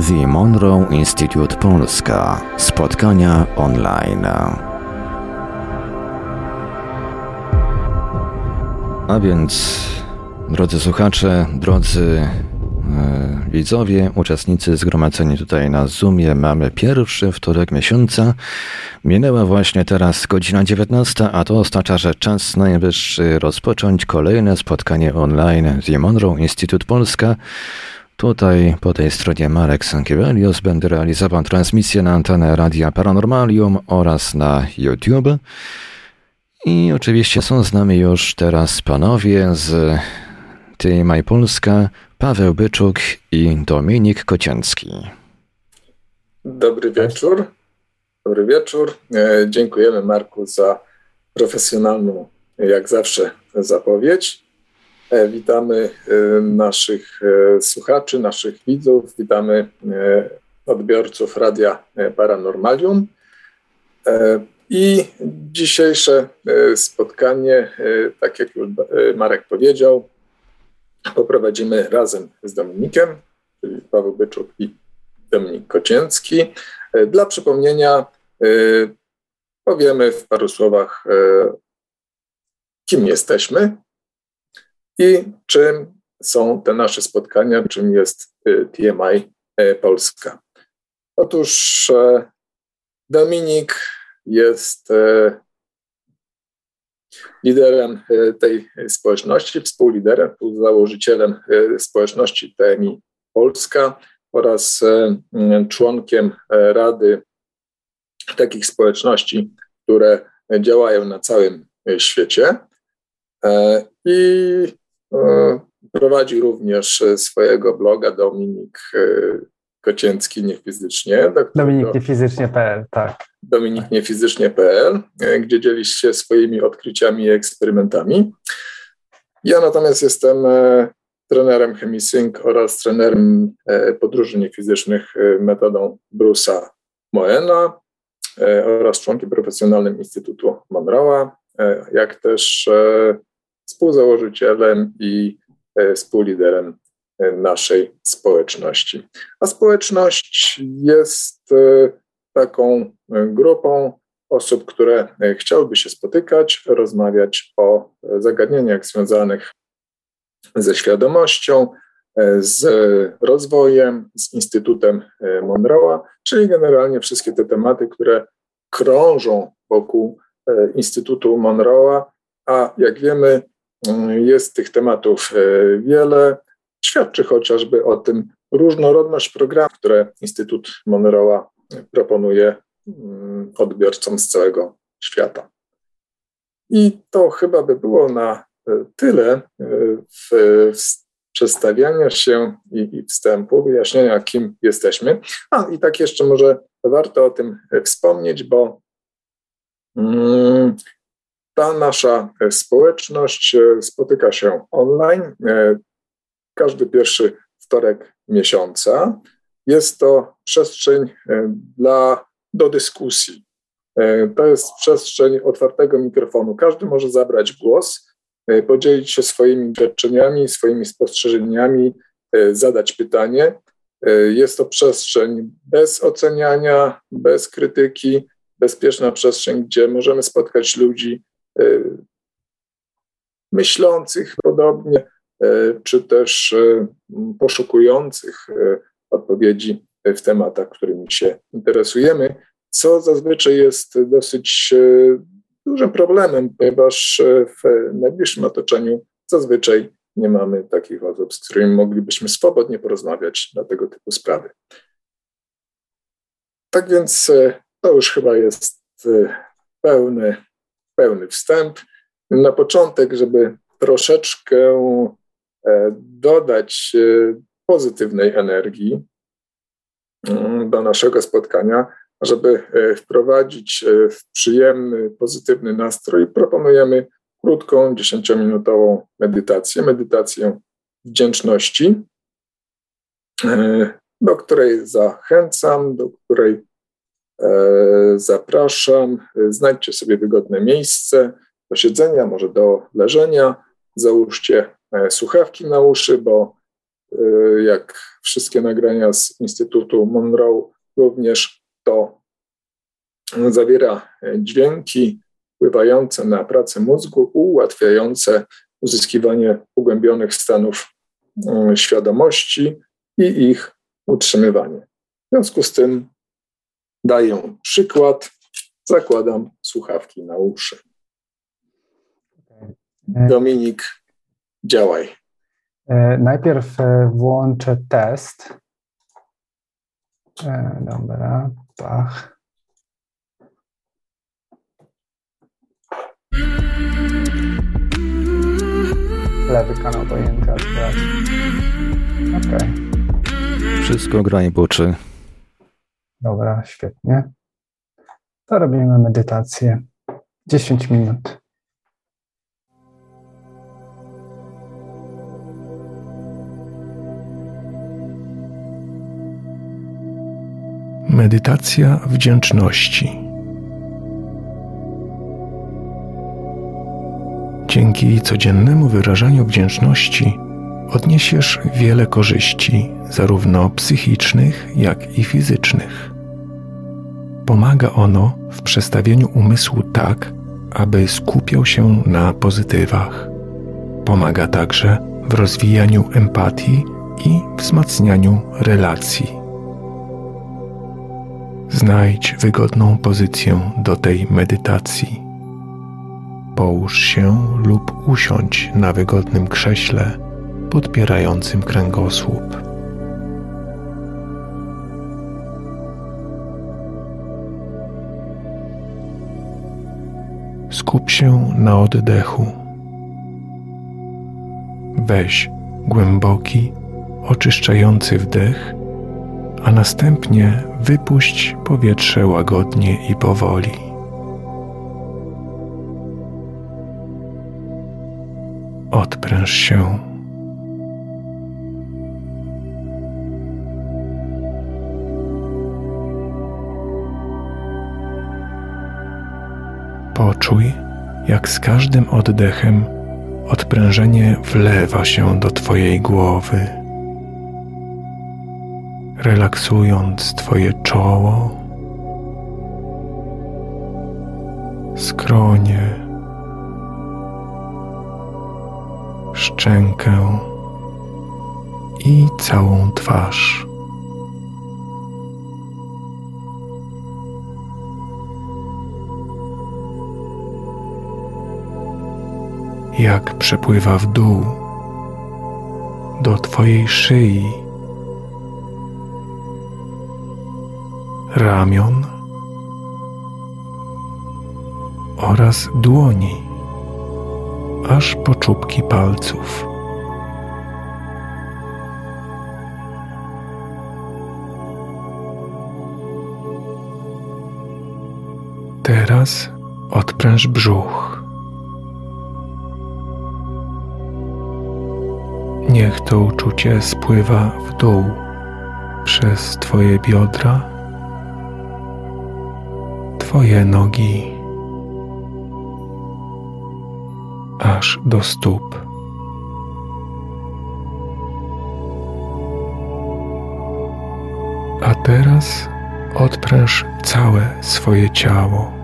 The Monroe Institute Polska. Spotkania online. A więc, drodzy słuchacze, drodzy widzowie, uczestnicy zgromadzeni tutaj na Zoomie, mamy pierwszy wtorek miesiąca. Minęła właśnie teraz godzina 19, a to oznacza, że czas najwyższy rozpocząć kolejne spotkanie online The Monroe Institute Polska. Tutaj po tej stronie Marek Sankiewelios, będę realizował transmisję na antenę Radia Paranormalium oraz na YouTube. I oczywiście są z nami już teraz panowie z TMI Polska, Paweł Byczuk i Dominik Kocięcki. Dobry wieczór. Dobry wieczór. Dziękujemy Marku za profesjonalną, jak zawsze, zapowiedź. Witamy naszych słuchaczy, naszych widzów, witamy odbiorców Radia Paranormalium. I dzisiejsze spotkanie, tak jak już Marek powiedział, poprowadzimy razem z Dominikiem, czyli Paweł Byczuk i Dominik Kocięcki. Dla przypomnienia powiemy w paru słowach, kim jesteśmy i czym są te nasze spotkania, czym jest TMI Polska. Otóż Dominik jest liderem tej społeczności, współliderem, współzałożycielem społeczności TMI Polska oraz członkiem Rady takich społeczności, które działają na całym świecie. I prowadzi również swojego bloga Dominik Kocięcki niefizycznie. Dominikniefizycznie.pl, tak. Dominikniefizycznie.pl, gdzie dzieli się swoimi odkryciami i eksperymentami. Ja natomiast jestem trenerem ChemiSync oraz trenerem podróży niefizycznych metodą Bruce'a Moena oraz członkiem profesjonalnym Instytutu Monroe'a, jak też współzałożycielem i współliderem naszej społeczności. A społeczność jest taką grupą osób, które chciałyby się spotykać, rozmawiać o zagadnieniach związanych ze świadomością, z rozwojem, z Instytutem Monroe'a, czyli generalnie wszystkie te tematy, które krążą wokół Instytutu Monroe'a, a jak wiemy, jest tych tematów wiele. Świadczy chociażby o tym różnorodność programów, które Instytut Monroe'a proponuje odbiorcom z całego świata. I to chyba by było na tyle w przedstawiania się i wstępu, wyjaśnienia, kim jesteśmy. A i tak jeszcze może warto o tym wspomnieć, bo ta nasza społeczność spotyka się online każdy pierwszy wtorek miesiąca. Jest to przestrzeń do dyskusji. To jest przestrzeń otwartego mikrofonu. Każdy może zabrać głos, podzielić się swoimi doświadczeniami, swoimi spostrzeżeniami, zadać pytanie. Jest to przestrzeń bez oceniania, bez krytyki, bezpieczna przestrzeń, gdzie możemy spotkać ludzi myślących podobnie, czy też poszukujących odpowiedzi w tematach, którymi się interesujemy, co zazwyczaj jest dosyć dużym problemem, ponieważ w najbliższym otoczeniu zazwyczaj nie mamy takich osób, z którymi moglibyśmy swobodnie porozmawiać na tego typu sprawy. Tak więc to już chyba jest pełny wstęp. Na początek, żeby troszeczkę dodać pozytywnej energii do naszego spotkania, żeby wprowadzić w przyjemny, pozytywny nastrój, proponujemy krótką, 10-minutową medytację wdzięczności, do której zachęcam, do której zapraszam. Znajdźcie sobie wygodne miejsce do siedzenia, może do leżenia. Załóżcie słuchawki na uszy, bo jak wszystkie nagrania z Instytutu Monroe, również to zawiera dźwięki wpływające na pracę mózgu, ułatwiające uzyskiwanie pogłębionych stanów świadomości i ich utrzymywanie. W związku z tym daję przykład, zakładam słuchawki na uszy. Dominik, działaj. Najpierw włączę test. Dobra, pach. Lewy kanał powinien teraz grać. Okej. Wszystko gra i buczy. Dobra, świetnie. To robimy medytację. 10 minut. Medytacja wdzięczności. Dzięki codziennemu wyrażaniu wdzięczności odniesiesz wiele korzyści, zarówno psychicznych, jak i fizycznych. Pomaga ono w przestawieniu umysłu tak, aby skupiał się na pozytywach. Pomaga także w rozwijaniu empatii i wzmacnianiu relacji. Znajdź wygodną pozycję do tej medytacji. Połóż się lub usiądź na wygodnym krześle podpierającym kręgosłup. Skup się na oddechu. Weź głęboki, oczyszczający wdech, a następnie wypuść powietrze łagodnie i powoli. Odpręż się. Poczuj, jak z każdym oddechem odprężenie wlewa się do Twojej głowy, relaksując Twoje czoło, skronie, szczękę i całą twarz. Jak przepływa w dół do Twojej szyi, ramion oraz dłoni, aż po czubki palców. Teraz odpręż brzuch. Niech to uczucie spływa w dół przez Twoje biodra, Twoje nogi, aż do stóp. A teraz odpręż całe swoje ciało.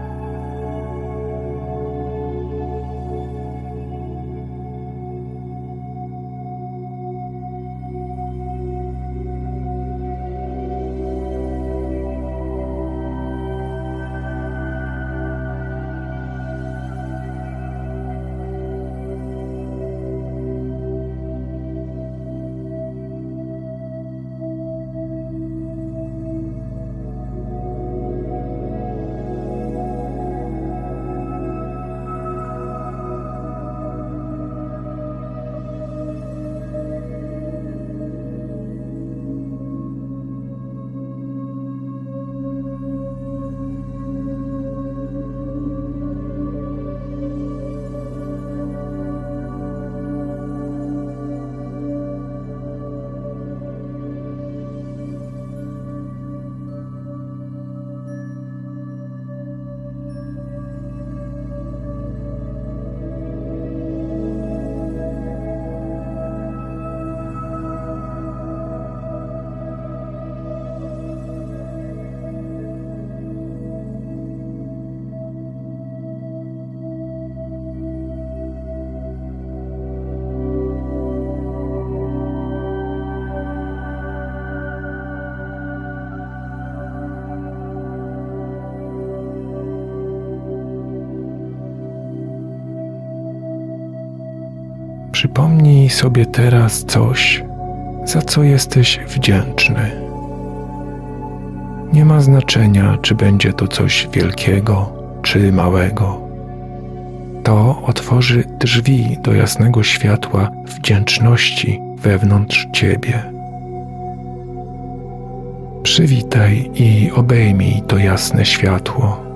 Przypomnij sobie teraz coś, za co jesteś wdzięczny. Nie ma znaczenia, czy będzie to coś wielkiego, czy małego. To otworzy drzwi do jasnego światła wdzięczności wewnątrz ciebie. Przywitaj i obejmij to jasne światło.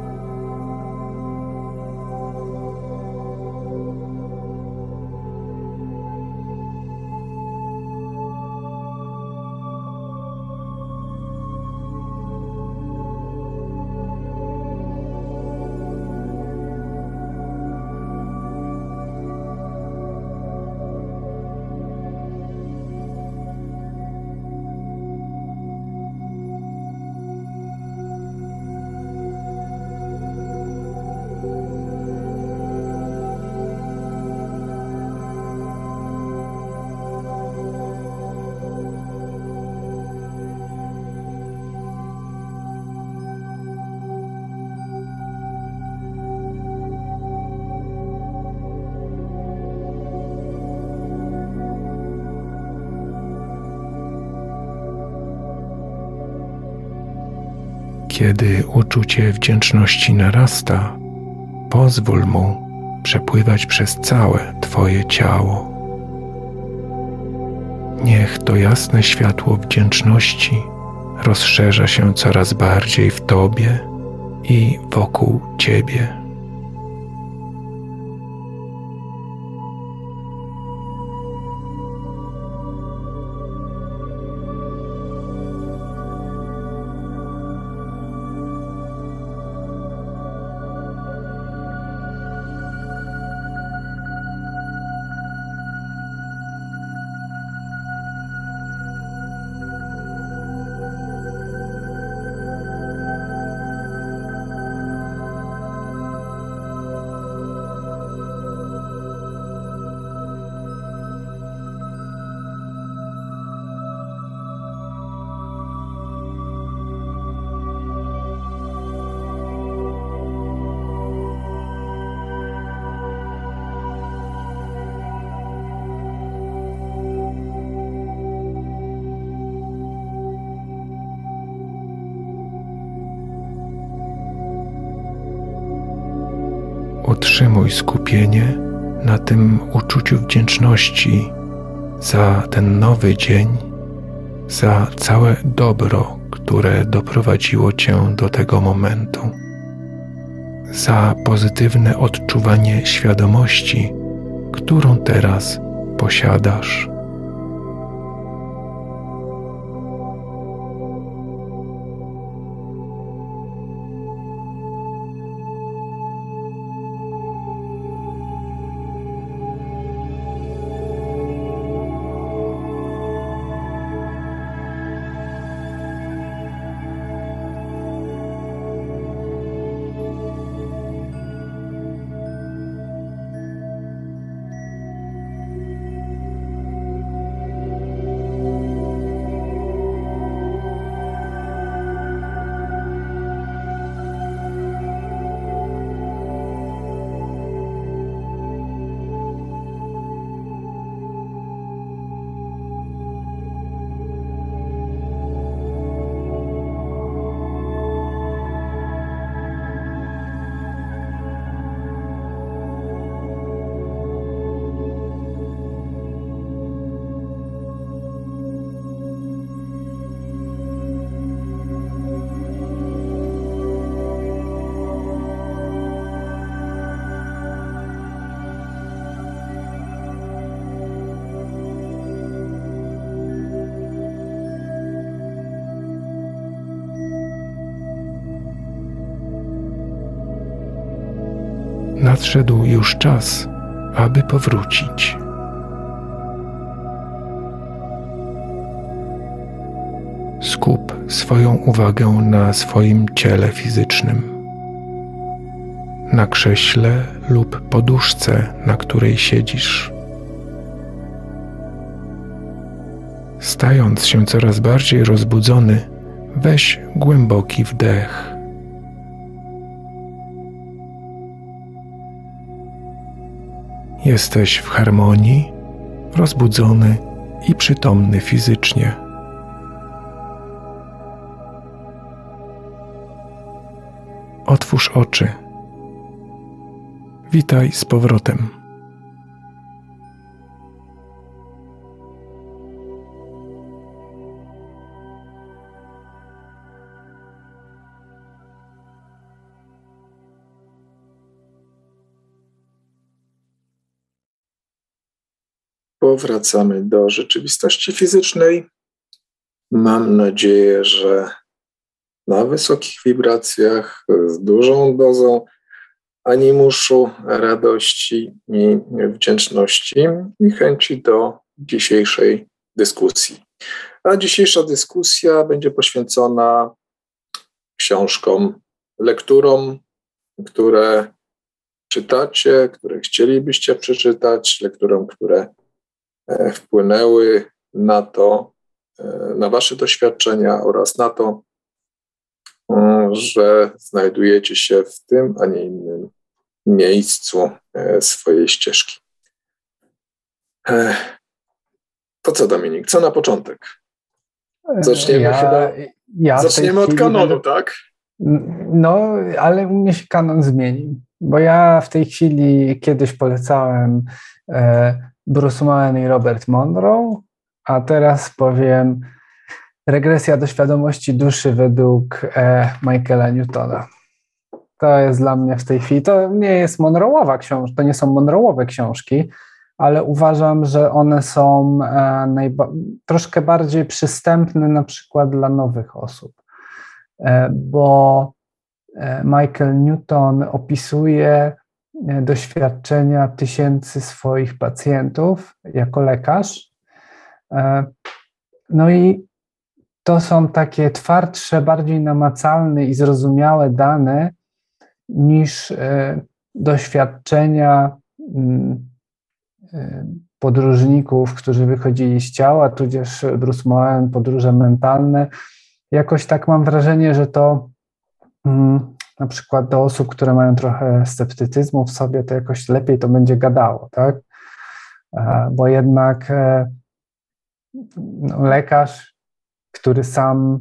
Kiedy uczucie wdzięczności narasta, pozwól mu przepływać przez całe twoje ciało. Niech to jasne światło wdzięczności rozszerza się coraz bardziej w tobie i wokół ciebie. Utrzymuj skupienie na tym uczuciu wdzięczności za ten nowy dzień, za całe dobro, które doprowadziło cię do tego momentu, za pozytywne odczuwanie świadomości, którą teraz posiadasz. Nadszedł już czas, aby powrócić. Skup swoją uwagę na swoim ciele fizycznym, na krześle lub poduszce, na której siedzisz. Stając się coraz bardziej rozbudzony, weź głęboki wdech. Jesteś w harmonii rozbudzony i przytomny fizycznie. Otwórz oczy. Witaj z powrotem. Powracamy do rzeczywistości fizycznej. Mam nadzieję, że na wysokich wibracjach, z dużą dozą animuszu, radości i wdzięczności i chęci do dzisiejszej dyskusji. A dzisiejsza dyskusja będzie poświęcona książkom, lekturom, które czytacie, które chcielibyście przeczytać, lekturom, które wpłynęły na to, na wasze doświadczenia oraz na to, że znajdujecie się w tym, a nie innym miejscu swojej ścieżki. To co, Dominik, co na początek? Zaczniemy od kanonu, tak? No, ale u mnie się kanon zmienił, bo ja w tej chwili kiedyś polecałem Bruce Moen i Robert Monroe, a teraz powiem Regresja do świadomości duszy według Michaela Newtona. To jest dla mnie w tej chwili, to nie jest Monroe'owa książka, to nie są Monroe'owe książki, ale uważam, że one są troszkę bardziej przystępne na przykład dla nowych osób, bo Michael Newton opisuje doświadczenia tysięcy swoich pacjentów jako lekarz. No i to są takie twardsze, bardziej namacalne i zrozumiałe dane niż doświadczenia podróżników, którzy wychodzili z ciała, tudzież Bruce Moen, podróże mentalne. Jakoś tak mam wrażenie, że to na przykład do osób, które mają trochę sceptycyzmu w sobie, to jakoś lepiej to będzie gadało, tak? Bo jednak lekarz, który sam,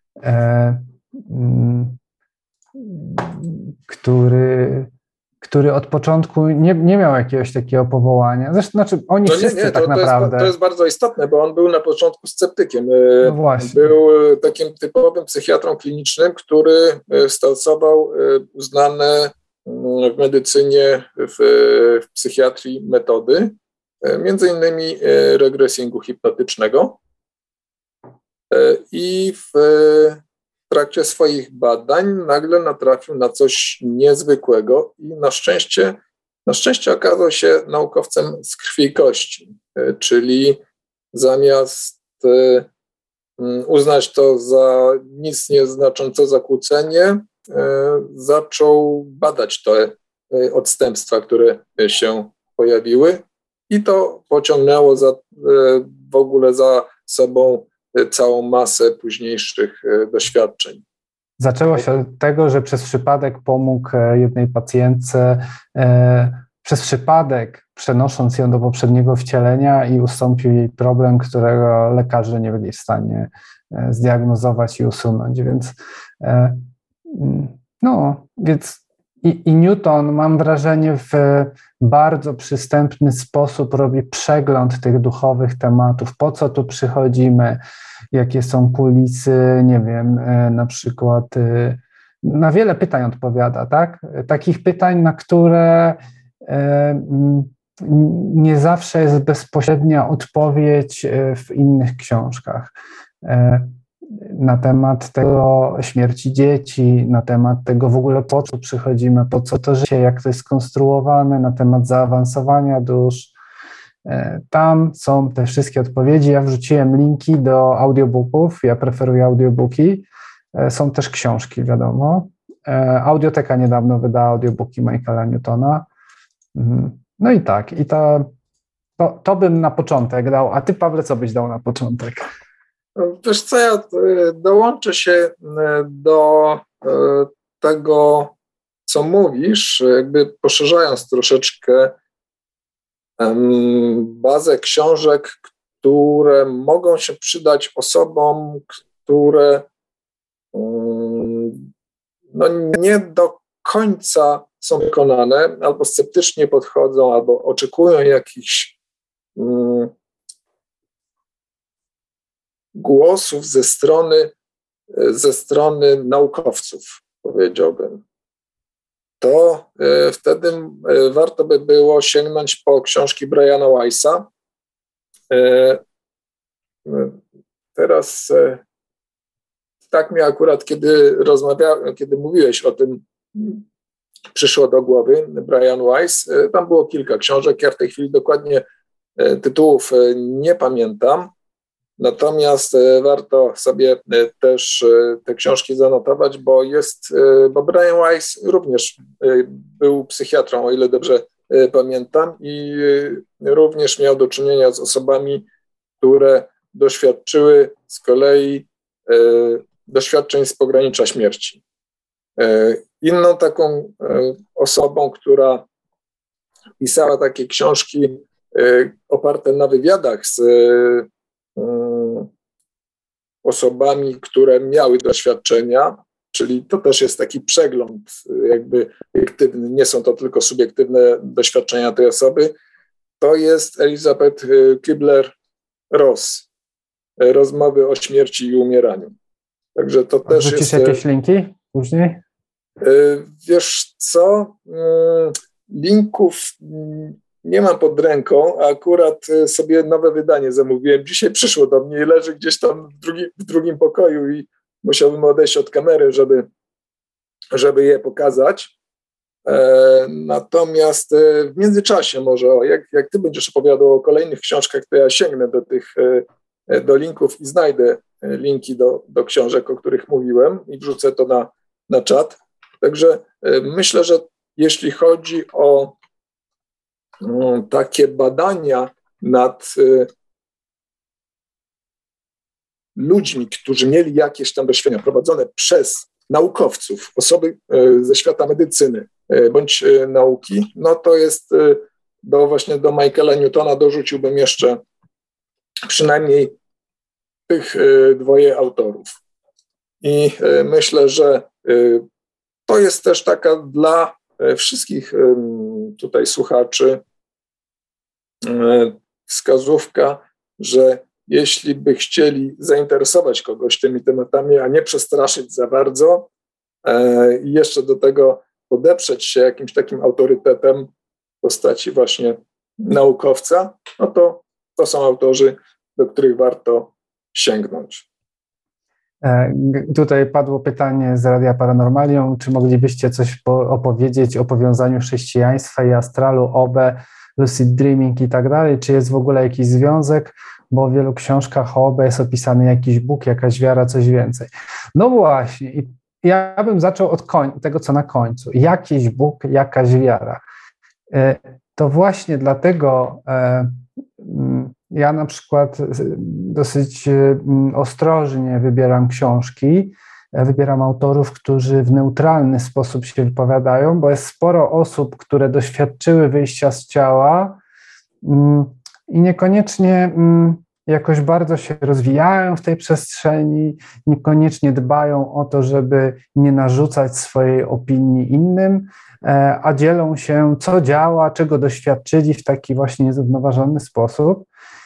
który od początku nie miał jakiegoś takiego powołania. Zresztą, znaczy oni wszyscy tak naprawdę. To jest bardzo istotne, bo on był na początku sceptykiem. No właśnie. Był takim typowym psychiatrą klinicznym, który stosował uznane w medycynie, w psychiatrii metody, między innymi regresingu hipnotycznego. I w trakcie swoich badań nagle natrafił na coś niezwykłego i na szczęście okazał się naukowcem z krwi i kości, czyli zamiast uznać to za nic nieznaczące zakłócenie, zaczął badać te odstępstwa, które się pojawiły i to pociągnęło w ogóle za sobą całą masę późniejszych doświadczeń. Zaczęło się od tego, że przez przypadek pomógł jednej pacjentce, przez przypadek przenosząc ją do poprzedniego wcielenia i ustąpił jej problem, którego lekarze nie byli w stanie zdiagnozować i usunąć. Więc Newton, mam wrażenie, w bardzo przystępny sposób robi przegląd tych duchowych tematów. Po co tu przychodzimy, jakie są kulisy, nie wiem, na przykład na wiele pytań odpowiada, tak? Takich pytań, na które nie zawsze jest bezpośrednia odpowiedź w innych książkach. Na temat tego śmierci dzieci, na temat tego w ogóle po co przychodzimy, po co to życie, jak to jest skonstruowane, na temat zaawansowania dusz. Tam są te wszystkie odpowiedzi. Ja wrzuciłem linki do audiobooków, ja preferuję audiobooki. Są też książki, wiadomo. Audioteka niedawno wydała audiobooki Michaela Newtona. No i tak, to bym na początek dał. A ty, Pawle, co byś dał na początek? Wiesz co, ja dołączę się do tego, co mówisz, jakby poszerzając troszeczkę bazę książek, które mogą się przydać osobom, które nie do końca są przekonane, albo sceptycznie podchodzą, albo oczekują jakichś głosów ze strony naukowców, powiedziałbym. To wtedy warto by było sięgnąć po książki Briana Weissa. Teraz tak mi akurat, kiedy mówiłeś o tym, przyszło do głowy Brian Weiss. Tam było kilka książek, ja w tej chwili dokładnie tytułów nie pamiętam, natomiast warto sobie też te książki zanotować, bo Brian Weiss również był psychiatrą, o ile dobrze pamiętam, i również miał do czynienia z osobami, które doświadczyły z kolei doświadczeń z pogranicza śmierci. Inną taką osobą, która pisała takie książki oparte na wywiadach z osobami, które miały doświadczenia, czyli to też jest taki przegląd jakby obiektywny, nie są to tylko subiektywne doświadczenia tej osoby, to jest Elizabeth Kübler-Ross, Rozmowy o śmierci i umieraniu. Także to też jest... Wrzucisz jakieś linki później? Wiesz co, linków nie mam pod ręką, a akurat sobie nowe wydanie zamówiłem. Dzisiaj przyszło do mnie i leży gdzieś tam w drugim pokoju i musiałbym odejść od kamery, żeby je pokazać. Natomiast w międzyczasie może, jak ty będziesz opowiadał o kolejnych książkach, to ja sięgnę do linków i znajdę linki do książek, o których mówiłem i wrzucę to na czat. Także myślę, że jeśli chodzi o takie badania nad ludźmi, którzy mieli jakieś tam doświadczenia prowadzone przez naukowców, osoby ze świata medycyny bądź nauki, no to jest właśnie do Michaela Newtona dorzuciłbym jeszcze przynajmniej tych dwoje autorów. I myślę, że to jest też taka dla wszystkich tutaj słuchaczy wskazówka, że jeśli by chcieli zainteresować kogoś tymi tematami, a nie przestraszyć za bardzo i jeszcze do tego podeprzeć się jakimś takim autorytetem w postaci właśnie naukowca, no to są autorzy, do których warto sięgnąć. Tutaj padło pytanie z Radia Paranormalium, czy moglibyście coś opowiedzieć o powiązaniu chrześcijaństwa i astralu, OB, lucid dreaming i tak dalej, czy jest w ogóle jakiś związek, bo w wielu książkach o OB jest opisany jakiś Bóg, jakaś wiara, coś więcej. No właśnie, i ja bym zaczął od tego, co na końcu. Jakiś Bóg, jakaś wiara. To właśnie dlatego ja na przykład dosyć ostrożnie wybieram książki, wybieram autorów, którzy w neutralny sposób się wypowiadają, bo jest sporo osób, które doświadczyły wyjścia z ciała i niekoniecznie jakoś bardzo się rozwijają w tej przestrzeni, niekoniecznie dbają o to, żeby nie narzucać swojej opinii innym, a dzielą się, co działa, czego doświadczyli w taki właśnie zrównoważony sposób.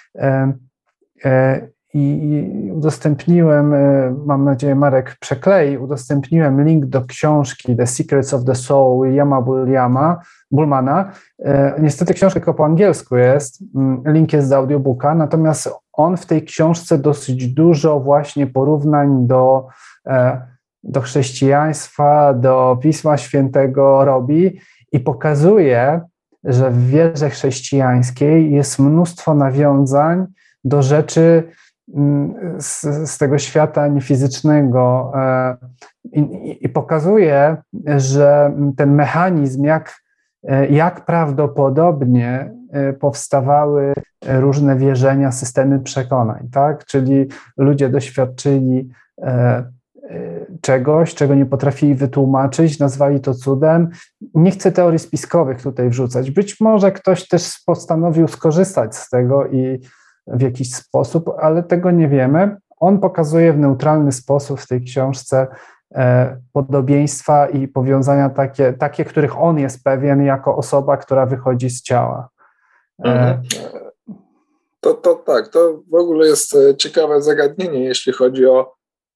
I udostępniłem, mam nadzieję Marek przeklei, udostępniłem link do książki The Secrets of the Soul Williama Bullmana. Niestety książka tylko po angielsku jest, link jest z audiobooka, natomiast on w tej książce dosyć dużo właśnie porównań do chrześcijaństwa, do Pisma Świętego robi i pokazuje, że w wierze chrześcijańskiej jest mnóstwo nawiązań do rzeczy z tego świata niefizycznego i pokazuje, że ten mechanizm, jak prawdopodobnie powstawały różne wierzenia, systemy przekonań, tak? Czyli ludzie doświadczyli czegoś, czego nie potrafili wytłumaczyć, nazwali to cudem. Nie chcę teorii spiskowych tutaj wrzucać. Być może ktoś też postanowił skorzystać z tego i w jakiś sposób, ale tego nie wiemy. On pokazuje w neutralny sposób w tej książce podobieństwa i powiązania takie, których on jest pewien jako osoba, która wychodzi z ciała. To tak, to w ogóle jest ciekawe zagadnienie, jeśli chodzi o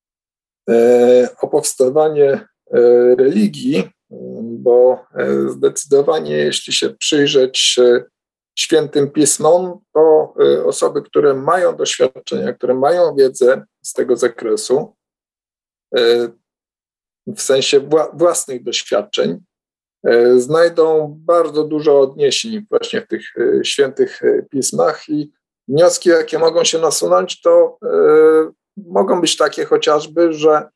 powstawanie religii, bo zdecydowanie jeśli się przyjrzeć świętym pismom, to osoby, które mają doświadczenia, które mają wiedzę z tego zakresu, w sensie własnych doświadczeń, znajdą bardzo dużo odniesień właśnie w tych świętych pismach i wnioski, jakie mogą się nasunąć, to mogą być takie chociażby, że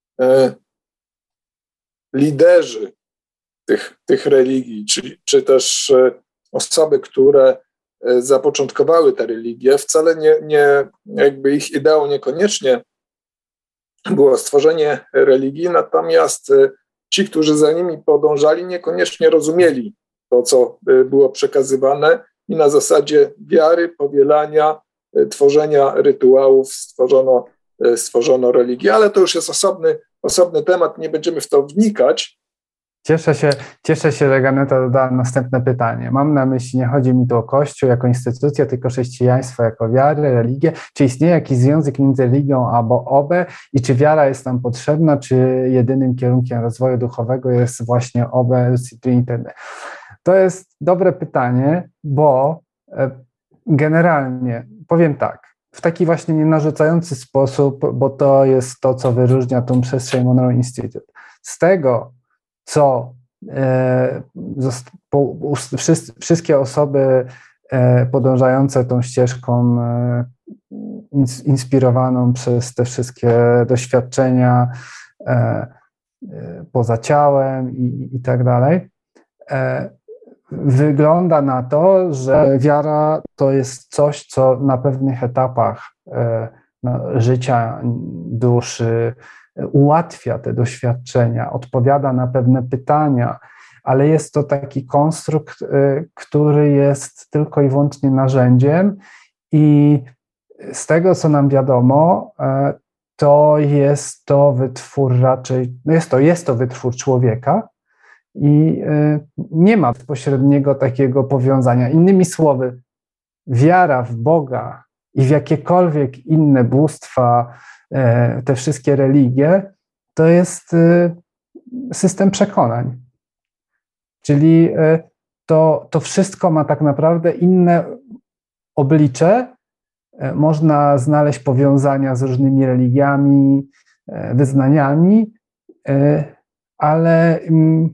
liderzy tych religii, czy też osoby, które zapoczątkowały te religie, wcale nie jakby ich ideą niekoniecznie było stworzenie religii, natomiast ci, którzy za nimi podążali, niekoniecznie rozumieli to, co było przekazywane i na zasadzie wiary, powielania, tworzenia rytuałów stworzono religię, ale to już jest osobny temat, nie będziemy w to wnikać. Cieszę się, że Ganeta dodała następne pytanie. Mam na myśli, nie chodzi mi tu o Kościół jako instytucję, tylko chrześcijaństwo jako wiarę, religię. Czy istnieje jakiś związek między religią a OBE i czy wiara jest nam potrzebna, czy jedynym kierunkiem rozwoju duchowego jest właśnie OBE, Trinity? To jest dobre pytanie, bo generalnie powiem tak, w taki właśnie nienarzucający sposób, bo to jest to, co wyróżnia tą przestrzeń Monroe Institute. Z tego, co wszystkie osoby podążające tą ścieżką inspirowaną przez te wszystkie doświadczenia poza ciałem i tak dalej, wygląda na to, że wiara to jest coś, co na pewnych etapach życia duszy ułatwia te doświadczenia, odpowiada na pewne pytania, ale jest to taki konstrukt, który jest tylko i wyłącznie narzędziem i z tego, co nam wiadomo, to jest to wytwór raczej, jest to wytwór człowieka i nie ma bezpośredniego takiego powiązania. Innymi słowy, wiara w Boga i w jakiekolwiek inne bóstwa, te wszystkie religie, to jest system przekonań. Czyli to wszystko ma tak naprawdę inne oblicze. Można znaleźć powiązania z różnymi religiami, wyznaniami, ale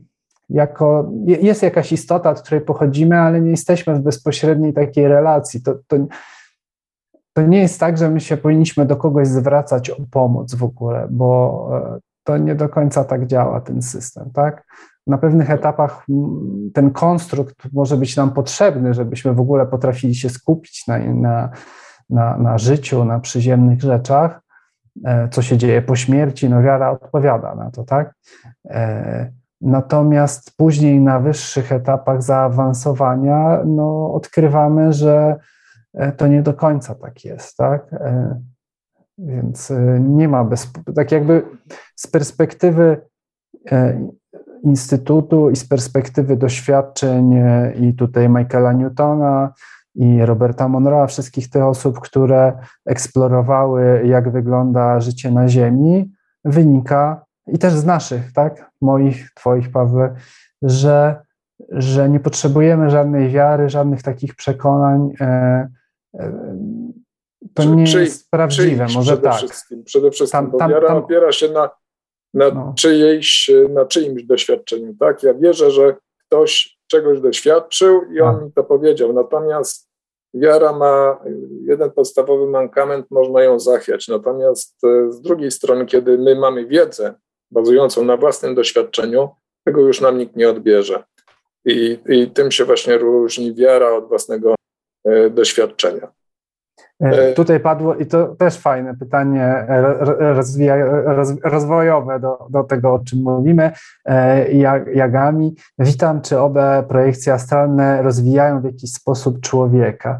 jest jakaś istota, od której pochodzimy, ale nie jesteśmy w bezpośredniej takiej relacji. To nie jest tak, że my się powinniśmy do kogoś zwracać o pomoc w ogóle, bo to nie do końca tak działa ten system, tak? Na pewnych etapach ten konstrukt może być nam potrzebny, żebyśmy w ogóle potrafili się skupić na życiu, na przyziemnych rzeczach, co się dzieje po śmierci, no wiara odpowiada na to, tak? Natomiast później na wyższych etapach zaawansowania, no odkrywamy, że to nie do końca tak jest, tak? Więc nie ma tak jakby z perspektywy Instytutu i z perspektywy doświadczeń i tutaj Michaela Newtona i Roberta Monroe'a, wszystkich tych osób, które eksplorowały, jak wygląda życie na Ziemi, wynika, i też z naszych, tak, moich, twoich, Pawle, że nie potrzebujemy żadnej wiary, żadnych takich przekonań. To nie jest prawdziwe, może tak. Przede wszystkim, bo wiara opiera się na czyimś doświadczeniu, tak? Ja wierzę, że ktoś czegoś doświadczył i on mi to powiedział, natomiast wiara ma jeden podstawowy mankament, można ją zachwiać, natomiast z drugiej strony, kiedy my mamy wiedzę bazującą na własnym doświadczeniu, tego już nam nikt nie odbierze. I tym się właśnie różni wiara od własnego doświadczenia. Tutaj padło, i to też fajne pytanie rozwojowe do tego, o czym mówimy, jagami. Witam, czy obe projekcje astralne rozwijają w jakiś sposób człowieka?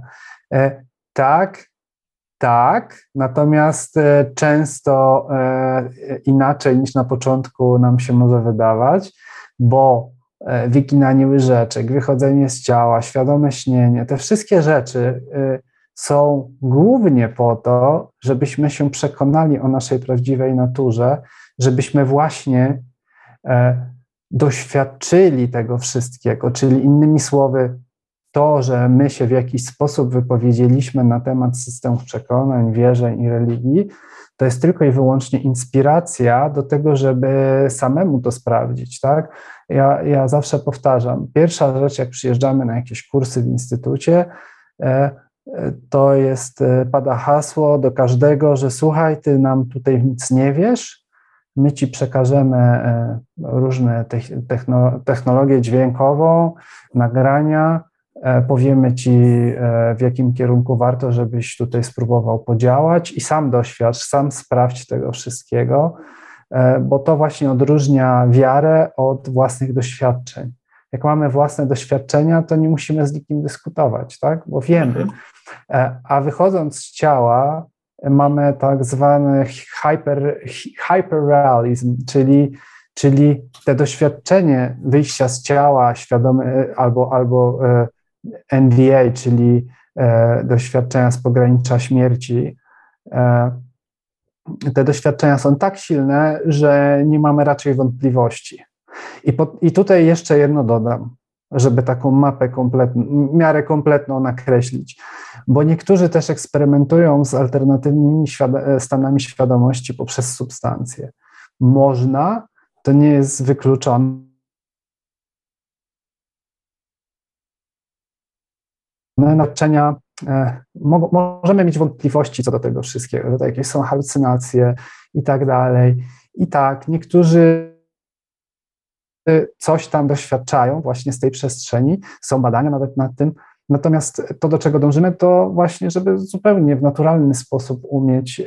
Tak, natomiast często inaczej niż na początku nam się może wydawać, bo wyginanie łyżeczek, wychodzenie z ciała, świadome śnienie, te wszystkie rzeczy są głównie po to, żebyśmy się przekonali o naszej prawdziwej naturze, żebyśmy właśnie doświadczyli tego wszystkiego, czyli innymi słowy, to, że my się w jakiś sposób wypowiedzieliśmy na temat systemów przekonań, wierzeń i religii, to jest tylko i wyłącznie inspiracja do tego, żeby samemu to sprawdzić, tak? Ja zawsze powtarzam, pierwsza rzecz, jak przyjeżdżamy na jakieś kursy w instytucie, to pada hasło do każdego, że słuchaj, ty nam tutaj nic nie wiesz, my ci przekażemy różne technologię dźwiękową, nagrania, powiemy ci, w jakim kierunku warto, żebyś tutaj spróbował podziałać i sam doświadcz, sam sprawdź tego wszystkiego, bo to właśnie odróżnia wiarę od własnych doświadczeń. Jak mamy własne doświadczenia, to nie musimy z nikim dyskutować, tak? Bo wiemy. A wychodząc z ciała, mamy tak zwany hyperrealizm, czyli te doświadczenie wyjścia z ciała świadome albo NDA, czyli doświadczenia z pogranicza śmierci. Te doświadczenia są tak silne, że nie mamy raczej wątpliwości. I tutaj jeszcze jedno dodam, żeby taką mapę w miarę kompletną nakreślić, bo niektórzy też eksperymentują z alternatywnymi stanami świadomości poprzez substancje. Można, to nie jest wykluczone. Naczenia, możemy mieć wątpliwości co do tego wszystkiego, że to jakieś są halucynacje i tak dalej. I tak, niektórzy coś tam doświadczają właśnie z tej przestrzeni, są badania nawet nad tym, natomiast to, do czego dążymy, to właśnie, żeby zupełnie w naturalny sposób umieć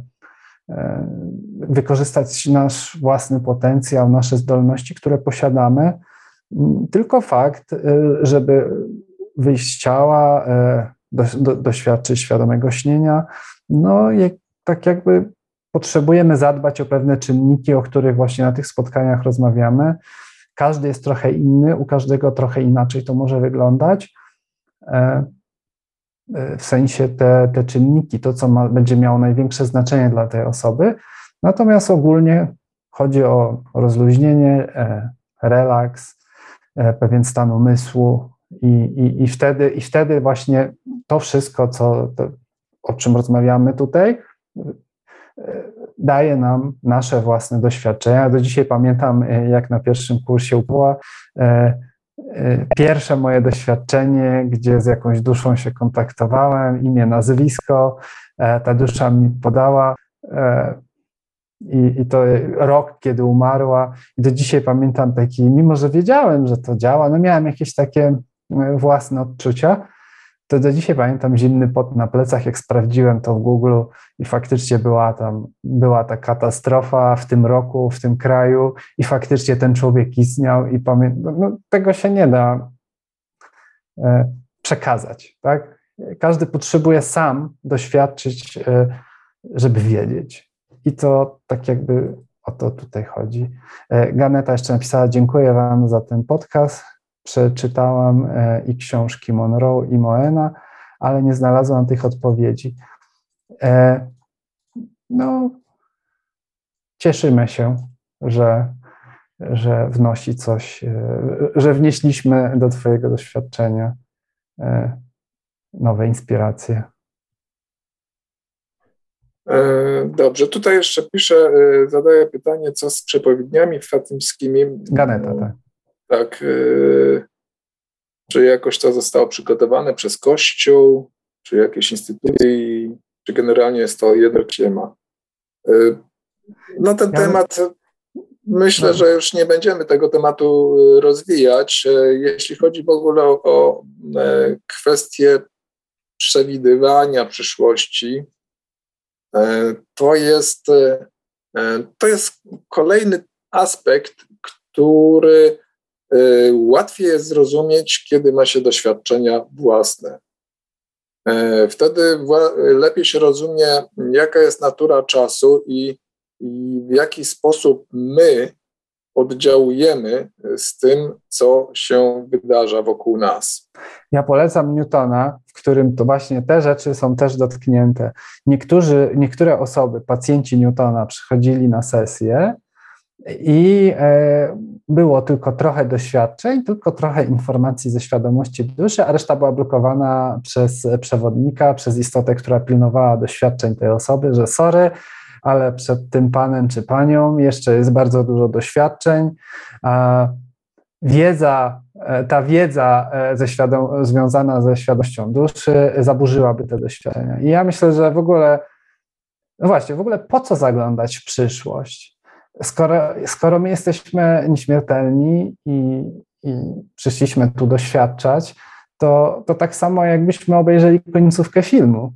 wykorzystać nasz własny potencjał, nasze zdolności, które posiadamy. Tylko fakt, żeby wyjść z ciała, doświadczyć świadomego śnienia, tak jakby potrzebujemy zadbać o pewne czynniki, o których właśnie na tych spotkaniach rozmawiamy. Każdy jest trochę inny, u każdego trochę inaczej to może wyglądać. W sensie te czynniki, to co będzie miało największe znaczenie dla tej osoby. Natomiast ogólnie chodzi o rozluźnienie, relaks, pewien stan umysłu i wtedy właśnie to wszystko, o czym rozmawiamy tutaj, daje nam nasze własne doświadczenia. Do dzisiaj pamiętam, jak na pierwszym kursie UPOA, pierwsze moje doświadczenie, gdzie z jakąś duszą się kontaktowałem, imię, nazwisko, ta dusza mi podała i to rok, kiedy umarła. I do dzisiaj pamiętam taki, mimo że wiedziałem, że to działa, miałem jakieś takie własne odczucia, to do dzisiaj pamiętam zimny pot na plecach, jak sprawdziłem to w Google i faktycznie była ta katastrofa w tym roku, w tym kraju i faktycznie ten człowiek istniał i tego się nie da przekazać, tak? Każdy potrzebuje sam doświadczyć, żeby wiedzieć. I to tak jakby o to tutaj chodzi. Ganeta jeszcze napisała, dziękuję wam za ten podcast. Przeczytałam i książki Monroe i Moena, ale nie znalazłam tych odpowiedzi. Cieszymy się, że wnosi coś, że wnieśliśmy do twojego doświadczenia nowe inspiracje. Dobrze, tutaj jeszcze piszę, zadaję pytanie, co z przepowiedniami fatimskimi? Ganeta, tak. Tak, czy jakoś to zostało przygotowane przez Kościół, czy jakieś instytucje, czy generalnie jest to jedna ściema? Na ten temat myślę, że już nie będziemy tego tematu rozwijać. Jeśli chodzi w ogóle o kwestię przewidywania przyszłości to jest kolejny aspekt, który łatwiej jest zrozumieć, kiedy ma się doświadczenia własne. Wtedy lepiej się rozumie, jaka jest natura czasu i w jaki sposób my oddziałujemy z tym, co się wydarza wokół nas. Ja polecam Newtona, w którym to właśnie te rzeczy są też dotknięte. Niektóre osoby, pacjenci Newtona, przychodzili na sesję i było tylko trochę doświadczeń, tylko trochę informacji ze świadomości duszy, a reszta była blokowana przez przewodnika, przez istotę, która pilnowała doświadczeń tej osoby, że sorry, ale przed tym panem czy panią jeszcze jest bardzo dużo doświadczeń. Ta wiedza związana ze świadomością duszy zaburzyłaby te doświadczenia. I ja myślę, że w ogóle po co zaglądać w przyszłość? Skoro my jesteśmy nieśmiertelni i przyszliśmy tu doświadczać, to tak samo jakbyśmy obejrzeli końcówkę filmu.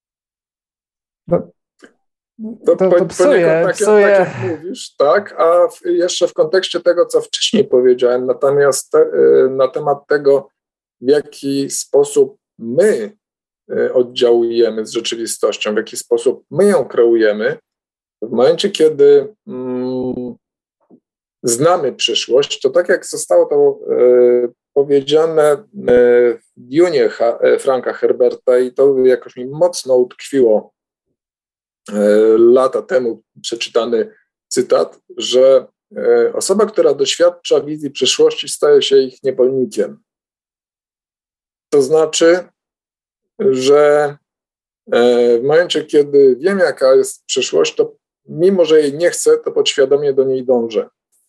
To psuje. Tak jak mówisz, tak, a jeszcze w kontekście tego, co wcześniej powiedziałem, natomiast na temat tego, w jaki sposób my oddziałujemy z rzeczywistością, w jaki sposób my ją kreujemy, w momencie, kiedy znamy przyszłość, to tak jak zostało to powiedziane w Dunie Franka Herberta i to jakoś mi mocno utkwiło lata temu przeczytany cytat, że osoba, która doświadcza wizji przyszłości, staje się ich niewolnikiem. To znaczy, że w momencie, kiedy wiem, jaka jest przyszłość, to mimo, że jej nie chcę, to podświadomie do niej dążę.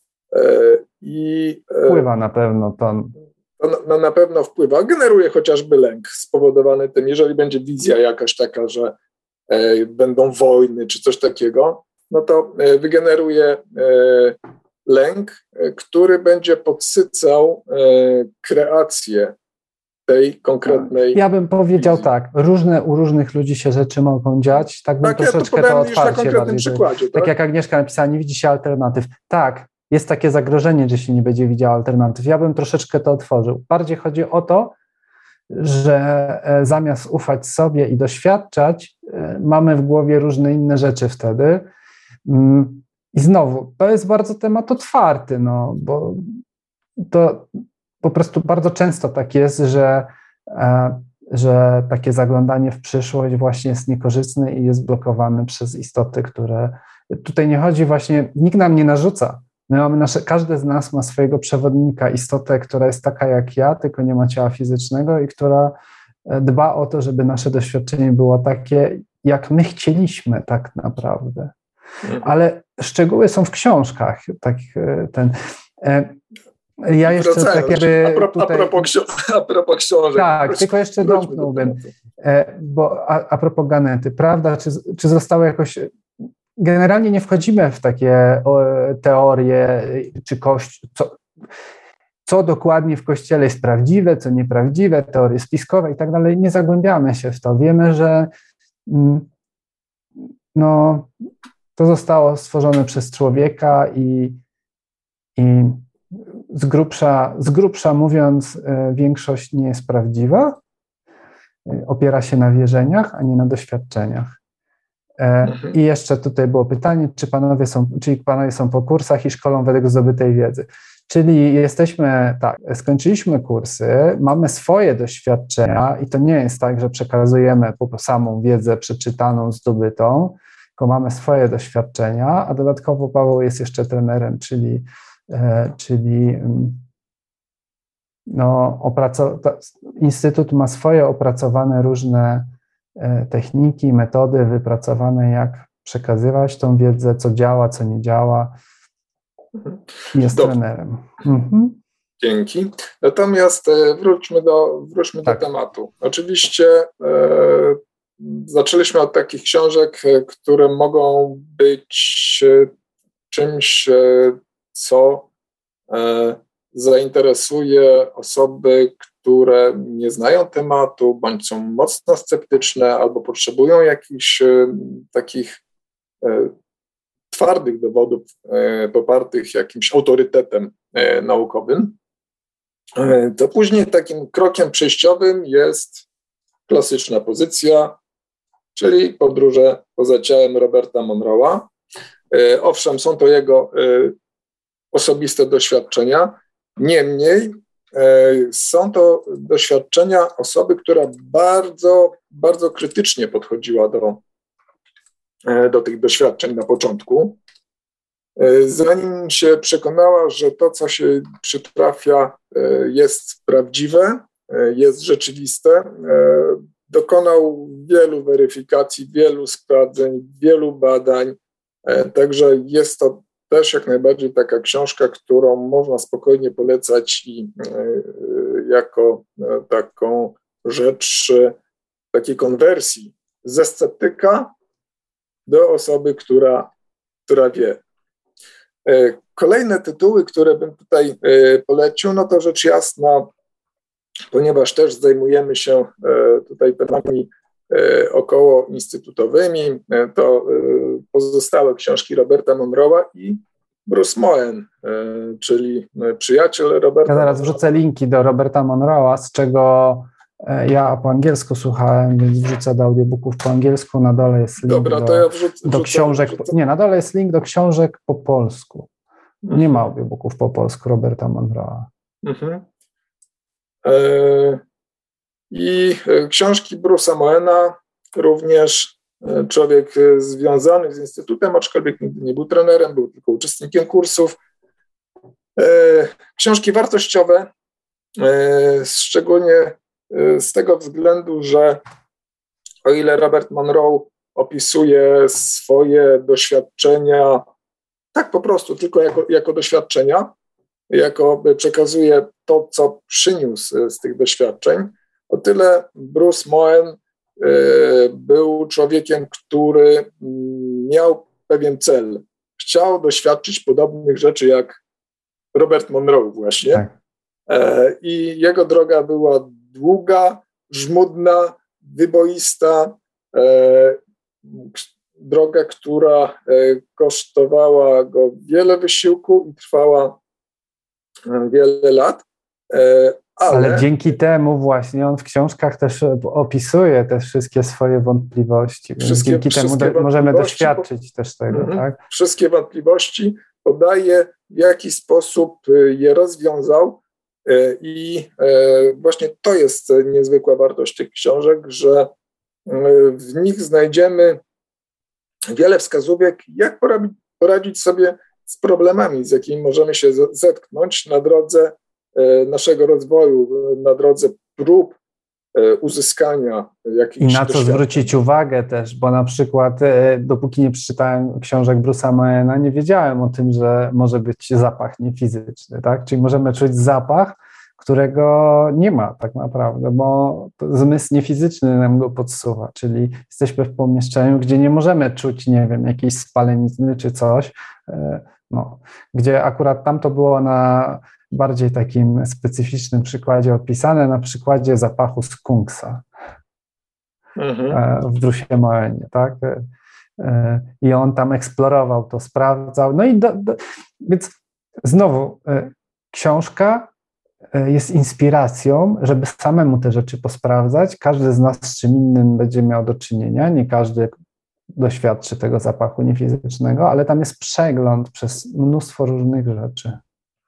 Wpływa na pewno to. Na pewno wpływa. Generuje chociażby lęk spowodowany tym, jeżeli będzie wizja jakaś taka, że będą wojny czy coś takiego, no to wygeneruje lęk, który będzie podsycał kreację tej konkretnej. Ja bym powiedział tak, u różnych ludzi się rzeczy mogą dziać, tak bym troszeczkę to otwarcie bardziej. Przykładzie, tak jak Agnieszka napisała, nie widzi się alternatyw. Tak, jest takie zagrożenie, że się nie będzie widziała alternatyw. Ja bym troszeczkę to otworzył. Bardziej chodzi o to, że zamiast ufać sobie i doświadczać, mamy w głowie różne inne rzeczy wtedy. I znowu, to jest bardzo temat otwarty, bo to po prostu bardzo często tak jest, że takie zaglądanie w przyszłość właśnie jest niekorzystne i jest blokowane przez istoty, które... Tutaj nie chodzi właśnie, nikt nam nie narzuca. My mamy każdy z nas ma swojego przewodnika, istotę, która jest taka jak ja, tylko nie ma ciała fizycznego i która dba o to, żeby nasze doświadczenie było takie, jak my chcieliśmy tak naprawdę. Ale szczegóły są w książkach. Ja jeszcze tak jakby a propos książek. Tak, tylko jeszcze domknąłbym, bo a propos Ganety, prawda, czy zostało jakoś... Generalnie nie wchodzimy w takie teorie, czy co dokładnie w Kościele jest prawdziwe, co nieprawdziwe, teorie spiskowe i tak dalej. Nie zagłębiamy się w to. Wiemy, że to zostało stworzone przez człowieka i z grubsza mówiąc, większość nie jest prawdziwa, opiera się na wierzeniach, a nie na doświadczeniach. I jeszcze tutaj było pytanie, czy panowie są po kursach i szkolą według zdobytej wiedzy. Czyli skończyliśmy kursy, mamy swoje doświadczenia i to nie jest tak, że przekazujemy po samą wiedzę przeczytaną, zdobytą, tylko mamy swoje doświadczenia, a dodatkowo Paweł jest jeszcze trenerem, czyli Instytut ma swoje opracowane różne techniki, metody wypracowane, jak przekazywać tą wiedzę, co działa, co nie działa. Jest trenerem. Dzięki. Natomiast wróćmy do tematu. Oczywiście zaczęliśmy od takich książek, które mogą być czymś, co zainteresuje osoby, które nie znają tematu, bądź są mocno sceptyczne, albo potrzebują jakichś takich twardych dowodów popartych jakimś autorytetem naukowym, to później takim krokiem przejściowym jest klasyczna pozycja, czyli podróże poza ciałem Roberta Monroe'a. Owszem, są to jego osobiste doświadczenia, niemniej są to doświadczenia osoby, która bardzo, bardzo krytycznie podchodziła do tych doświadczeń na początku. Zanim się przekonała, że to, co się przytrafia, jest prawdziwe, jest rzeczywiste, dokonał wielu weryfikacji, wielu sprawdzeń, wielu badań, także jest to też jak najbardziej taka książka, którą można spokojnie polecać i jako taką rzecz takiej konwersji ze sceptyka do osoby, która wie. Kolejne tytuły, które bym tutaj polecił, no to rzecz jasna, ponieważ też zajmujemy się tutaj tematami około instytutowymi, to pozostałe książki Roberta Monroe'a i Bruce Moen, czyli przyjaciel Roberta. Ja zaraz wrzucę linki do Roberta Monroe'a, z czego ja po angielsku słuchałem, więc wrzucę do audiobooków po angielsku, na dole jest link do książek. Nie, na dole jest link do książek po polsku. Nie ma audiobooków po polsku Roberta Monroe'a. I książki Bruce'a Moena, również człowiek związany z Instytutem, aczkolwiek nigdy nie był trenerem, był tylko uczestnikiem kursów. Książki wartościowe, szczególnie z tego względu, że o ile Robert Monroe opisuje swoje doświadczenia tak po prostu, tylko jako doświadczenia, przekazuje to, co przyniósł z tych doświadczeń, o tyle Bruce Moen był człowiekiem, który miał pewien cel. Chciał doświadczyć podobnych rzeczy jak Robert Monroe właśnie. Tak. I jego droga była długa, żmudna, wyboista, droga, która kosztowała go wiele wysiłku i trwała wiele lat. Ale dzięki temu właśnie on w książkach też opisuje te wszystkie swoje wątpliwości. Dzięki temu możemy doświadczyć też tego. Tak? Wszystkie wątpliwości podaje, w jaki sposób je rozwiązał i właśnie to jest niezwykła wartość tych książek, że w nich znajdziemy wiele wskazówek, jak poradzić sobie z problemami, z jakimi możemy się zetknąć na drodze naszego rozwoju, na drodze prób uzyskania jakichś i na co zwrócić uwagę też, bo na przykład dopóki nie przeczytałem książek Bruce'a Moena, nie wiedziałem o tym, że może być zapach niefizyczny, tak? Czyli możemy czuć zapach, którego nie ma tak naprawdę, bo zmysł niefizyczny nam go podsuwa, czyli jesteśmy w pomieszczeniu, gdzie nie możemy czuć, nie wiem, jakiejś spalenizny czy coś, gdzie akurat tam to było na bardziej takim specyficznym przykładzie opisane, na przykładzie zapachu skunksa w Bruce'ie Moenie, tak? I on tam eksplorował to, sprawdzał. No i więc znowu książka jest inspiracją, żeby samemu te rzeczy posprawdzać. Każdy z nas z czym innym będzie miał do czynienia, nie każdy doświadczy tego zapachu niefizycznego, ale tam jest przegląd przez mnóstwo różnych rzeczy.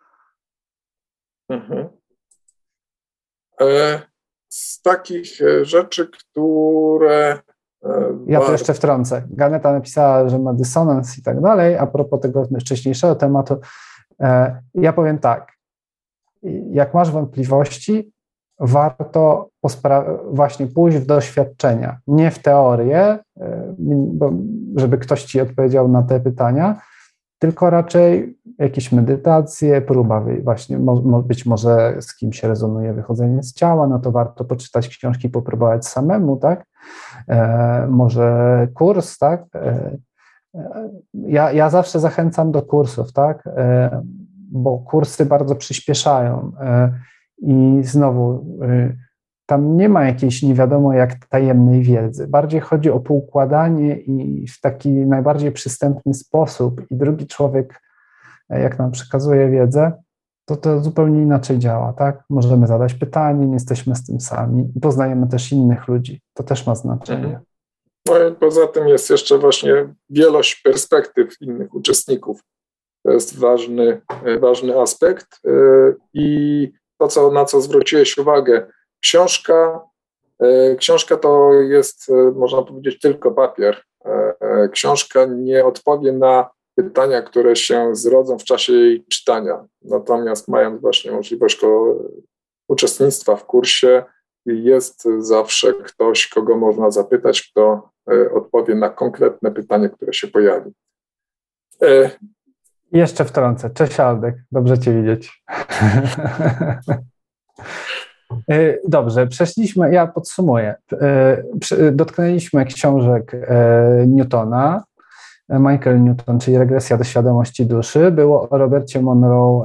Z takich rzeczy, które... Ja to jeszcze wtrącę. Ganeta napisała, że ma dysonans i tak dalej. A propos tego wcześniejszego tematu, ja powiem tak. Jak masz wątpliwości, warto właśnie pójść w doświadczenia, nie w teorię, żeby ktoś ci odpowiedział na te pytania, tylko raczej jakieś medytacje, próba właśnie, być może z kimś rezonuje wychodzenie z ciała, no to warto poczytać książki, popróbować samemu, tak? Może kurs, tak? Ja zawsze zachęcam do kursów, tak? Bo kursy bardzo przyspieszają I znowu tam nie ma jakiejś nie wiadomo jak tajemnej wiedzy. Bardziej chodzi o poukładanie i w taki najbardziej przystępny sposób i drugi człowiek, jak nam przekazuje wiedzę, to zupełnie inaczej działa, tak? Możemy zadać pytanie, nie jesteśmy z tym sami i poznajemy też innych ludzi. To też ma znaczenie. No i poza tym jest jeszcze właśnie wielość perspektyw innych uczestników. To jest ważny aspekt. I to, na co zwróciłeś uwagę, książka to jest, można powiedzieć, tylko papier. Książka nie odpowie na pytania, które się zrodzą w czasie jej czytania. Natomiast mając właśnie możliwość uczestnictwa w kursie, jest zawsze ktoś, kogo można zapytać, kto odpowie na konkretne pytanie, które się pojawi. Jeszcze wtrącę. Cześć Aldek, dobrze Cię widzieć. Dobrze, przeszliśmy, ja podsumuję. Dotknęliśmy książek Newtona, Michael Newton, czyli Regresja do świadomości duszy. Było o Robercie Monroe,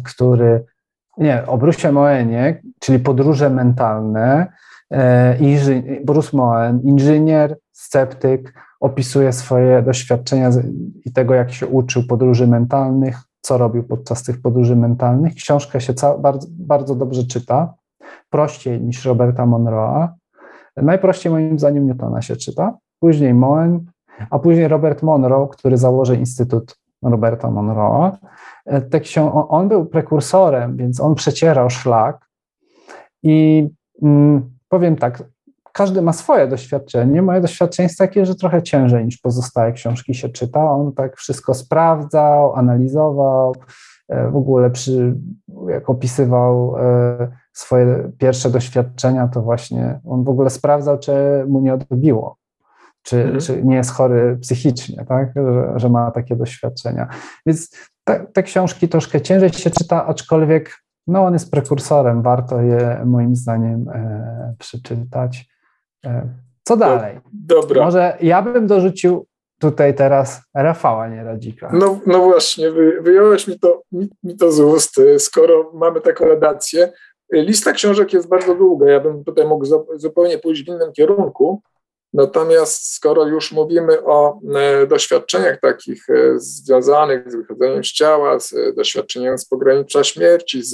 o Bruce'ie Moenie, czyli Podróże mentalne. Bruce Moen, inżynier, sceptyk, opisuje swoje doświadczenia i tego, jak się uczył podróży mentalnych, co robił podczas tych podróży mentalnych. Książkę się bardzo, bardzo dobrze czyta, prościej niż Roberta Monroe'a. Najprościej moim zdaniem Newtona się czyta, później Moen, a później Robert Monroe, który założył Instytut Roberta Monroe'a. On był prekursorem, więc on przecierał szlak i powiem tak, każdy ma swoje doświadczenie. Moje doświadczenie jest takie, że trochę ciężej niż pozostałe książki się czyta. On tak wszystko sprawdzał, analizował, w ogóle jak opisywał swoje pierwsze doświadczenia, to właśnie on w ogóle sprawdzał, czy mu nie odbiło, czy nie jest chory psychicznie, tak? że ma takie doświadczenia. Więc te książki troszkę ciężej się czyta, aczkolwiek on jest prekursorem, warto je moim zdaniem przeczytać. Co dalej? Dobra. Może ja bym dorzucił tutaj teraz Rafała Nieradzika. No właśnie, wyjąłeś mi to z ust, skoro mamy taką redakcję. Lista książek jest bardzo długa, ja bym tutaj mógł zupełnie pójść w innym kierunku, natomiast skoro już mówimy o doświadczeniach takich związanych z wychodzeniem z ciała, z doświadczeniem z pogranicza śmierci,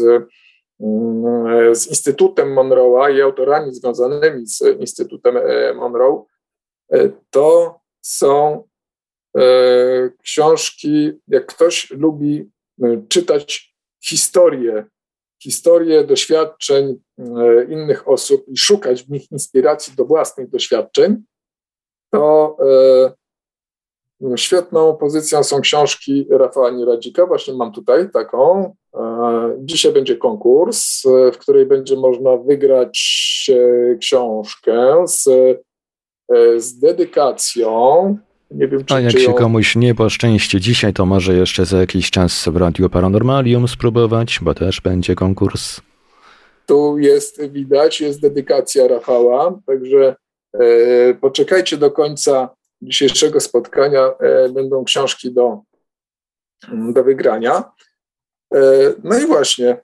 z Instytutem Monroe'a i autorami związanymi z Instytutem Monroe, to są książki, jak ktoś lubi czytać historię doświadczeń innych osób i szukać w nich inspiracji do własnych doświadczeń, to świetną pozycją są książki Rafała Nieradzika. Właśnie mam tutaj taką. Dzisiaj będzie konkurs, w której będzie można wygrać książkę z dedykacją. Nie wiem, A jak się komuś nie poszczęści dzisiaj, to może jeszcze za jakiś czas w Radiu Paranormalium spróbować, bo też będzie konkurs. Tu jest dedykacja Rafała, także poczekajcie do końca dzisiejszego spotkania, będą książki do wygrania. No i właśnie,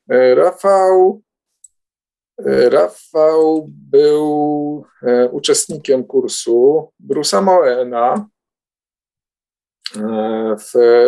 Rafał był uczestnikiem kursu Bruce'a Moena w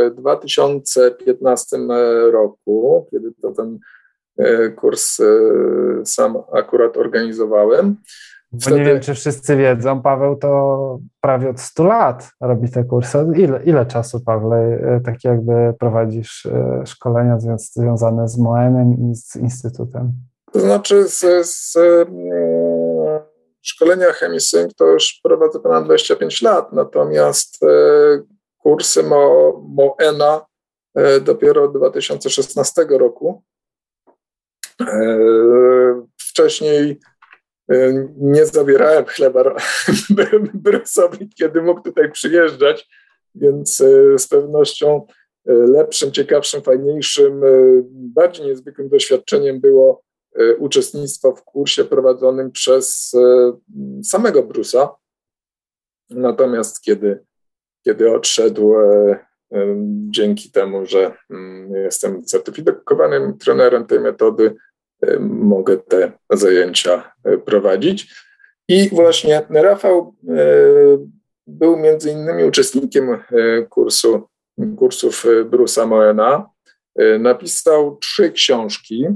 2015 roku, kiedy to ten kurs sam akurat organizowałem. Bo nie wiem, czy wszyscy wiedzą, Paweł to prawie od 100 lat robi te kursy. Ile czasu, Pawle, tak jakby prowadzisz szkolenia związane z Moenem i z Instytutem? To znaczy z szkolenia ChemiSync to już prowadzę ponad 25 lat, natomiast kursy Moena dopiero od 2016 roku. Wcześniej nie zabierałem chleba Bruce'owi, kiedy mógł tutaj przyjeżdżać, więc z pewnością lepszym, ciekawszym, fajniejszym, bardziej niezwykłym doświadczeniem było uczestnictwo w kursie prowadzonym przez samego Bruce'a. Natomiast kiedy odszedł, dzięki temu, że jestem certyfikowanym trenerem tej metody, mogę te zajęcia prowadzić. I właśnie Rafał był między innymi uczestnikiem kursów Bruce'a Moena. Napisał 3 książki.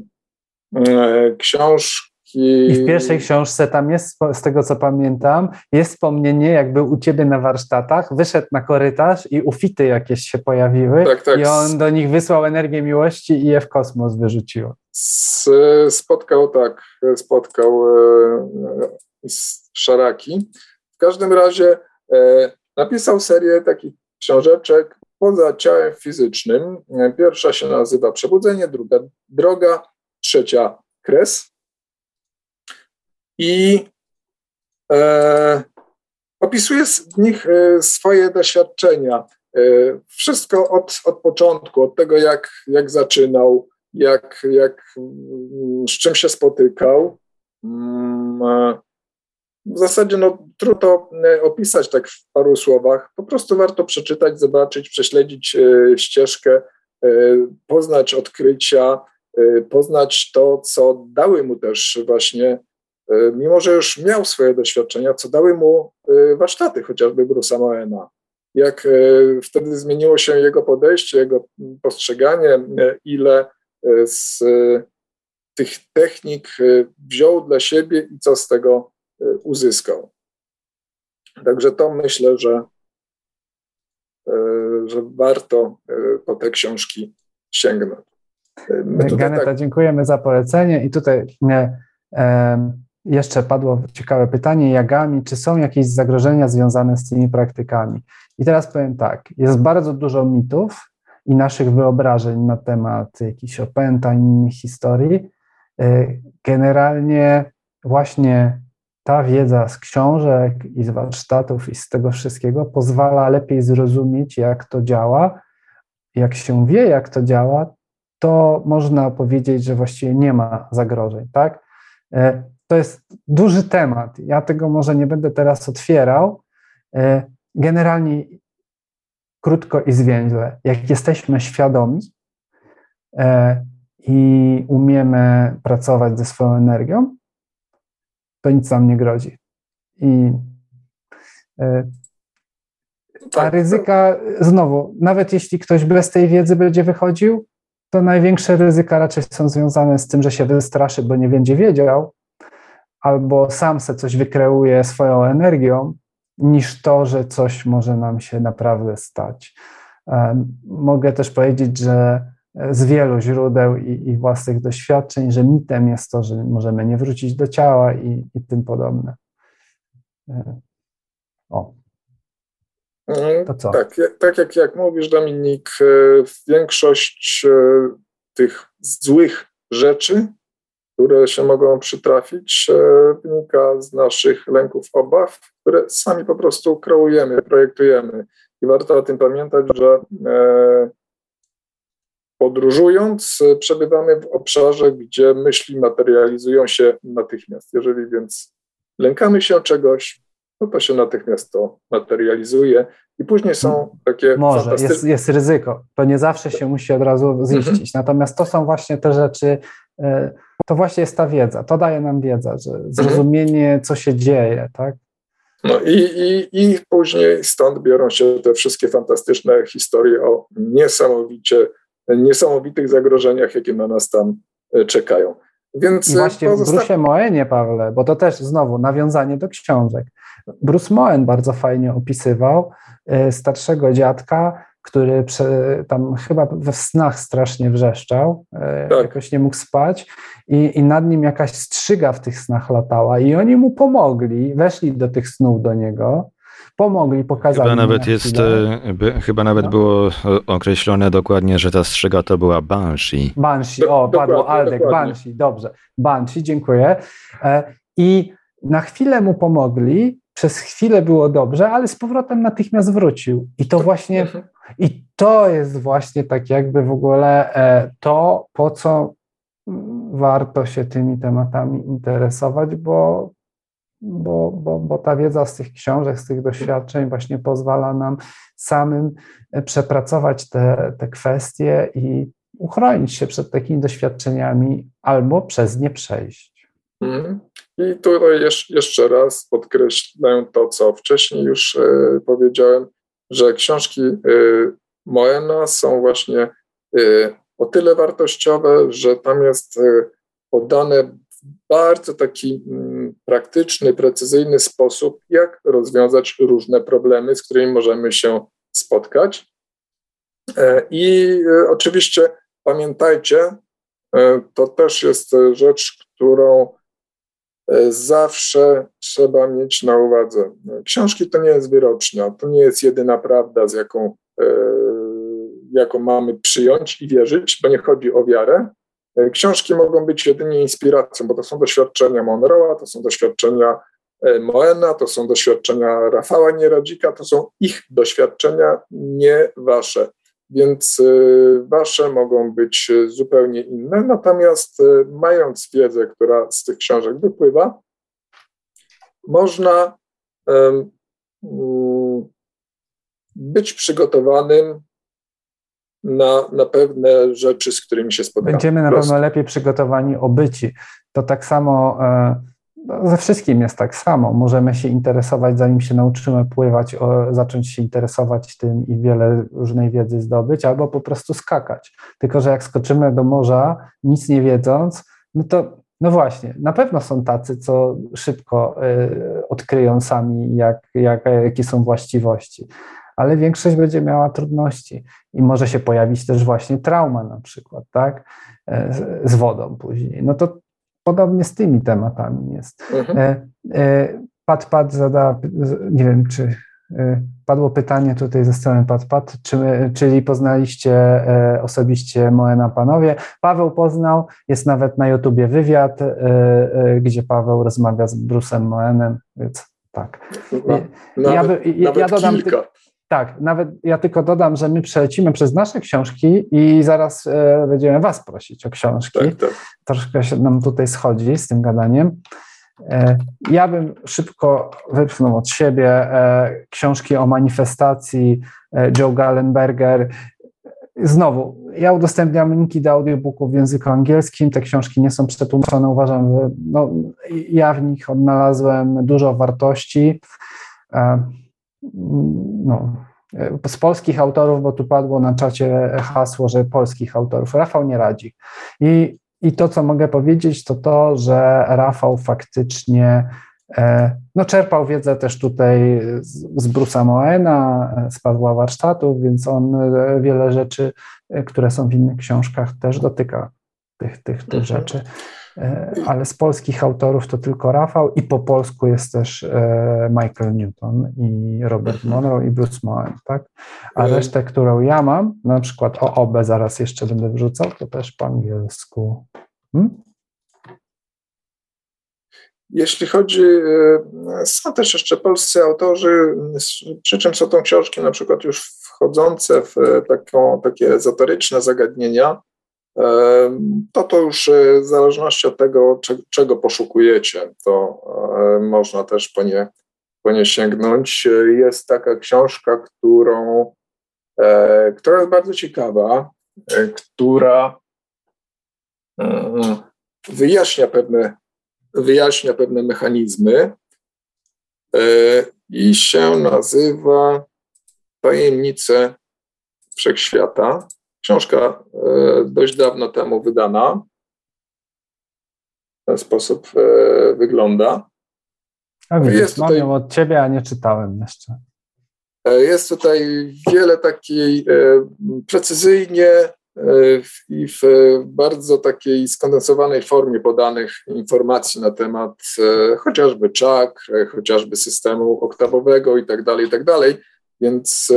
I w pierwszej książce tam jest, z tego co pamiętam, jest wspomnienie, jak był u ciebie na warsztatach, wyszedł na korytarz i ufity jakieś się pojawiły, tak. I on do nich wysłał energię miłości i je w kosmos wyrzuciło. Spotkał szaraki. W każdym razie napisał serię takich książeczek poza ciałem fizycznym. Pierwsza się nazywa Przebudzenie, druga Droga, trzecia Kres. I opisuje w nich swoje doświadczenia. Wszystko od początku, od tego jak zaczynał, z czym się spotykał. W zasadzie trudno opisać tak w paru słowach. Po prostu warto przeczytać, zobaczyć, prześledzić ścieżkę, poznać odkrycia, poznać to, co dały mu też właśnie, mimo że już miał swoje doświadczenia, co dały mu warsztaty, chociażby Bruce'a Moena. Jak wtedy zmieniło się jego podejście, jego postrzeganie, ile z tych technik wziął dla siebie i co z tego uzyskał. Także to myślę, że warto po te książki sięgnąć. Ganeta, dziękujemy za polecenie. I tutaj jeszcze padło ciekawe pytanie, Yagami, czy są jakieś zagrożenia związane z tymi praktykami? I teraz powiem tak, jest bardzo dużo mitów i naszych wyobrażeń na temat jakichś opętań, innych historii. Generalnie właśnie ta wiedza z książek i z warsztatów i z tego wszystkiego pozwala lepiej zrozumieć, jak to działa. Jak się wie, jak to działa, to można powiedzieć, że właściwie nie ma zagrożeń, tak? To jest duży temat. Ja tego może nie będę teraz otwierał. Generalnie krótko i zwięźle, jak jesteśmy świadomi i umiemy pracować ze swoją energią, to nic nam nie grozi. I ta ryzyka, znowu, nawet jeśli ktoś bez tej wiedzy będzie wychodził, to największe ryzyka raczej są związane z tym, że się wystraszy, bo nie będzie wiedział, albo sam se coś wykreuje swoją energią, niż to, że coś może nam się naprawdę stać. Mogę też powiedzieć, że z wielu źródeł i własnych doświadczeń, że mitem jest to, że możemy nie wrócić do ciała i tym podobne. To co? Tak jak mówisz, Dominik, większość tych złych rzeczy, które się mogą przytrafić, wynika z naszych lęków, obaw, które sami po prostu kreujemy, projektujemy. I warto o tym pamiętać, że podróżując przebywamy w obszarze, gdzie myśli materializują się natychmiast. Jeżeli więc lękamy się czegoś, no to się natychmiast to materializuje i później są takie może, jest ryzyko. To nie zawsze się musi od razu ziścić. Natomiast to są właśnie te rzeczy, to właśnie jest ta wiedza. To daje nam wiedza, że zrozumienie, co się dzieje, tak? No i później stąd biorą się te wszystkie fantastyczne historie o niesamowitych zagrożeniach, jakie na nas tam czekają. Więc i właśnie w Bruce'ie Moenie, Pawle, bo to też znowu nawiązanie do książek. Bruce Moen bardzo fajnie opisywał starszego dziadka, który tam chyba we snach strasznie wrzeszczał, jakoś nie mógł spać i nad nim jakaś strzyga w tych snach latała i oni mu pomogli, weszli do tych snów do niego, pomogli, pokazali. Chyba nawet było określone dokładnie, że ta strzyga to była Banshee. Banshee, padło Aldek, Banshee, dobrze. Banshee, dziękuję. I na chwilę mu pomogli, przez chwilę było dobrze, ale z powrotem natychmiast wrócił. I to jest właśnie tak jakby w ogóle to, po co warto się tymi tematami interesować, bo ta wiedza z tych książek, z tych doświadczeń właśnie pozwala nam samym przepracować te kwestie uchronić się przed takimi doświadczeniami albo przez nie przejść. I tutaj jeszcze raz podkreślę to, co wcześniej już powiedziałem, że książki Moena są właśnie o tyle wartościowe, że tam jest podane w bardzo taki praktyczny, precyzyjny sposób, jak rozwiązać różne problemy, z którymi możemy się spotkać. I oczywiście pamiętajcie, to też jest rzecz, którą zawsze trzeba mieć na uwadze. Książki to nie jest wyrocznia, to nie jest jedyna prawda, z jaką mamy przyjąć i wierzyć, bo nie chodzi o wiarę. Książki mogą być jedynie inspiracją, bo to są doświadczenia Monroe'a, to są doświadczenia Moena, to są doświadczenia Rafała Nieradzika, to są ich doświadczenia, nie wasze. Więc wasze mogą być zupełnie inne, natomiast mając wiedzę, która z tych książek wypływa, można być przygotowanym na pewne rzeczy, z którymi się spotkamy. Będziemy na pewno lepiej przygotowani obyci. To tak samo, ze wszystkim jest tak samo. Możemy się interesować, zanim się nauczymy pływać, zacząć się interesować tym i wiele różnej wiedzy zdobyć, albo po prostu skakać. Tylko że jak skoczymy do morza, nic nie wiedząc, no właśnie, na pewno są tacy, co szybko odkryją sami, jakie są właściwości. Ale większość będzie miała trudności i może się pojawić też właśnie trauma na przykład, tak, z wodą później. No to podobnie z tymi tematami jest. Pat zada, nie wiem, czy padło pytanie tutaj ze strony Pat, czyli poznaliście osobiście Moena panowie. Paweł poznał, jest nawet na YouTubie wywiad, gdzie Paweł rozmawia z Bruce'em Moenem, więc tak. Ja dodam kilka. Tak, nawet ja tylko dodam, że my przelecimy przez nasze książki i zaraz będziemy was prosić o książki. Tak. Troszkę się nam tutaj schodzi z tym gadaniem. Ja bym szybko wypchnął od siebie książki o manifestacji Joe Gallenberger. Znowu, ja udostępniam linki do audiobooków w języku angielskim. Te książki nie są przetłumaczone. Uważam, że ja w nich odnalazłem dużo wartości. Z polskich autorów, bo tu padło na czacie hasło, że polskich autorów, Rafał Nieradzik. I to, co mogę powiedzieć, to, że Rafał faktycznie czerpał wiedzę też tutaj z Bruce'a Moena, z Pawła Warsztatów, więc on wiele rzeczy, które są w innych książkach, też dotyka tych rzeczy. Ale z polskich autorów to tylko Rafał i po polsku jest też Michael Newton i Robert Monroe i Bruce Moen, tak? A resztę, którą ja mam, na przykład OOB zaraz jeszcze będę wrzucał, to też po angielsku. Jeśli chodzi, są też jeszcze polscy autorzy, przy czym są to książki na przykład już wchodzące w takie ezoteryczne zagadnienia, to już w zależności od tego, czego poszukujecie, to można też po nie sięgnąć. Jest taka książka, która jest bardzo ciekawa, która wyjaśnia pewne mechanizmy i się nazywa Tajemnice Wszechświata. Książka dość dawno temu wydana. W ten sposób wygląda. A widzisz, mam ją od ciebie, a nie czytałem jeszcze. Jest tutaj wiele takiej precyzyjnie i w bardzo takiej skondensowanej formie podanych informacji na temat chociażby czakr, chociażby systemu oktawowego i tak dalej, więc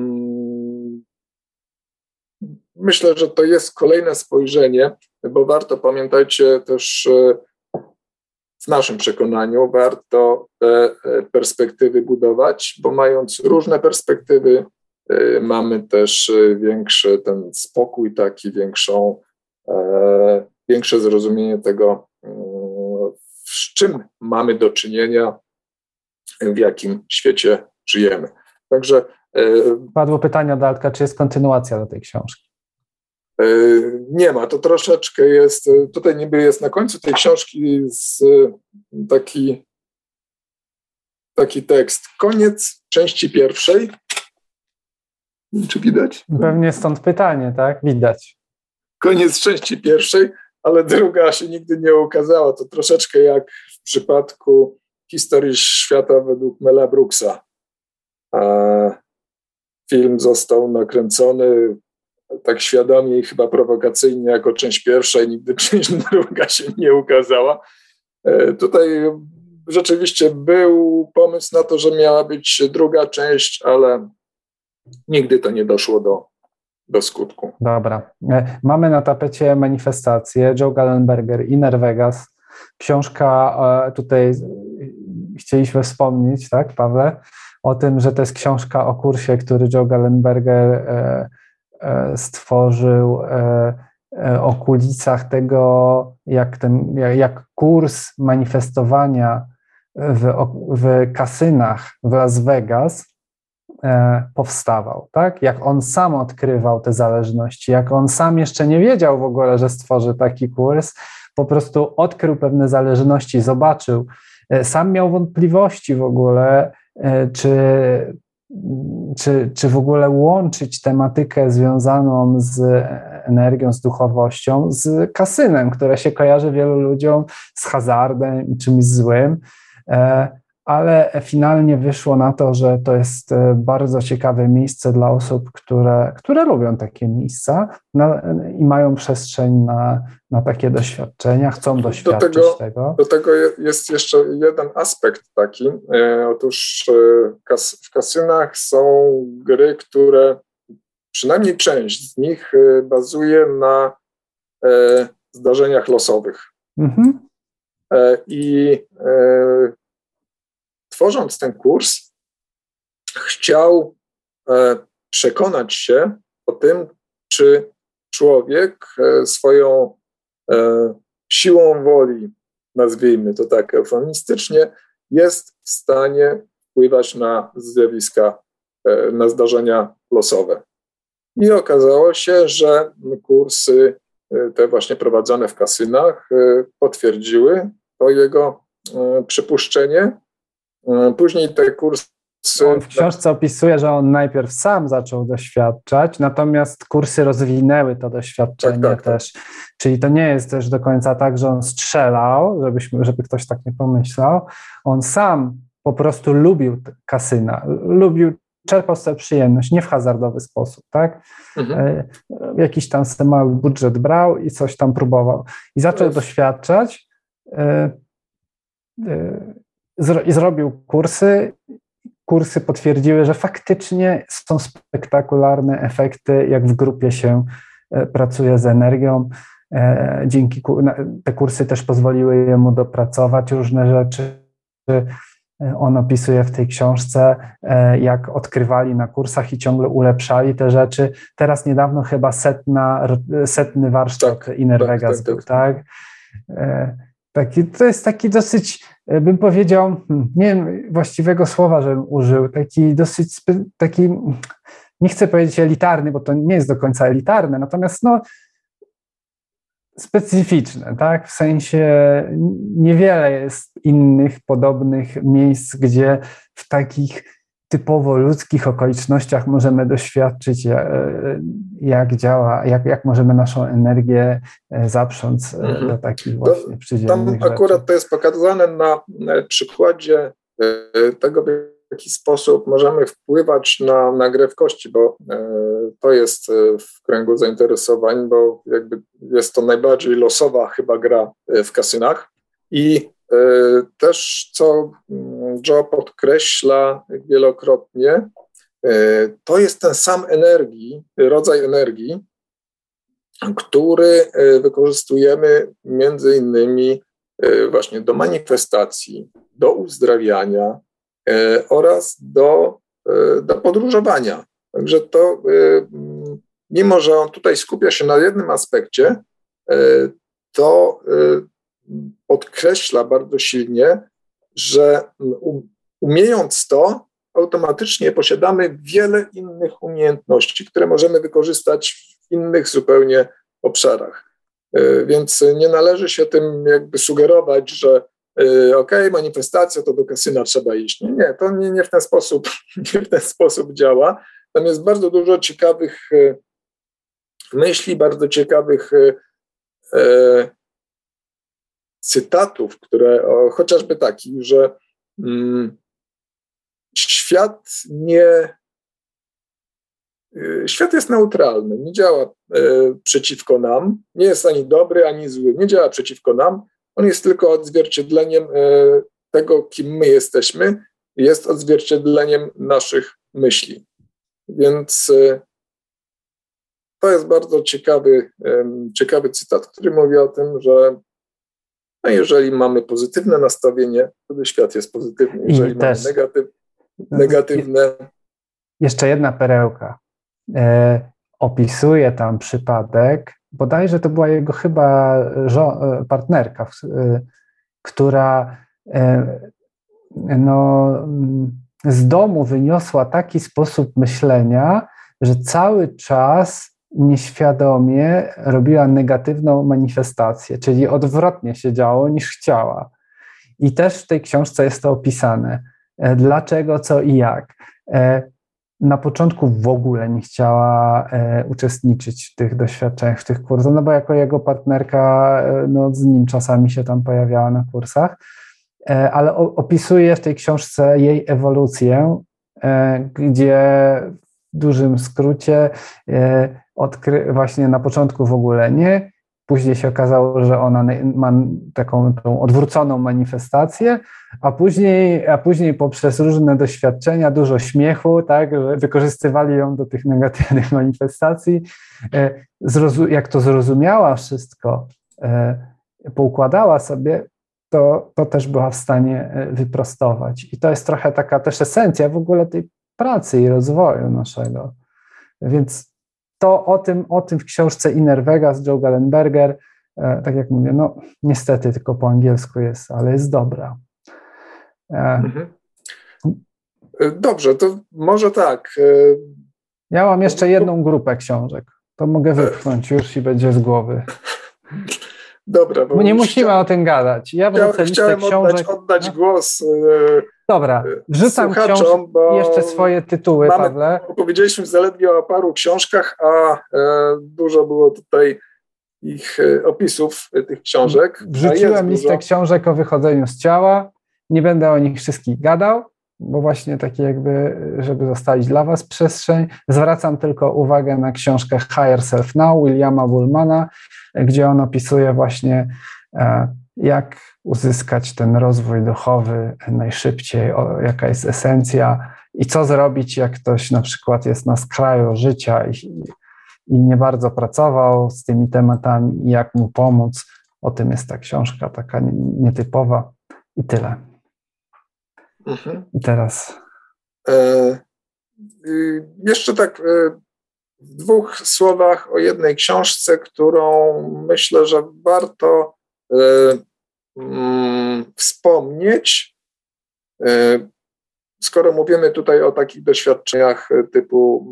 myślę, że to jest kolejne spojrzenie, bo warto, pamiętajcie też w naszym przekonaniu, warto te perspektywy budować, bo mając różne perspektywy, mamy też większy ten spokój, większe zrozumienie tego, z czym mamy do czynienia, w jakim świecie żyjemy. Także padło pytanie od Altka, czy jest kontynuacja do tej książki? Nie ma, to troszeczkę jest, tutaj niby jest na końcu tej książki taki tekst. Koniec części pierwszej. Czy widać? Pewnie stąd pytanie, tak? Widać. Koniec części pierwszej, ale druga się nigdy nie ukazała. To troszeczkę jak w przypadku historii świata według Mela Brooksa. Film został nakręcony tak świadomie i chyba prowokacyjnie jako część pierwsza i nigdy część druga się nie ukazała. Tutaj rzeczywiście był pomysł na to, że miała być druga część, ale nigdy to nie doszło do skutku. Dobra. Mamy na tapecie manifestację Joe Gallenberger, Inner Vegas. Książka, tutaj chcieliśmy wspomnieć, tak, Pawle, o tym, że to jest książka o kursie, który Joe Gallenberger stworzył, o kulisach tego, jak kurs manifestowania w kasynach w Las Vegas powstawał, tak? Jak on sam odkrywał te zależności, jak on sam jeszcze nie wiedział w ogóle, że stworzy taki kurs, po prostu odkrył pewne zależności, zobaczył, sam miał wątpliwości w ogóle, czy w ogóle łączyć tematykę związaną z energią, z duchowością, z kasynem, które się kojarzy wielu ludziom z hazardem i czymś złym, ale finalnie wyszło na to, że to jest bardzo ciekawe miejsce dla osób, które lubią takie miejsca i mają przestrzeń na takie doświadczenia, chcą doświadczyć tego. Do tego jest jeszcze jeden aspekt taki. Otóż w kasynach są gry, które przynajmniej część z nich bazuje na zdarzeniach losowych. Mhm. I tworząc ten kurs, chciał przekonać się o tym, czy człowiek swoją siłą woli, nazwijmy to tak eufemistycznie, jest w stanie wpływać na zjawiska, na zdarzenia losowe. I okazało się, że kursy te właśnie prowadzone w kasynach potwierdziły to jego przypuszczenie. Później te kursy... On w książce opisuje, że on najpierw sam zaczął doświadczać, natomiast kursy rozwinęły to doświadczenie też. Czyli to nie jest też do końca tak, że on strzelał, żeby ktoś tak nie pomyślał. On sam po prostu lubił kasyna, czerpał sobie przyjemność, nie w hazardowy sposób, tak? Mhm. Jakiś tam sobie mały budżet brał i coś tam próbował. I zaczął doświadczać, i zrobił kursy. Kursy potwierdziły, że faktycznie są spektakularne efekty, jak w grupie się pracuje z energią. Te kursy też pozwoliły jemu dopracować różne rzeczy. On opisuje w tej książce, jak odkrywali na kursach i ciągle ulepszali te rzeczy. Teraz niedawno chyba setny warsztat Inner Vegas był, tak? To jest taki dosyć, bym powiedział, nie wiem właściwego słowa, żebym użył, taki dosyć, nie chcę powiedzieć elitarny, bo to nie jest do końca elitarne, natomiast specyficzne, tak? W sensie niewiele jest innych podobnych miejsc, gdzie w takich typowo ludzkich okolicznościach możemy doświadczyć, jak działa, jak możemy naszą energię zaprząc do takich właśnie przyziemnych rzeczy. Akurat to jest pokazane na przykładzie tego, w jaki sposób możemy wpływać na grę w kości, bo to jest w kręgu zainteresowań, bo jakby jest to najbardziej losowa chyba gra w kasynach i też, co Joe podkreśla wielokrotnie, to jest ten sam rodzaj energii, który wykorzystujemy między innymi właśnie do manifestacji, do uzdrawiania oraz do podróżowania. Także to, mimo że on tutaj skupia się na jednym aspekcie, to podkreśla bardzo silnie, że umiejąc to, automatycznie posiadamy wiele innych umiejętności, które możemy wykorzystać innych zupełnie obszarach. Więc nie należy się tym jakby sugerować, że manifestacja to do kasyna trzeba iść. Nie, to nie w ten sposób, nie w ten sposób działa. Tam jest bardzo dużo ciekawych myśli, bardzo ciekawych cytatów, które chociażby takich, że świat jest neutralny, nie działa przeciwko nam, nie jest ani dobry, ani zły, nie działa przeciwko nam, on jest tylko odzwierciedleniem tego, kim my jesteśmy, jest odzwierciedleniem naszych myśli. Więc to jest bardzo ciekawy cytat, który mówi o tym, że jeżeli mamy pozytywne nastawienie, wtedy świat jest pozytywny. Jeżeli mamy negatywne... Jeszcze jedna perełka. Opisuje tam przypadek, bodajże to była jego chyba partnerka, która z domu wyniosła taki sposób myślenia, że cały czas nieświadomie robiła negatywną manifestację, czyli odwrotnie się działo niż chciała. I też w tej książce jest to opisane. Dlaczego, co i jak. Na początku w ogóle nie chciała uczestniczyć w tych doświadczeniach, w tych kursach, no bo jako jego partnerka, z nim czasami się tam pojawiała na kursach, ale opisuje w tej książce jej ewolucję, gdzie w dużym skrócie właśnie na początku w ogóle nie, później się okazało, że ona ma tą odwróconą manifestację, a później poprzez różne doświadczenia, dużo śmiechu, tak, że wykorzystywali ją do tych negatywnych manifestacji. Jak to zrozumiała wszystko, poukładała sobie, to też była w stanie wyprostować. I to jest trochę taka też esencja w ogóle tej pracy i rozwoju naszego. Więc to o tym w książce Inner Vegas, Joe Gallenberger, tak jak mówię, niestety tylko po angielsku jest, ale jest dobra. Dobrze, to może tak. Ja mam jeszcze jedną grupę książek. To mogę wypchnąć już i będzie z głowy. Dobra. Bo nie musimy o tym gadać. Chciałem oddać głos. Dobra, wrzucam jeszcze swoje tytuły, Pawle. Powiedzieliśmy zaledwie o paru książkach, a dużo było tutaj ich opisów tych książek. Wrzuciłem listę książek o wychodzeniu z ciała. Nie będę o nich wszystkich gadał, bo właśnie takie jakby, żeby zostawić dla was przestrzeń. Zwracam tylko uwagę na książkę Higher Self Now Williama Buhlmana, gdzie on opisuje właśnie jak uzyskać ten rozwój duchowy najszybciej, jaka jest esencja i co zrobić, jak ktoś na przykład jest na skraju życia i nie bardzo pracował z tymi tematami i jak mu pomóc. O tym jest ta książka, taka nietypowa i tyle. I teraz... Jeszcze tak w dwóch słowach o jednej książce, którą myślę, że warto wspomnieć, skoro mówimy tutaj o takich doświadczeniach typu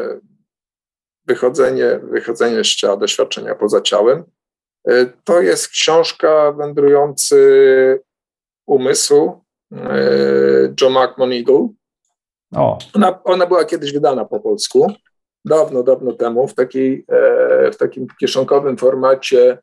wychodzenie z ciała, doświadczenia poza ciałem. To jest książka Wędrujący umysł Joe McMoneagle. Ona była kiedyś wydana po polsku, dawno temu, w takim kieszonkowym formacie.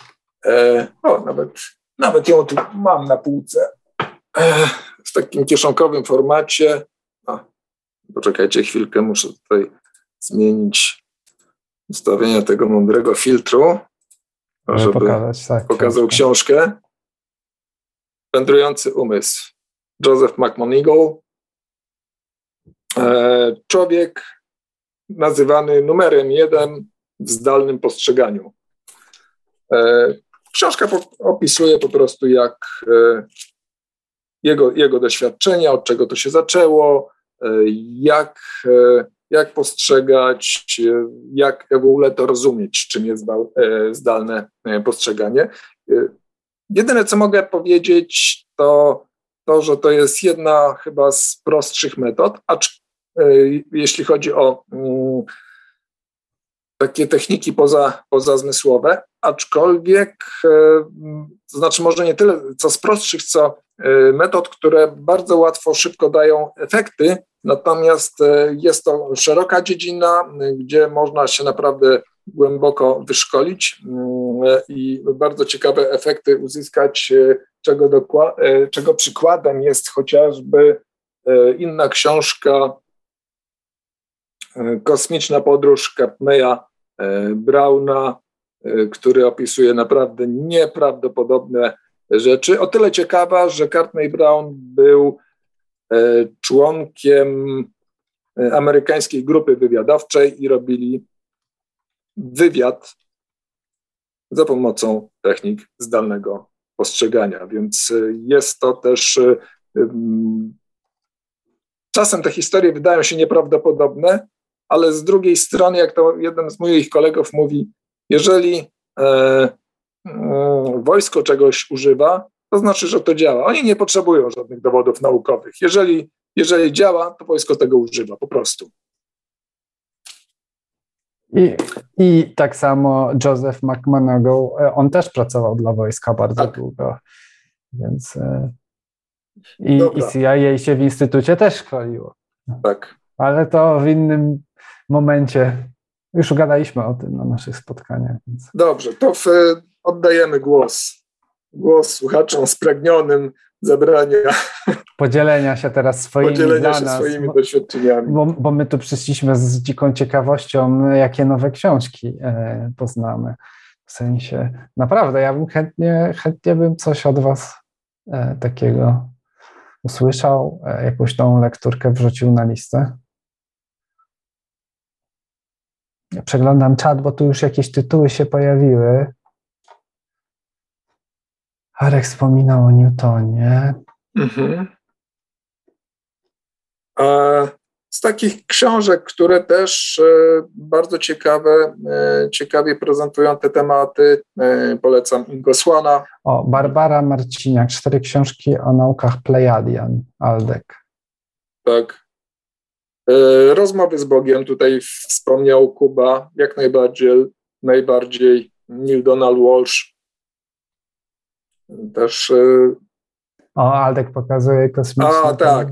Nawet ją tu mam na półce. W takim kieszonkowym formacie. Poczekajcie chwilkę, muszę tutaj zmienić ustawienia tego mądrego filtru, żeby pokazał książkę. Wędrujący umysł. Joseph McMoneagle. Człowiek nazywany numerem 1 w zdalnym postrzeganiu. Książka opisuje po prostu jego doświadczenia, od czego to się zaczęło, jak postrzegać, jak w ogóle to rozumieć, czym jest zdalne postrzeganie. Jedyne, co mogę powiedzieć, to, że to jest jedna chyba z prostszych metod, jeśli chodzi o takie techniki pozazmysłowe, aczkolwiek, to znaczy może nie tyle co z prostszych, co metod, które bardzo łatwo, szybko dają efekty, natomiast jest to szeroka dziedzina, gdzie można się naprawdę głęboko wyszkolić i bardzo ciekawe efekty uzyskać, czego przykładem jest chociażby inna książka Kosmiczna podróż Courtneya Browna, który opisuje naprawdę nieprawdopodobne rzeczy. O tyle ciekawa, że Courtney Brown był członkiem amerykańskiej grupy wywiadowczej i robili wywiad za pomocą technik zdalnego postrzegania, więc jest to też czasem te historie wydają się nieprawdopodobne, ale z drugiej strony, jak to jeden z moich kolegów mówi, jeżeli wojsko czegoś używa, to znaczy, że to działa. Oni nie potrzebują żadnych dowodów naukowych. Jeżeli działa, to wojsko tego używa po prostu. I tak samo Joseph McMoneagle, on też pracował dla wojska bardzo długo, więc i CIA się w instytucie też szkoliło. Tak. Ale to w innym momencie. Już gadaliśmy o tym na naszych spotkaniach. Więc. Dobrze, to oddajemy głos słuchaczom spragnionym zabrania. Podzielenia się teraz swoimi doświadczeniami. Bo my tu przyszliśmy z dziką ciekawością, jakie nowe książki poznamy. W sensie, naprawdę, ja bym chętnie bym coś od was takiego usłyszał, jakąś tą lekturkę wrzucił na listę. Ja przeglądam czat, bo tu już jakieś tytuły się pojawiły. Arek wspominał o Newtonie. Mhm. Z takich książek, które też bardzo ciekawie prezentują te tematy, polecam Ingo Swana. O, Barbara Marciniak, 4 książki o naukach Plejadian, Aldek. Tak. Rozmowy z Bogiem, tutaj wspomniał Kuba, jak najbardziej Neil Donald Walsh. Też. O, Aldek pokazuje kosmiczny. Tak.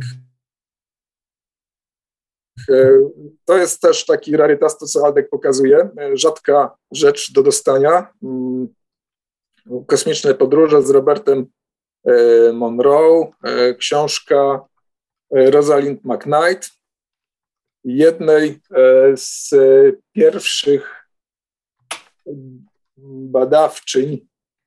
To jest też taki rarytas, to co Aldek pokazuje. Rzadka rzecz do dostania. Kosmiczne podróże z Robertem Monroe, książka Rosalind McKnight, jednej z pierwszych badawczyń,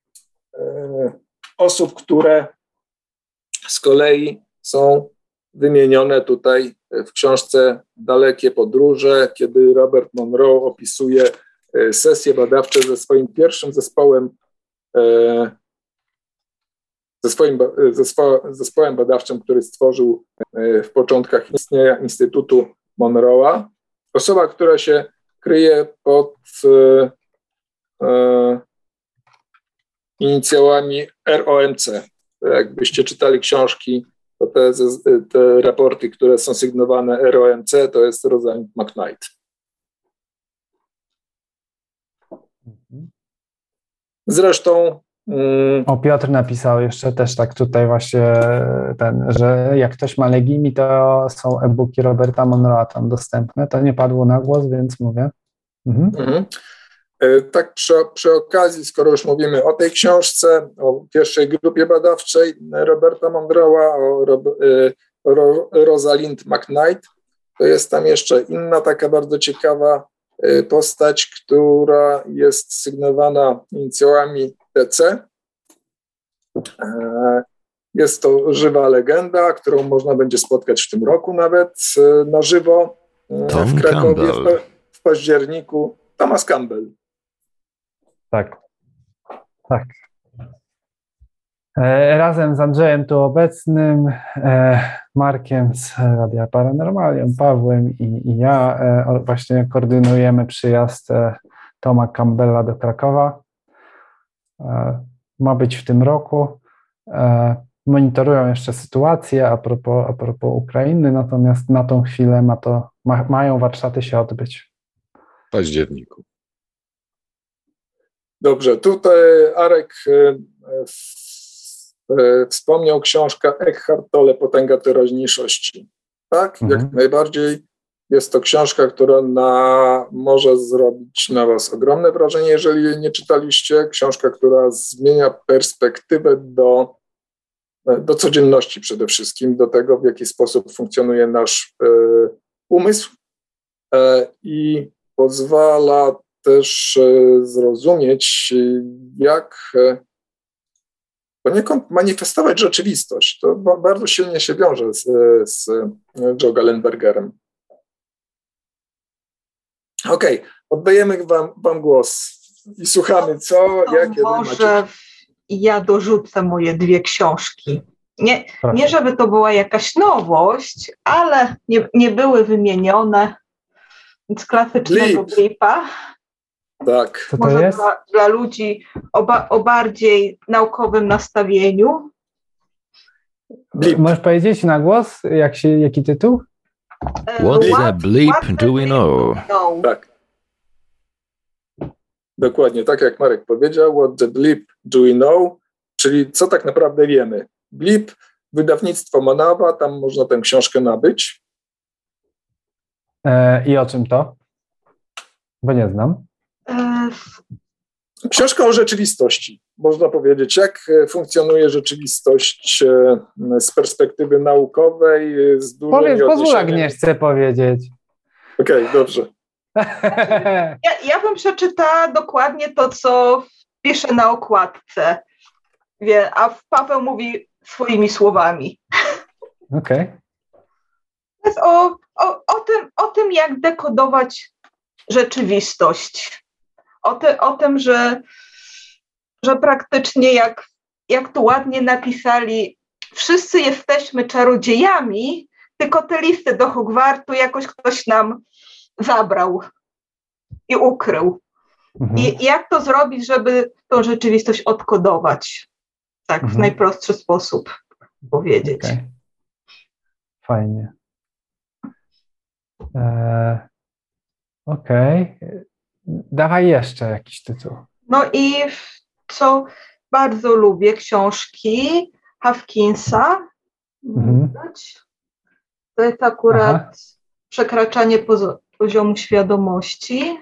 osób, które z kolei są wymienione tutaj w książce Dalekie podróże, kiedy Robert Monroe opisuje sesje badawcze ze swoim pierwszym zespołem badawczym, który stworzył w początkach istnienia Instytutu Monroe'a. Osoba, która się kryje pod inicjałami ROMC. Jakbyście czytali książki, to te raporty, które są sygnowane ROMC, to jest Rosalind McKnight. Zresztą O, Piotr napisał jeszcze też tak tutaj właśnie że jak ktoś ma Legimi, to są e-booki Roberta Monroe'a tam dostępne. To nie padło na głos, więc mówię. Tak przy okazji, skoro już mówimy o tej książce, o pierwszej grupie badawczej Roberta Monroe'a, o Rosalind McKnight, to jest tam jeszcze inna taka bardzo ciekawa postać, która jest sygnowana inicjałami TC. Jest to żywa legenda, którą można będzie spotkać w tym roku nawet na żywo w Krakowie w październiku. Thomas Campbell. Tak. Razem z Andrzejem tu obecnym, Markiem z Radia Paranormalium, Pawłem i ja właśnie koordynujemy przyjazd Toma Campbella do Krakowa. Ma być w tym roku. Monitorują jeszcze sytuację a propos Ukrainy, natomiast na tą chwilę mają warsztaty się odbyć. W październiku. Dobrze, tutaj Arek wspomniał książkę Eckhart Tolle, Potęga teraźniejszości. Tak, jak najbardziej. Jest to książka, która może zrobić na was ogromne wrażenie, jeżeli jej nie czytaliście. Książka, która zmienia perspektywę do codzienności przede wszystkim, do tego, w jaki sposób funkcjonuje nasz umysł i pozwala też zrozumieć, jak poniekąd manifestować rzeczywistość. To bardzo silnie się wiąże z Joe Gallenbergerem. Okej, oddajemy wam głos i słuchamy, jakie może ja dorzucę moje 2 książki. Nie, żeby to była jakaś nowość, ale nie były wymienione, z klasycznego Blipa. Tak. Co to może jest? Dla ludzi o bardziej naukowym nastawieniu. Blip. Możesz powiedzieć na głos, jaki tytuł? What the bleep do we know? Tak. Dokładnie, tak jak Marek powiedział, what the bleep do we know, czyli co tak naprawdę wiemy. Blip, wydawnictwo Manawa, tam można tę książkę nabyć. I o czym to? Bo nie znam. Książka o rzeczywistości. Można powiedzieć, jak funkcjonuje rzeczywistość z perspektywy naukowej. Pozwól Agnieszce powiedzieć. Okej, dobrze. Ja bym przeczytała dokładnie to, co pisze na okładce, a Paweł mówi swoimi słowami. Okej. To jest o tym, jak dekodować rzeczywistość. O tym, że praktycznie jak tu ładnie napisali, wszyscy jesteśmy czarodziejami, tylko te listy do Hogwartu jakoś ktoś nam zabrał i ukrył. I jak to zrobić, żeby tą rzeczywistość odkodować? Tak, w najprostszy sposób powiedzieć. Fajnie. Okej. Dawaj jeszcze jakiś tytuł. No i bardzo lubię książki Hawkinsa. To jest akurat przekraczanie poziomu świadomości.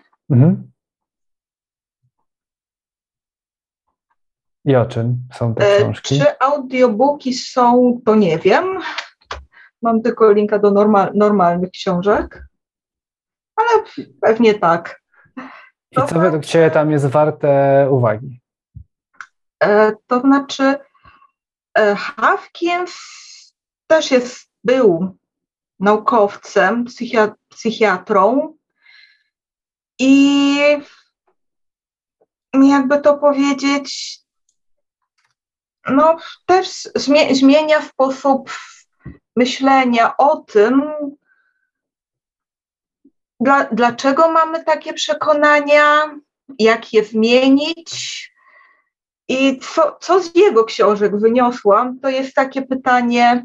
I o czym są te książki? Czy audiobooki są, to nie wiem. Mam tylko linka do normalnych książek, ale pewnie tak. I co według Ciebie tam jest warte uwagi? To znaczy Hawkins też był naukowcem, psychiatrą i jakby to powiedzieć, no też zmienia sposób myślenia o tym, dlaczego mamy takie przekonania, jak je zmienić. I co z jego książek wyniosłam, to jest takie pytanie,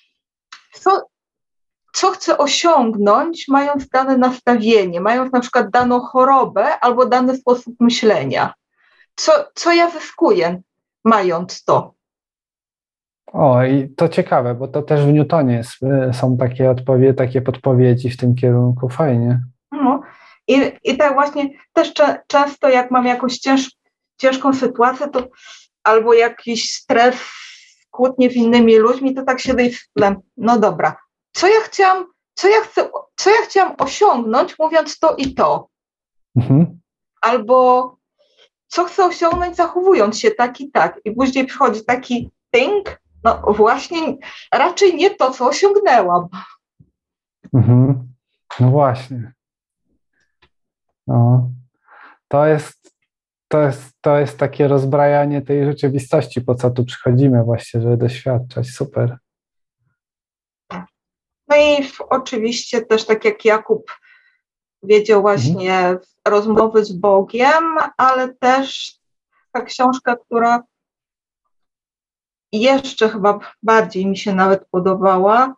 co chcę osiągnąć, mając dane nastawienie, mając na przykład daną chorobę albo dany sposób myślenia. Co ja zyskuję, mając to? O, i to ciekawe, bo to też w Newtonie są takie podpowiedzi w tym kierunku. Fajnie. No. I tak właśnie też często jak mam jakąś ciężką sytuację, to albo jakiś stres, kłótnie z innymi ludźmi, to tak siedzę i myślę, no dobra, co ja chciałam osiągnąć, mówiąc to i to. Albo co chcę osiągnąć, zachowując się tak i tak. I później przychodzi taki think, no właśnie raczej nie to, co osiągnęłam. No właśnie. No. To jest takie rozbrajanie tej rzeczywistości, po co tu przychodzimy właśnie, żeby doświadczać. Super. No i oczywiście też tak jak Jakub wiedział właśnie rozmowy z Bogiem, ale też ta książka, która jeszcze chyba bardziej mi się nawet podobała,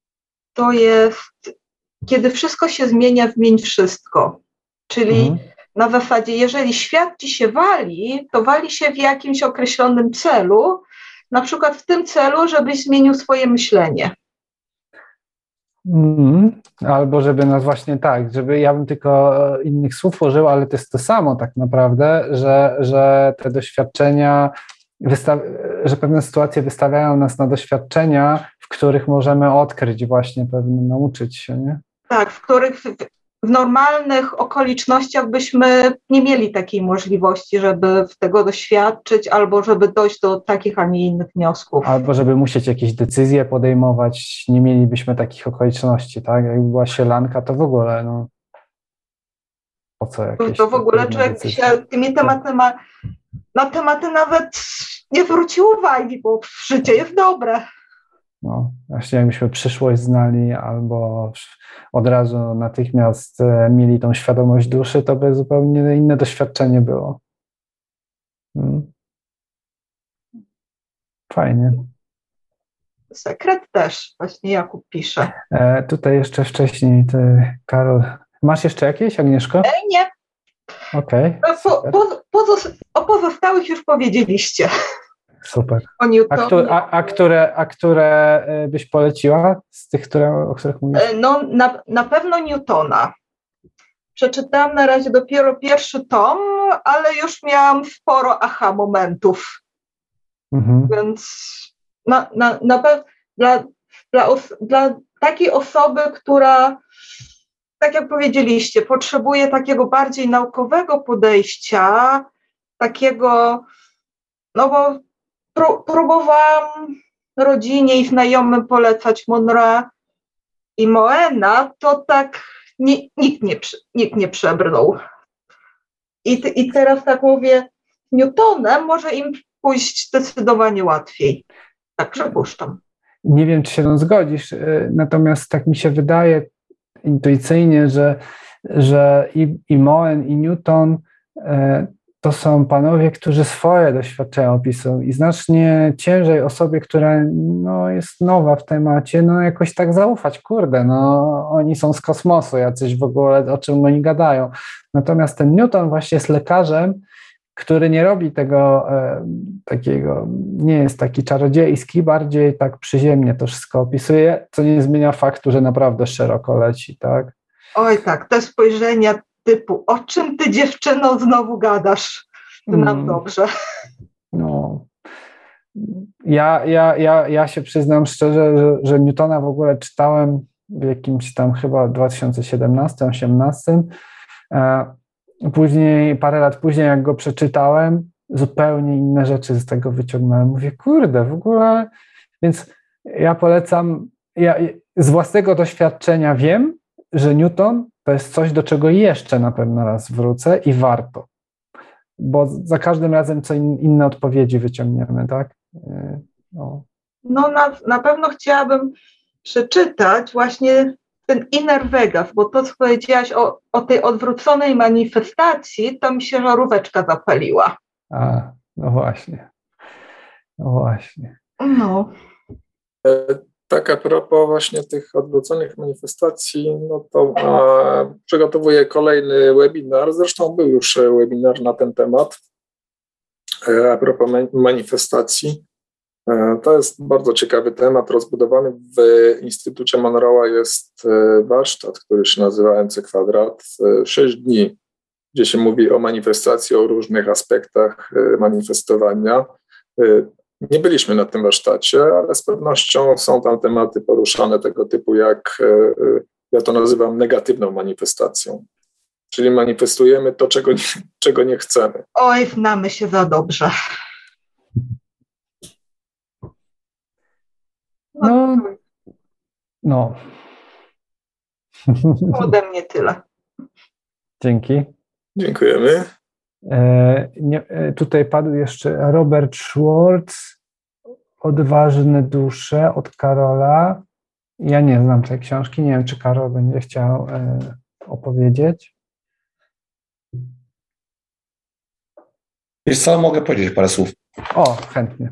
to jest Kiedy wszystko się zmienia, zmień wszystko. Czyli na zasadzie, jeżeli świat ci się wali, to wali się w jakimś określonym celu, na przykład w tym celu, żebyś zmienił swoje myślenie. Albo żeby nas właśnie tak, żeby ja bym tylko innych słów użył, ale to jest to samo tak naprawdę, że te doświadczenia, że pewne sytuacje wystawiają nas na doświadczenia, w których możemy odkryć właśnie pewne, nauczyć się, nie? Tak, w których w normalnych okolicznościach byśmy nie mieli takiej możliwości, żeby tego doświadczyć, albo żeby dojść do takich, a nie innych wniosków. Albo żeby musieć jakieś decyzje podejmować, nie mielibyśmy takich okoliczności, tak? Jakby była sielanka, to w ogóle, no po co jakieś... To w ogóle człowiek się tymi na tematy nawet nie zwrócił uwagi, bo życie jest dobre. No, właśnie jakbyśmy przyszłość znali albo od razu natychmiast mieli tą świadomość duszy, to by zupełnie inne doświadczenie było. Fajnie. Sekret też, właśnie Jakub pisze. Tutaj jeszcze wcześniej, ty, Karol, masz jeszcze jakieś, Agnieszko? Nie. Okej. O pozostałych już powiedzieliście. Super. O Newtonie. A które byś poleciła z tych, o których mówisz? No, na pewno Newtona. Przeczytałam na razie dopiero pierwszy tom, ale już miałam sporo aha momentów. Więc dla takiej osoby, która, tak jak powiedzieliście, potrzebuje takiego bardziej naukowego podejścia, takiego, no bo próbowałam rodzinie i znajomym polecać Monroe i Moena, to tak nikt nie przebrnął. I teraz tak mówię, Newtonem może im pójść zdecydowanie łatwiej. Tak przypuszczam. Nie wiem, czy się zgodzisz, natomiast tak mi się wydaje intuicyjnie, że i Moen, i Newton to są panowie, którzy swoje doświadczenia opisują i znacznie ciężej osobie, która no, jest nowa w temacie, no jakoś tak zaufać, kurde, no oni są z kosmosu, jacyś w ogóle, o czym oni gadają. Natomiast ten Newton właśnie jest lekarzem, który nie robi tego takiego, nie jest taki czarodziejski, bardziej tak przyziemnie to wszystko opisuje, co nie zmienia faktu, że naprawdę szeroko leci, tak? Oj tak, te spojrzenia typu, o czym ty dziewczyno znowu gadasz? Znam dobrze. No. Ja się przyznam szczerze, że Newtona w ogóle czytałem w jakimś tam chyba 2017-18. Później, parę lat później, jak go przeczytałem, zupełnie inne rzeczy z tego wyciągnąłem. Mówię, kurde, w ogóle, więc ja polecam, ja z własnego doświadczenia wiem, że Newton to jest coś, do czego jeszcze na pewno raz wrócę i warto, bo za każdym razem co inne odpowiedzi wyciągniemy, tak? No na pewno chciałabym przeczytać właśnie ten Inner Vegas, bo to, co powiedziałaś o tej odwróconej manifestacji, to mi się żaróweczka zapaliła. No właśnie. No. Tak a propos właśnie tych odwróconych manifestacji, no to przygotowuję kolejny webinar, zresztą był już webinar na ten temat, a propos manifestacji. To jest bardzo ciekawy temat, rozbudowany w Instytucie Monroe'a jest warsztat, który się nazywa MC Kwadrat, 6 dni, gdzie się mówi o manifestacji, o różnych aspektach manifestowania. Nie byliśmy na tym warsztacie, ale z pewnością są tam tematy poruszane tego typu, jak ja to nazywam negatywną manifestacją. Czyli manifestujemy to, czego nie chcemy. Oj, znamy się za dobrze. No. Ode mnie tyle. Dzięki. Dziękujemy. Tutaj padł jeszcze Robert Schwartz, Odważne dusze od Karola. Ja nie znam tej książki, nie wiem, czy Karol będzie chciał opowiedzieć. Wiesz co, mogę powiedzieć parę słów. O, chętnie.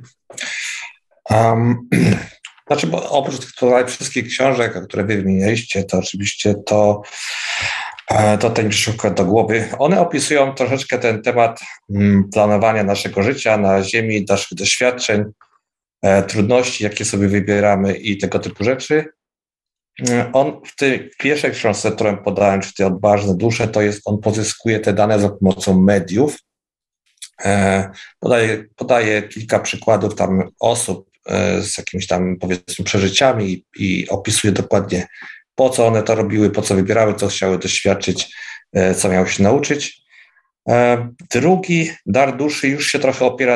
Znaczy, bo oprócz tych tutaj wszystkich książek, które wy wymienialiście, to oczywiście to To ten mi przyszło do głowy. One opisują troszeczkę ten temat planowania naszego życia na Ziemi, naszych doświadczeń, trudności, jakie sobie wybieramy i tego typu rzeczy. On w tej pierwszej książce, którą podałem, czy te Odważne dusze, on pozyskuje te dane za pomocą mediów. Podaje kilka przykładów tam osób z jakimiś tam, powiedzmy, przeżyciami i opisuje dokładnie, po co one to robiły, po co wybierały, co chciały doświadczyć, co miały się nauczyć. Drugi, Dar duszy, już się trochę opiera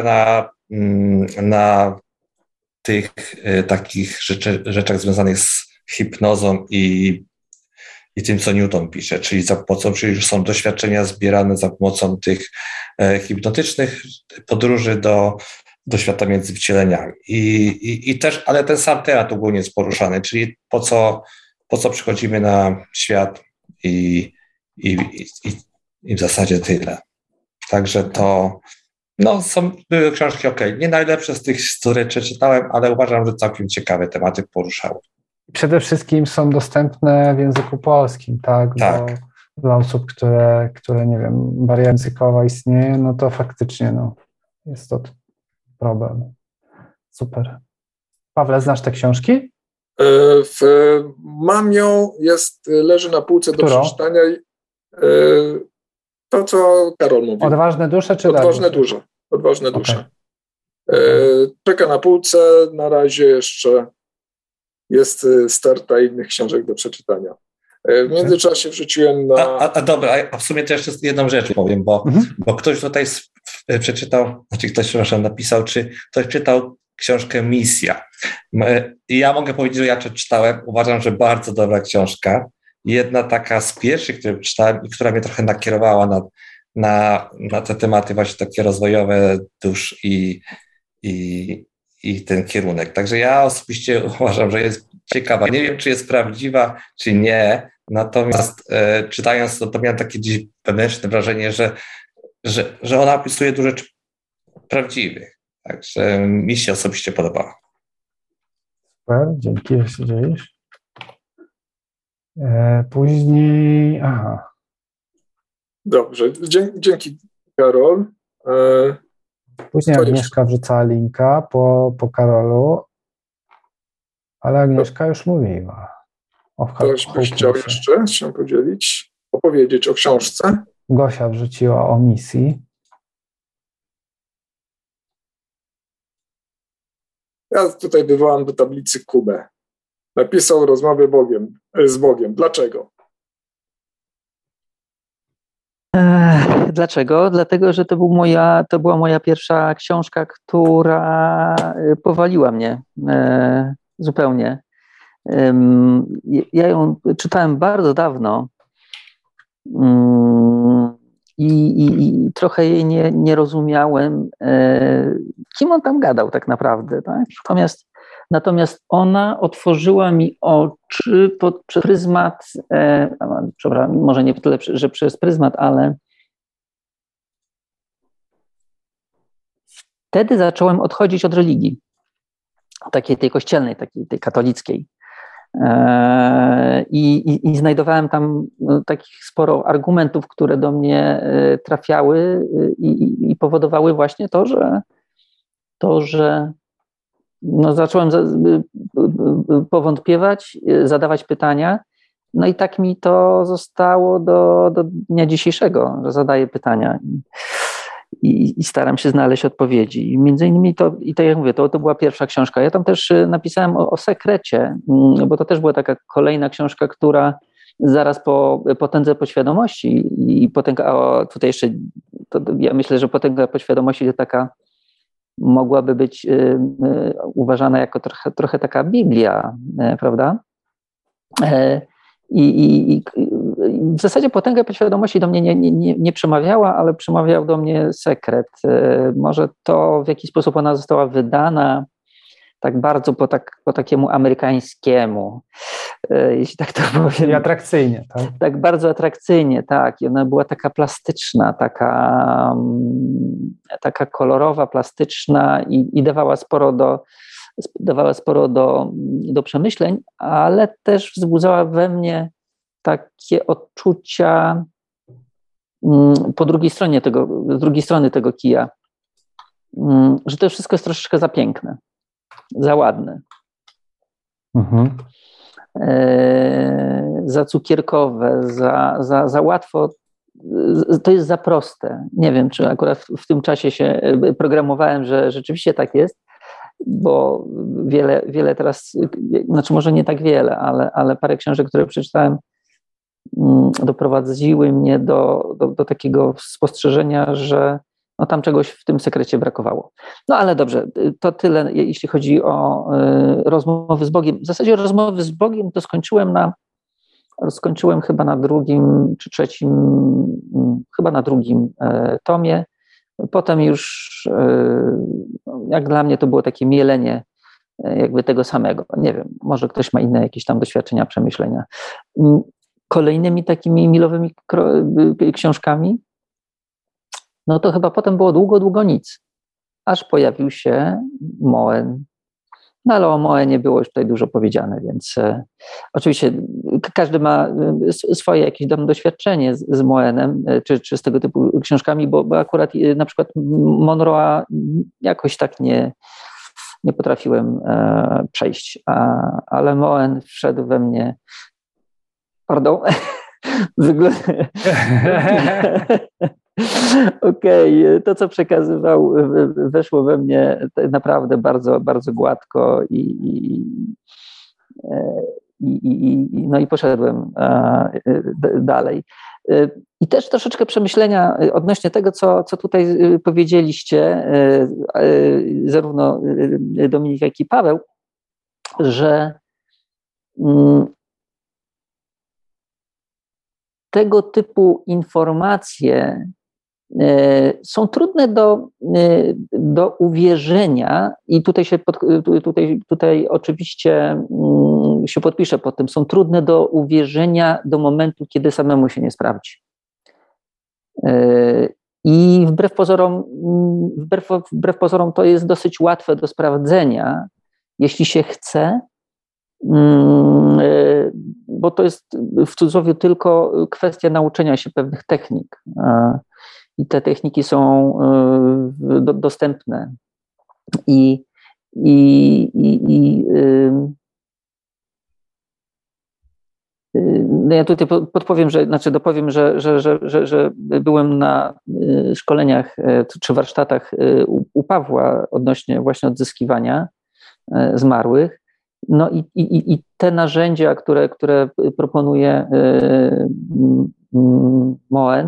na tych takich rzeczach związanych z hipnozą i tym, co Newton pisze, czyli za pomocą, czyli już są doświadczenia zbierane za pomocą tych hipnotycznych podróży do świata między wcieleniami. I też, ale ten sam temat ogólnie jest poruszany, czyli po co przychodzimy na świat i w zasadzie tyle. Także to były książki nie najlepsze z tych, które przeczytałem, ale uważam, że całkiem ciekawe tematy poruszały. Przede wszystkim są dostępne w języku polskim, tak? Tak. Bo dla osób, które nie wiem, bariera językowa istnieje, no to faktycznie jest to problem. Super. Pawle, znasz te książki? Mam ją, leży na półce do przeczytania. To, co Karol mówił. Odważne dusze czy Odważne dusze? Odważne dusze. Czeka na półce, na razie jeszcze jest sterta innych książek do przeczytania. W międzyczasie wrzuciłem na... Dobra, a w sumie to jeszcze jedną rzecz powiem, bo ktoś tutaj przeczytał, napisał, czy ktoś czytał książkę Misja. I ja mogę powiedzieć, że ja to czytałem, uważam, że bardzo dobra książka. Jedna taka z pierwszych, które czytałem i która mnie trochę nakierowała na te tematy właśnie takie rozwojowe dusz i ten kierunek. Także ja osobiście uważam, że jest ciekawa. Nie wiem, czy jest prawdziwa, czy nie, natomiast czytając to miałem takie gdzieś wewnętrzne wrażenie, że ona opisuje dużo rzeczy prawdziwych. Także mi się osobiście podobała. Super, dzięki, że się dzielisz. Później... Dobrze, dzięki Karol. Później Agnieszka wrzucała linka po Karolu, ale Agnieszka już mówiła. Ktoś by chciał jeszcze się podzielić, opowiedzieć o książce? Gosia wrzuciła o misji. Ja tutaj wywołam do tablicy Kubę. Napisał rozmowę z Bogiem. Dlaczego? Dlaczego? Dlatego, że to była moja pierwsza książka, która powaliła mnie zupełnie. Ja ją czytałem bardzo dawno i trochę jej nie rozumiałem, kim on tam gadał tak naprawdę. Tak? Natomiast ona otworzyła mi oczy przez pryzmat, przepraszam, może nie tyle, że przez pryzmat, ale wtedy zacząłem odchodzić od religii, takiej tej kościelnej, takiej tej katolickiej. I znajdowałem tam takich sporo argumentów, które do mnie trafiały i powodowały właśnie to, że zacząłem powątpiewać, zadawać pytania, no i tak mi to zostało do dnia dzisiejszego, że zadaję pytania i staram się znaleźć odpowiedzi. I między innymi tak jak mówię, to była pierwsza książka. Ja tam też napisałem o sekrecie, bo to też była taka kolejna książka, która zaraz po potędze podświadomości i tutaj jeszcze, ja myślę, że potęga podświadomości to taka mogłaby być uważana jako trochę taka Biblia, prawda? I w zasadzie potęga podświadomości do mnie nie przemawiała, ale przemawiał do mnie sekret. Może to, w jaki sposób ona została wydana, tak bardzo po takiemu amerykańskiemu, jeśli tak to powiem. I atrakcyjnie, tak? Tak bardzo atrakcyjnie, tak. I ona była taka plastyczna, taka kolorowa, plastyczna i dawała sporo do przemyśleń, ale też wzbudzała we mnie takie odczucia po drugiej stronie z drugiej strony tego kija, że to wszystko jest troszeczkę za piękne, za ładne, za cukierkowe, za łatwo, to jest za proste. Nie wiem, czy akurat w tym czasie się programowałem, że rzeczywiście tak jest, bo wiele teraz, znaczy może nie tak wiele, ale parę książek, które przeczytałem, doprowadziły mnie do takiego spostrzeżenia, że no tam czegoś w tym sekrecie brakowało. No ale dobrze, to tyle, jeśli chodzi o rozmowy z Bogiem. W zasadzie rozmowy z Bogiem to skończyłem chyba na drugim czy trzecim, chyba na drugim tomie. Potem już, jak dla mnie to było takie mielenie jakby tego samego. Nie wiem, może ktoś ma inne jakieś tam doświadczenia, przemyślenia. Kolejnymi takimi milowymi książkami, no to chyba potem było długo nic, aż pojawił się Moen. No ale o Moenie było już tutaj dużo powiedziane, więc oczywiście każdy ma swoje jakieś doświadczenie z Moenem, czy z tego typu książkami, bo akurat na przykład Monroe'a jakoś tak nie potrafiłem przejść, ale Moen wszedł we mnie. Pardon. Okej, to co przekazywał weszło we mnie naprawdę bardzo, bardzo gładko no i poszedłem dalej. I też troszeczkę przemyślenia odnośnie tego, co tutaj powiedzieliście, zarówno Dominik, jak i Paweł, że tego typu informacje są trudne do uwierzenia i tutaj oczywiście się podpiszę pod tym, są trudne do uwierzenia do momentu, kiedy samemu się nie sprawdzi. I wbrew pozorom to jest dosyć łatwe do sprawdzenia, jeśli się chce, bo to jest w cudzysłowie tylko kwestia nauczenia się pewnych technik i te techniki są dostępne ja tutaj podpowiem, dopowiem, że byłem na szkoleniach czy warsztatach u Pawła odnośnie właśnie odzyskiwania zmarłych. No i te narzędzia, które proponuje Moen,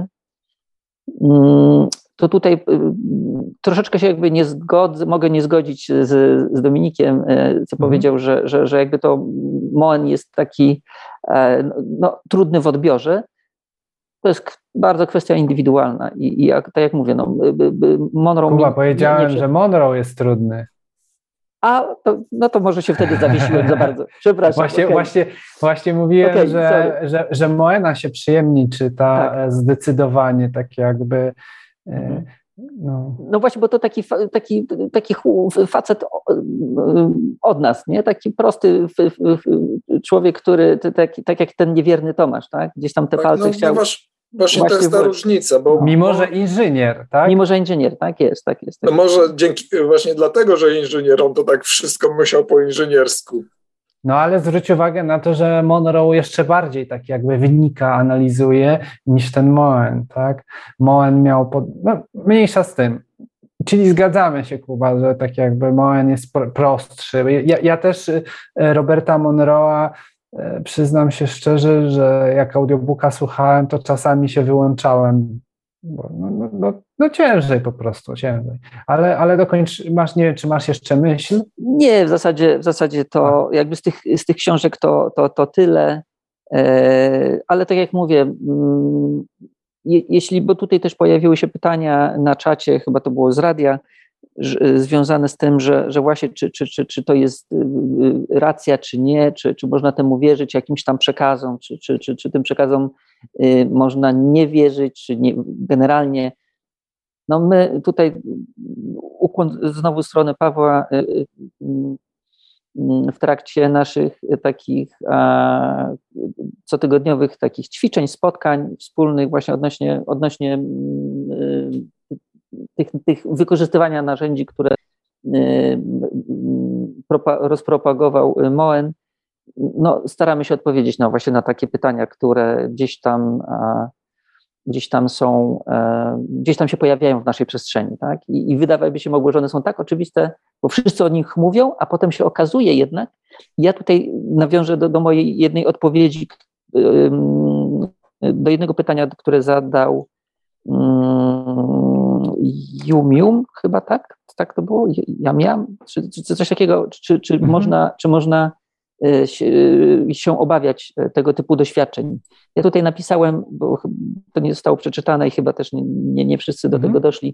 to tutaj troszeczkę się jakby mogę nie zgodzić z Dominikiem, co powiedział, że jakby to Moen jest taki trudny w odbiorze. To jest bardzo kwestia indywidualna i tak jak mówię, Monroe... Kuba, powiedziałem, że Monroe jest trudny. To może się wtedy zawiesiłem za bardzo. Przepraszam. Właśnie mówiłem, że Moena się przyjemniej czyta, tak. Zdecydowanie tak jakby... No właśnie, bo to taki facet od nas, nie? Taki prosty człowiek, który tak jak ten niewierny Tomasz, tak? Gdzieś tam te palce chciał... Właśnie to jest ta różnica. Mimo, że inżynier, tak? Mimo, że inżynier, tak jest. No może właśnie dlatego, że inżynier, on to tak wszystko musiał po inżyniersku. No ale zwróć uwagę na to, że Monroe jeszcze bardziej tak jakby wynika, analizuje niż ten Moen, tak? Moen miał, mniejsza z tym. Czyli zgadzamy się, Kuba, że tak jakby Moen jest prostszy. Ja też Roberta Monroe'a przyznam się szczerze, że jak audiobooka słuchałem, to czasami się wyłączałem. Bo ciężej po prostu, ciężej. Ale dokończ, nie wiem, czy masz jeszcze myśl? Nie, w zasadzie to jakby z tych książek to tyle, ale tak jak mówię, bo tutaj też pojawiły się pytania na czacie, chyba to było z radia, związane z tym, że właśnie czy to jest racja, czy nie, czy można temu wierzyć jakimś tam przekazom, czy tym przekazom można nie wierzyć, czy nie, generalnie. No my tutaj ukłon znowu w stronę Pawła, w trakcie naszych takich cotygodniowych takich ćwiczeń, spotkań wspólnych właśnie odnośnie tych wykorzystywania narzędzi, które rozpropagował Moen. No, staramy się odpowiedzieć właśnie na takie pytania, które gdzieś tam są, gdzieś tam się pojawiają w naszej przestrzeni, tak? I wydawać by się mogło, że one są tak oczywiste, bo wszyscy o nich mówią, a potem się okazuje jednak, ja tutaj nawiążę do mojej jednej odpowiedzi, do jednego pytania, które zadał Jumium, chyba tak to było, Jam, czy coś takiego, czy można się obawiać tego typu doświadczeń. Ja tutaj napisałem, bo to nie zostało przeczytane i chyba też nie wszyscy do tego doszli.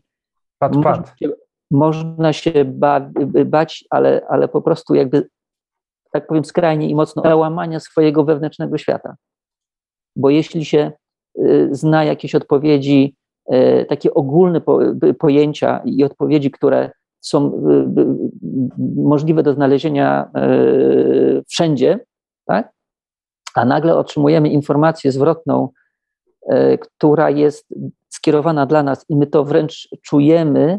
Można się bać, ale po prostu jakby, tak powiem, skrajnie i mocno załamania swojego wewnętrznego świata. Bo jeśli się zna jakieś odpowiedzi, takie ogólne pojęcia i odpowiedzi, które są możliwe do znalezienia wszędzie, tak? A nagle otrzymujemy informację zwrotną, która jest skierowana dla nas i my to wręcz czujemy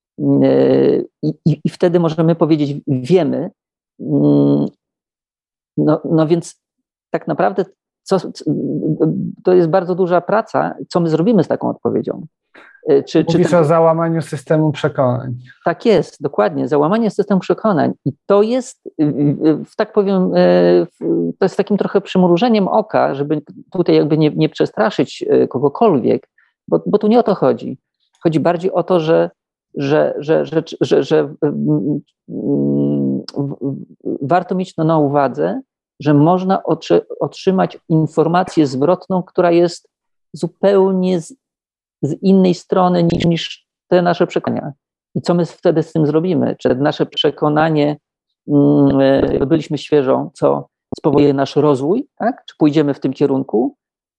i wtedy możemy powiedzieć wiemy, no więc tak naprawdę to jest bardzo duża praca, co my zrobimy z taką odpowiedzią. Mówisz o załamaniu systemu przekonań. Tak jest, dokładnie, załamanie systemu przekonań i to jest, tak powiem, to jest takim trochę przymrużeniem oka, żeby tutaj jakby nie przestraszyć kogokolwiek, bo tu nie o to chodzi. Chodzi bardziej o to, że warto mieć to na uwadze, że można otrzymać informację zwrotną, która jest zupełnie z innej strony niż te nasze przekonania. I co my wtedy z tym zrobimy? Czy nasze przekonanie, byliśmy świeżo, co spowoduje nasz rozwój, tak? Czy pójdziemy w tym kierunku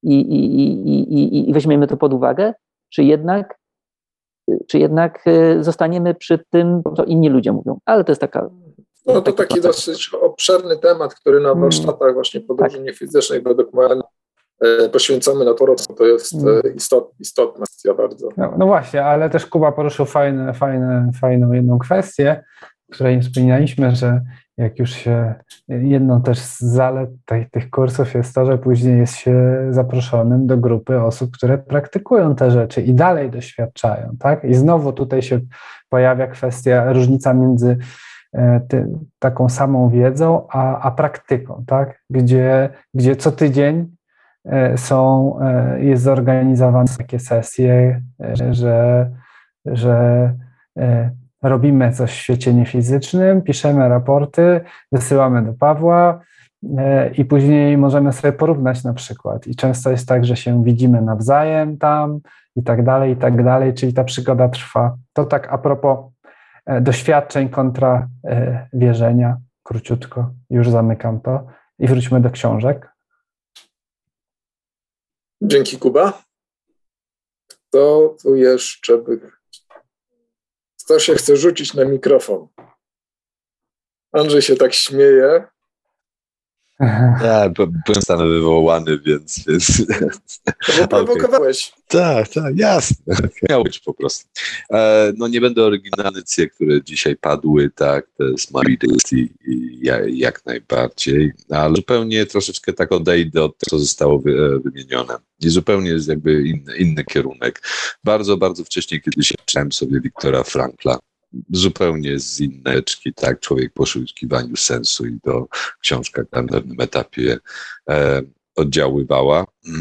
i weźmiemy to pod uwagę, czy jednak zostaniemy przy tym, co inni ludzie mówią. Ale to jest taka... No to taki dosyć obszerny temat, który na warsztatach właśnie podróży niefizycznej według Moena poświęcamy na to jest istotna kwestia bardzo. No właśnie, ale też Kuba poruszył fajną jedną kwestię, o której wspominaliśmy, że jak już się, jedną też z zalet tych kursów jest to, że później jest się zaproszonym do grupy osób, które praktykują te rzeczy i dalej doświadczają, tak? I znowu tutaj się pojawia różnica między taką samą wiedzą, a praktyką, tak? Gdzie co tydzień jest zorganizowane takie sesje, że robimy coś w świecie niefizycznym, piszemy raporty, wysyłamy do Pawła i później możemy sobie porównać na przykład. I często jest tak, że się widzimy nawzajem tam i tak dalej, czyli ta przygoda trwa. To tak a propos doświadczeń kontra wierzenia, króciutko, już zamykam to i wróćmy do książek. Dzięki, Kuba. Tu jeszcze kto się chce rzucić na mikrofon? Andrzej się tak śmieje. Ja byłem sam wywołany, więc... Bo prowokowałeś. Tak, jasne. Miało być po prostu. No nie będę oryginalny, które dzisiaj padły, tak, te Smarty i jak najbardziej, ale zupełnie troszeczkę tak odejdę od tego, co zostało wymienione. I zupełnie jest jakby inny kierunek. Bardzo, bardzo wcześnie kiedyś czytałem sobie Wiktora Frankla. Zupełnie z inneczki, tak, człowiek po poszukiwaniu sensu i to książka na pewnym etapie oddziaływała.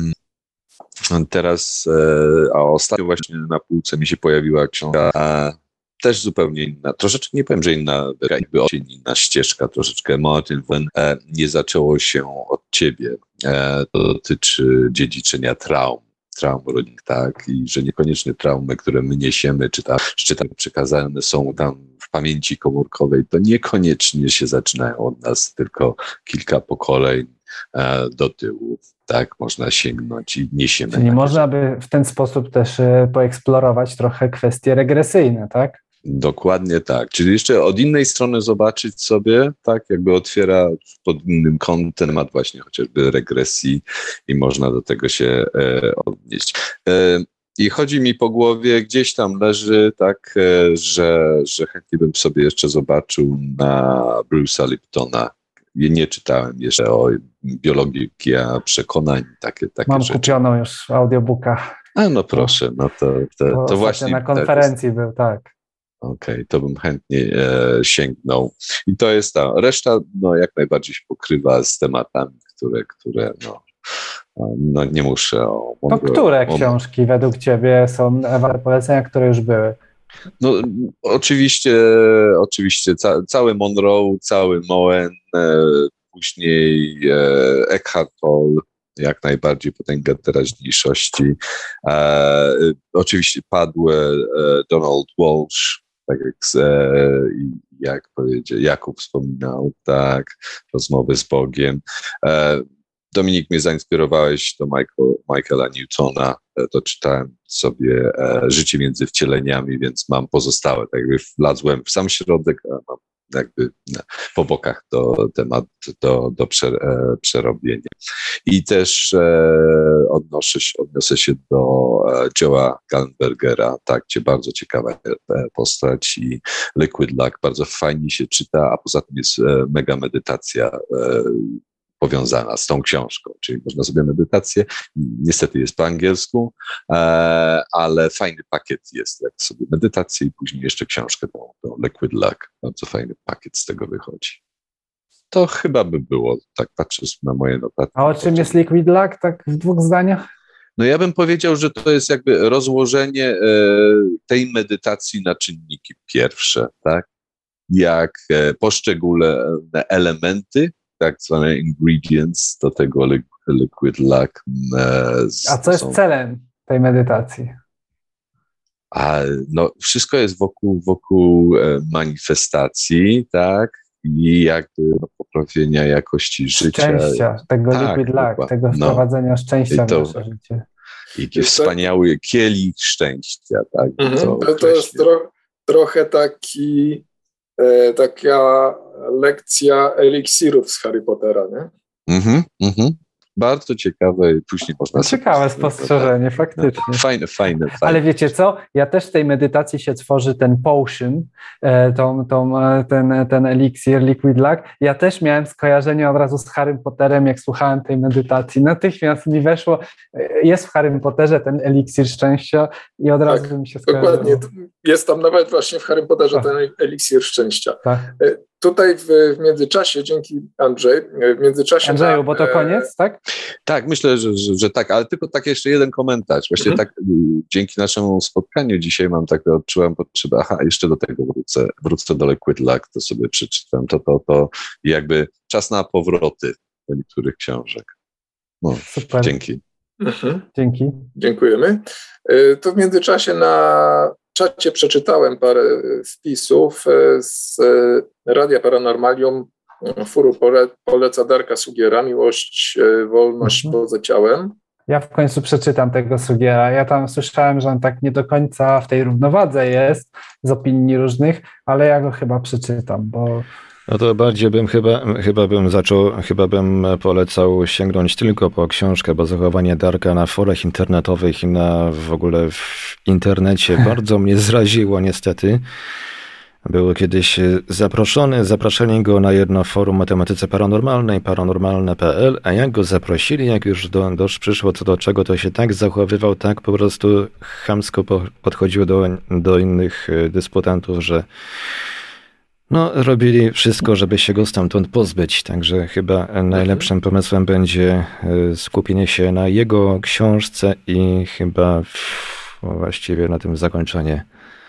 Teraz, a ostatnio właśnie na półce mi się pojawiła książka też zupełnie inna, troszeczkę nie powiem, że inna, jakby inna ścieżka, troszeczkę Martin Wen, nie zaczęło się od ciebie. To dotyczy dziedziczenia traum rodzinnych, tak, i że niekoniecznie traumy, które my niesiemy, czy tam przekazane są tam w pamięci komórkowej, to niekoniecznie się zaczynają od nas, tylko kilka pokoleń do tyłu, tak, można sięgnąć i niesiemy. Czyli można by w ten sposób też poeksplorować trochę kwestie regresyjne, tak? Dokładnie tak. Czyli jeszcze od innej strony zobaczyć sobie, tak, jakby otwiera pod innym kątem temat właśnie chociażby regresji i można do tego się odnieść. I chodzi mi po głowie, gdzieś tam leży, tak, że chętnie bym sobie jeszcze zobaczył na Bruce'a Liptona. Nie czytałem jeszcze o biologii przekonań, takie Mam rzeczy. kupioną już audiobooka. A no proszę, no to właśnie. Na konferencji był, tak. Okej, to bym chętnie sięgnął. I to jest ta reszta, no jak najbardziej się pokrywa z tematami, które no nie muszę o... To które książki według ciebie są warte polecenia, które już były? No oczywiście cały Monroe, cały Moen, później Eckhart Tolle, jak najbardziej potęga teraźniejszości. Oczywiście padły Donald Walsh, tak jak powiedział, Jakub wspominał, tak, rozmowy z Bogiem. Dominik, mnie zainspirowałeś do Michaela Newtona, to czytałem sobie Życie między wcieleniami, więc mam pozostałe, tak jakby wlazłem w sam środek, a mam jakby po bokach temat do przerobienia. I też odniosę się do Joe'a Gallenbergera, tak, gdzie bardzo ciekawa postać i Liquid Luck bardzo fajnie się czyta, a poza tym jest mega medytacja powiązana z tą książką, czyli można sobie medytację, niestety jest po angielsku, ale fajny pakiet jest, jak sobie medytację i później jeszcze książkę, tą Liquid Luck, bardzo fajny pakiet z tego wychodzi. To chyba by było, tak patrząc na moje notatki. A o czym jest Liquid Luck, tak w 2 zdaniach? No ja bym powiedział, że to jest jakby rozłożenie tej medytacji na czynniki pierwsze, tak? Jak poszczególne elementy, tak zwane ingredients do tego Liquid Luck. A co jest celem tej medytacji? No, wszystko jest wokół manifestacji, tak? I jakby poprawienia jakości życia. Szczęścia, tego Liquid Luck, tego wprowadzenia szczęścia w nasze życie. I wspaniały kielich szczęścia, tak? To jest trochę taka lekcja eliksirów z Harry Pottera, nie? Bardzo ciekawe i później można... Ciekawe spostrzeżenie, faktycznie. Fajne. Ale wiecie co? Ja też w tej medytacji się tworzy ten potion, ten eliksir, Liquid Luck. Ja też miałem skojarzenie od razu z Harrym Potterem, jak słuchałem tej medytacji. Natychmiast mi weszło, jest w Harrym Potterze ten eliksir szczęścia i od razu mi się skojarzyło. Dokładnie. Jest tam nawet właśnie w Harrym Potterze ten eliksir szczęścia. Tak. Tutaj w międzyczasie, dzięki Andrzej, Andrzeju, bo to koniec, tak? Tak, myślę, że tak, ale tylko tak jeszcze jeden komentarz. Właśnie tak dzięki naszemu spotkaniu dzisiaj odczułem potrzebę, jeszcze do tego wrócę do Liquid Luck, to sobie przeczytam, to jakby czas na powroty do niektórych książek. No, super. Dzięki. Dzięki. Dziękujemy. To w międzyczasie na czacie przeczytałem parę wpisów z Radia Paranormalium. Furu poleca Darka Sugiera, Miłość, wolność poza ciałem. Ja w końcu przeczytam tego Sugiera. Ja tam słyszałem, że on tak nie do końca w tej równowadze jest z opinii różnych, ale ja go chyba przeczytam, bo... No to bardziej bym chyba bym polecał sięgnąć tylko po książkę, bo zachowanie Darka na forach internetowych i w ogóle w internecie bardzo mnie zraziło niestety. Był kiedyś zaproszeni go na jedno forum matematyce paranormalnej, paranormalne.pl, a jak go zaprosili, jak już przyszło co do czego, to się tak zachowywał, tak po prostu chamsko podchodził do innych dysputantów, że robili wszystko, żeby się go stamtąd pozbyć. Także chyba najlepszym pomysłem będzie skupienie się na jego książce i chyba właściwie na tym zakończenie.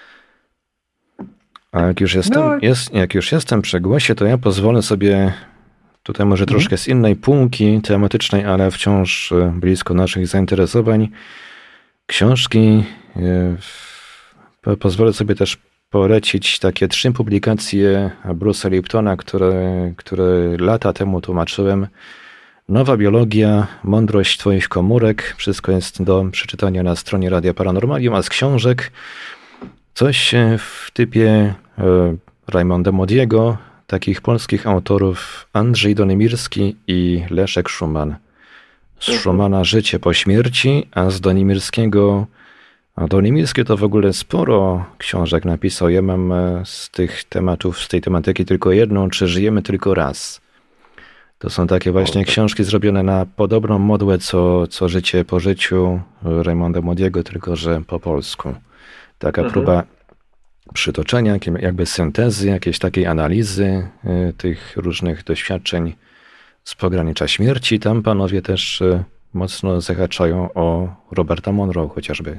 A jak już jestem przy głosie, to ja pozwolę sobie tutaj może troszkę z innej półki tematycznej, ale wciąż blisko naszych zainteresowań książki. Pozwolę sobie też polecić takie 3 publikacje Bruce'a Liptona, które lata temu tłumaczyłem. Nowa biologia, mądrość twoich komórek. Wszystko jest do przeczytania na stronie Radia Paranormalium, a z książek Coś w typie Rajmonda Modiego, takich polskich autorów Andrzej Donimirski i Leszek Szuman. Z Szumana Życie po śmierci, a z Donimirskiego... A Donimirski to w ogóle sporo książek napisał. Ja mam z tych tematów, z tej tematyki tylko jedną, Czy żyjemy tylko raz. To są takie właśnie książki zrobione na podobną modłę, co Życie po życiu Rajmonda Modiego, tylko że po polsku. Taka próba przytoczenia, jakby syntezy, jakiejś takiej analizy tych różnych doświadczeń z pogranicza śmierci. Tam panowie też mocno zahaczają o Roberta Monroe chociażby.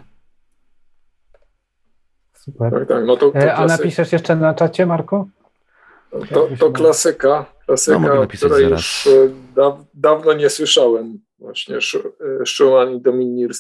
Super. Tak, no to a napiszesz jeszcze na czacie, Marku? To klasyka, której już dawno nie słyszałem. Właśnie Szuman i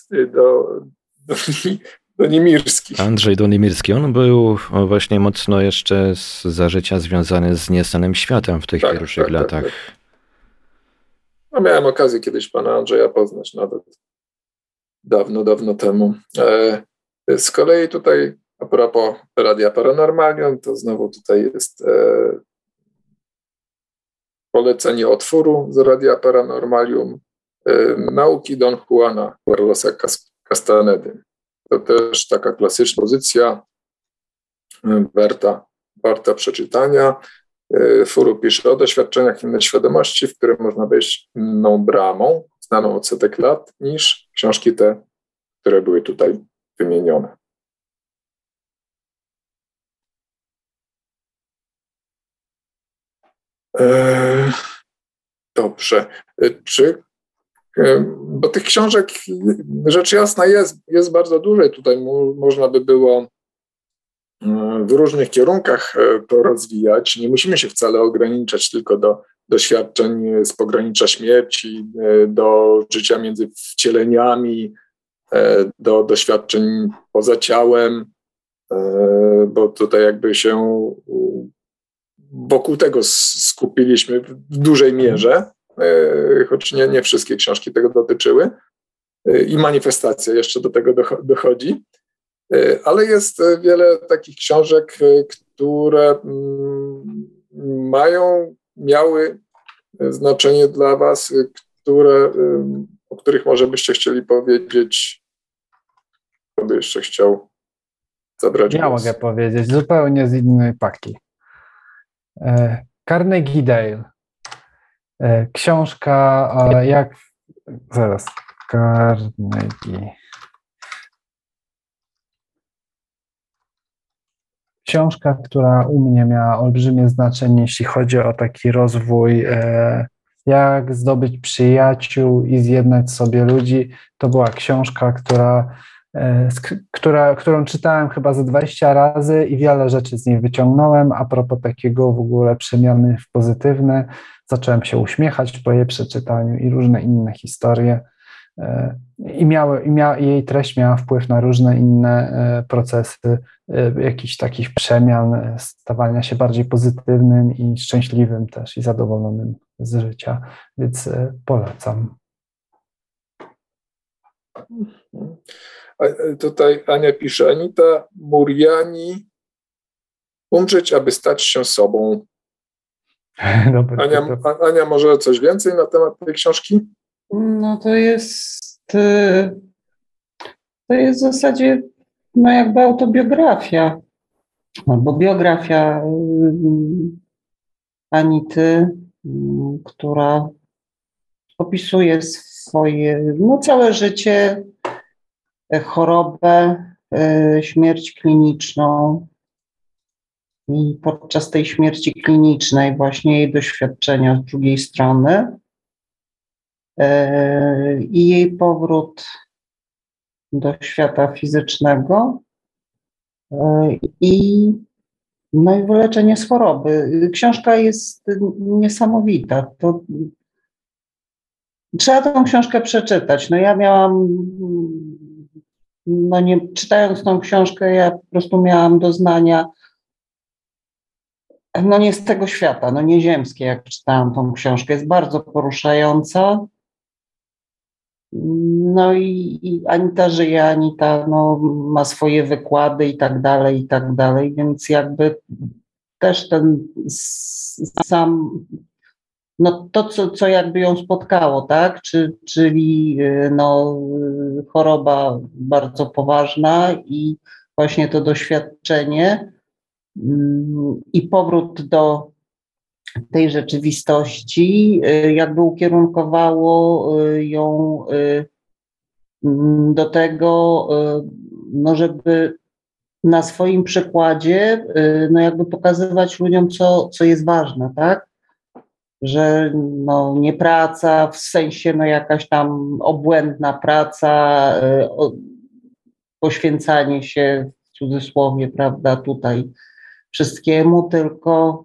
Donimirski. Andrzej Donimirski. On był właśnie mocno jeszcze za życia związany z Nieznanym światem w tych pierwszych latach. Tak. No, miałem okazję kiedyś pana Andrzeja poznać nawet dawno temu. Z kolei tutaj a propos Radia Paranormalium, to znowu tutaj jest polecenie utworu z Radia Paranormalium, Nauki Don Juana Carlosa Castanedy. To też taka klasyczna pozycja, warta przeczytania. Furu pisze o doświadczeniach innej świadomości, w które można wejść inną bramą, znaną od setek lat, niż książki te, które były tutaj wymienione. Dobrze. Bo tych książek rzecz jasna jest bardzo dużo i tutaj można by było w różnych kierunkach to rozwijać. Nie musimy się wcale ograniczać tylko do doświadczeń z pogranicza śmierci, do życia między wcieleniami, do doświadczeń poza ciałem, bo tutaj jakby się wokół tego skupiliśmy w dużej mierze, choć nie wszystkie książki tego dotyczyły i manifestacja jeszcze do tego dochodzi, ale jest wiele takich książek, które miały znaczenie dla was, o których może byście chcieli powiedzieć, kto by jeszcze chciał zabrać głos. Ja mogę powiedzieć, zupełnie z innej paki. Carnegie Dale. Książka Carnegie. Książka, która u mnie miała olbrzymie znaczenie, jeśli chodzi o taki rozwój, jak zdobyć przyjaciół i zjednać sobie ludzi. To była książka, którą czytałem chyba ze 20 razy i wiele rzeczy z niej wyciągnąłem. A propos takiego w ogóle przemiany w pozytywne, zacząłem się uśmiechać po jej przeczytaniu i różne inne historie. Jej treść miała wpływ na różne inne procesy, jakichś takich przemian, stawania się bardziej pozytywnym i szczęśliwym też i zadowolonym z życia, więc polecam. Tutaj Ania pisze, Anita Muriani, umrzeć, aby stać się sobą. Ania, może coś więcej na temat tej książki? No to jest w zasadzie jakby autobiografia albo biografia Anity, która opisuje swoje całe życie, chorobę, śmierć kliniczną i podczas tej śmierci klinicznej właśnie jej doświadczenia z drugiej strony i jej powrót do świata fizycznego i wyleczenie z choroby. Książka jest niesamowita. Trzeba tę książkę przeczytać. Ja miałam, czytając tą książkę, ja po prostu miałam doznania, nie z tego świata, nie ziemskie, jak czytałam tą książkę. Jest bardzo poruszająca. No i Anita żyje, Anita ma swoje wykłady i tak dalej, więc jakby też ten sam, to co jakby ją spotkało, tak, czyli choroba bardzo poważna i właśnie to doświadczenie i powrót do tej rzeczywistości jakby ukierunkowało ją do tego, żeby na swoim przykładzie jakby pokazywać ludziom, co jest ważne, tak? Że nie praca, w sensie jakaś tam obłędna praca, poświęcanie się w cudzysłowie, prawda, tutaj wszystkiemu, tylko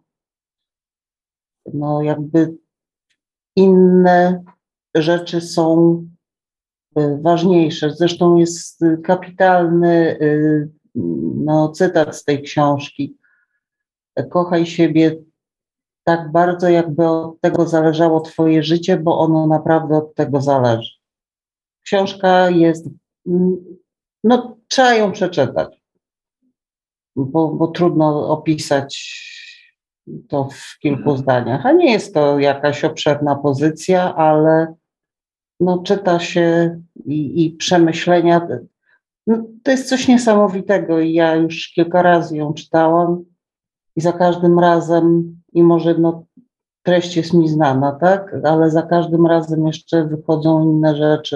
jakby inne rzeczy są ważniejsze. Zresztą jest kapitalny cytat z tej książki. Kochaj siebie tak bardzo, jakby od tego zależało twoje życie, bo ono naprawdę od tego zależy. Książka jest, trzeba ją przeczytać, bo trudno opisać to w kilku zdaniach. A nie jest to jakaś obszerna pozycja, ale czyta się i przemyślenia. To jest coś niesamowitego i ja już kilka razy ją czytałam i za każdym razem, i może treść jest mi znana, tak, ale za każdym razem jeszcze wychodzą inne rzeczy.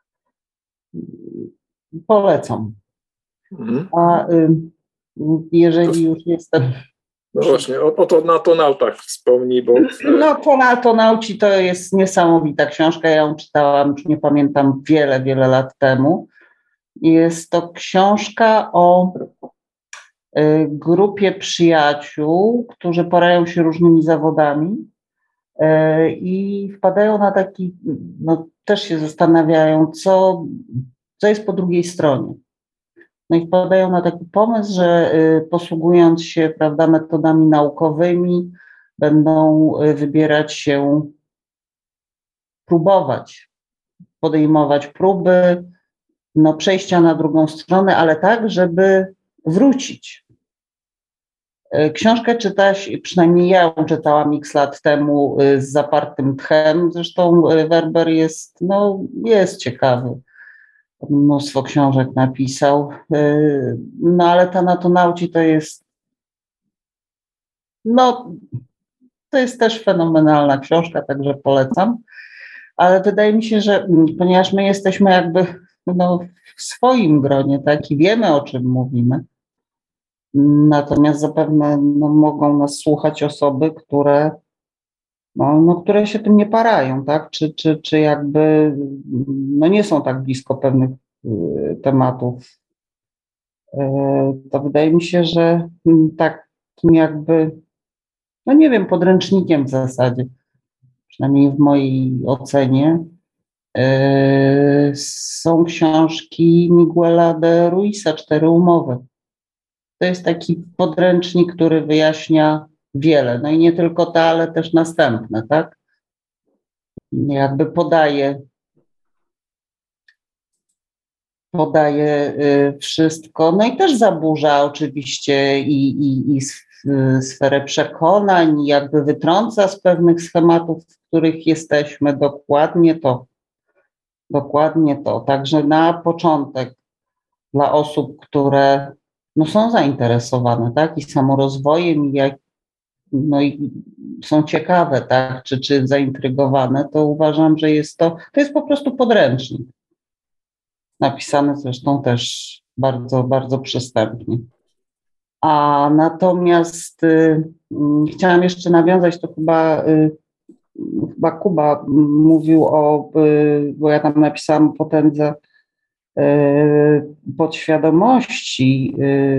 Polecam. A jeżeli już jestem... No właśnie, o Tonautach wspomnij, bo... Tonauci to jest niesamowita książka, ja ją czytałam, już nie pamiętam, wiele lat temu. Jest to książka o grupie przyjaciół, którzy porają się różnymi zawodami i wpadają na taki, też się zastanawiają, co jest po drugiej stronie. I wpadają na taki pomysł, że posługując się, prawda, metodami naukowymi, będą wybierać się, próbować, podejmować próby, przejścia na drugą stronę, ale tak, żeby wrócić. Książkę czyta się, przynajmniej ja ją czytałam x lat temu z zapartym tchem, zresztą Werber jest ciekawy. Mnóstwo książek napisał, ale Tanauci to jest to jest też fenomenalna książka, także polecam, ale wydaje mi się, że ponieważ my jesteśmy jakby w swoim gronie, tak, i wiemy, o czym mówimy, natomiast zapewne mogą nas słuchać osoby, które które się tym nie parają, tak? Czy jakby nie są tak blisko pewnych tematów. To wydaje mi się, że takim jakby, nie wiem, podręcznikiem w zasadzie, przynajmniej w mojej ocenie, są książki Miguela de Ruiza, 4 umowy. To jest taki podręcznik, który wyjaśnia wiele, i nie tylko te, ale też następne, tak? Jakby podaje wszystko, i też zaburza oczywiście i sferę przekonań, i jakby wytrąca z pewnych schematów, w których jesteśmy. Dokładnie to. Także na początek dla osób, które są zainteresowane, tak, i samorozwojem, i są ciekawe, tak, czy zaintrygowane, to uważam, że to jest po prostu podręcznik. Napisany zresztą też bardzo, bardzo przystępnie. A natomiast chciałam jeszcze nawiązać, to chyba Kuba mówił bo ja tam napisałam o potędze podświadomości.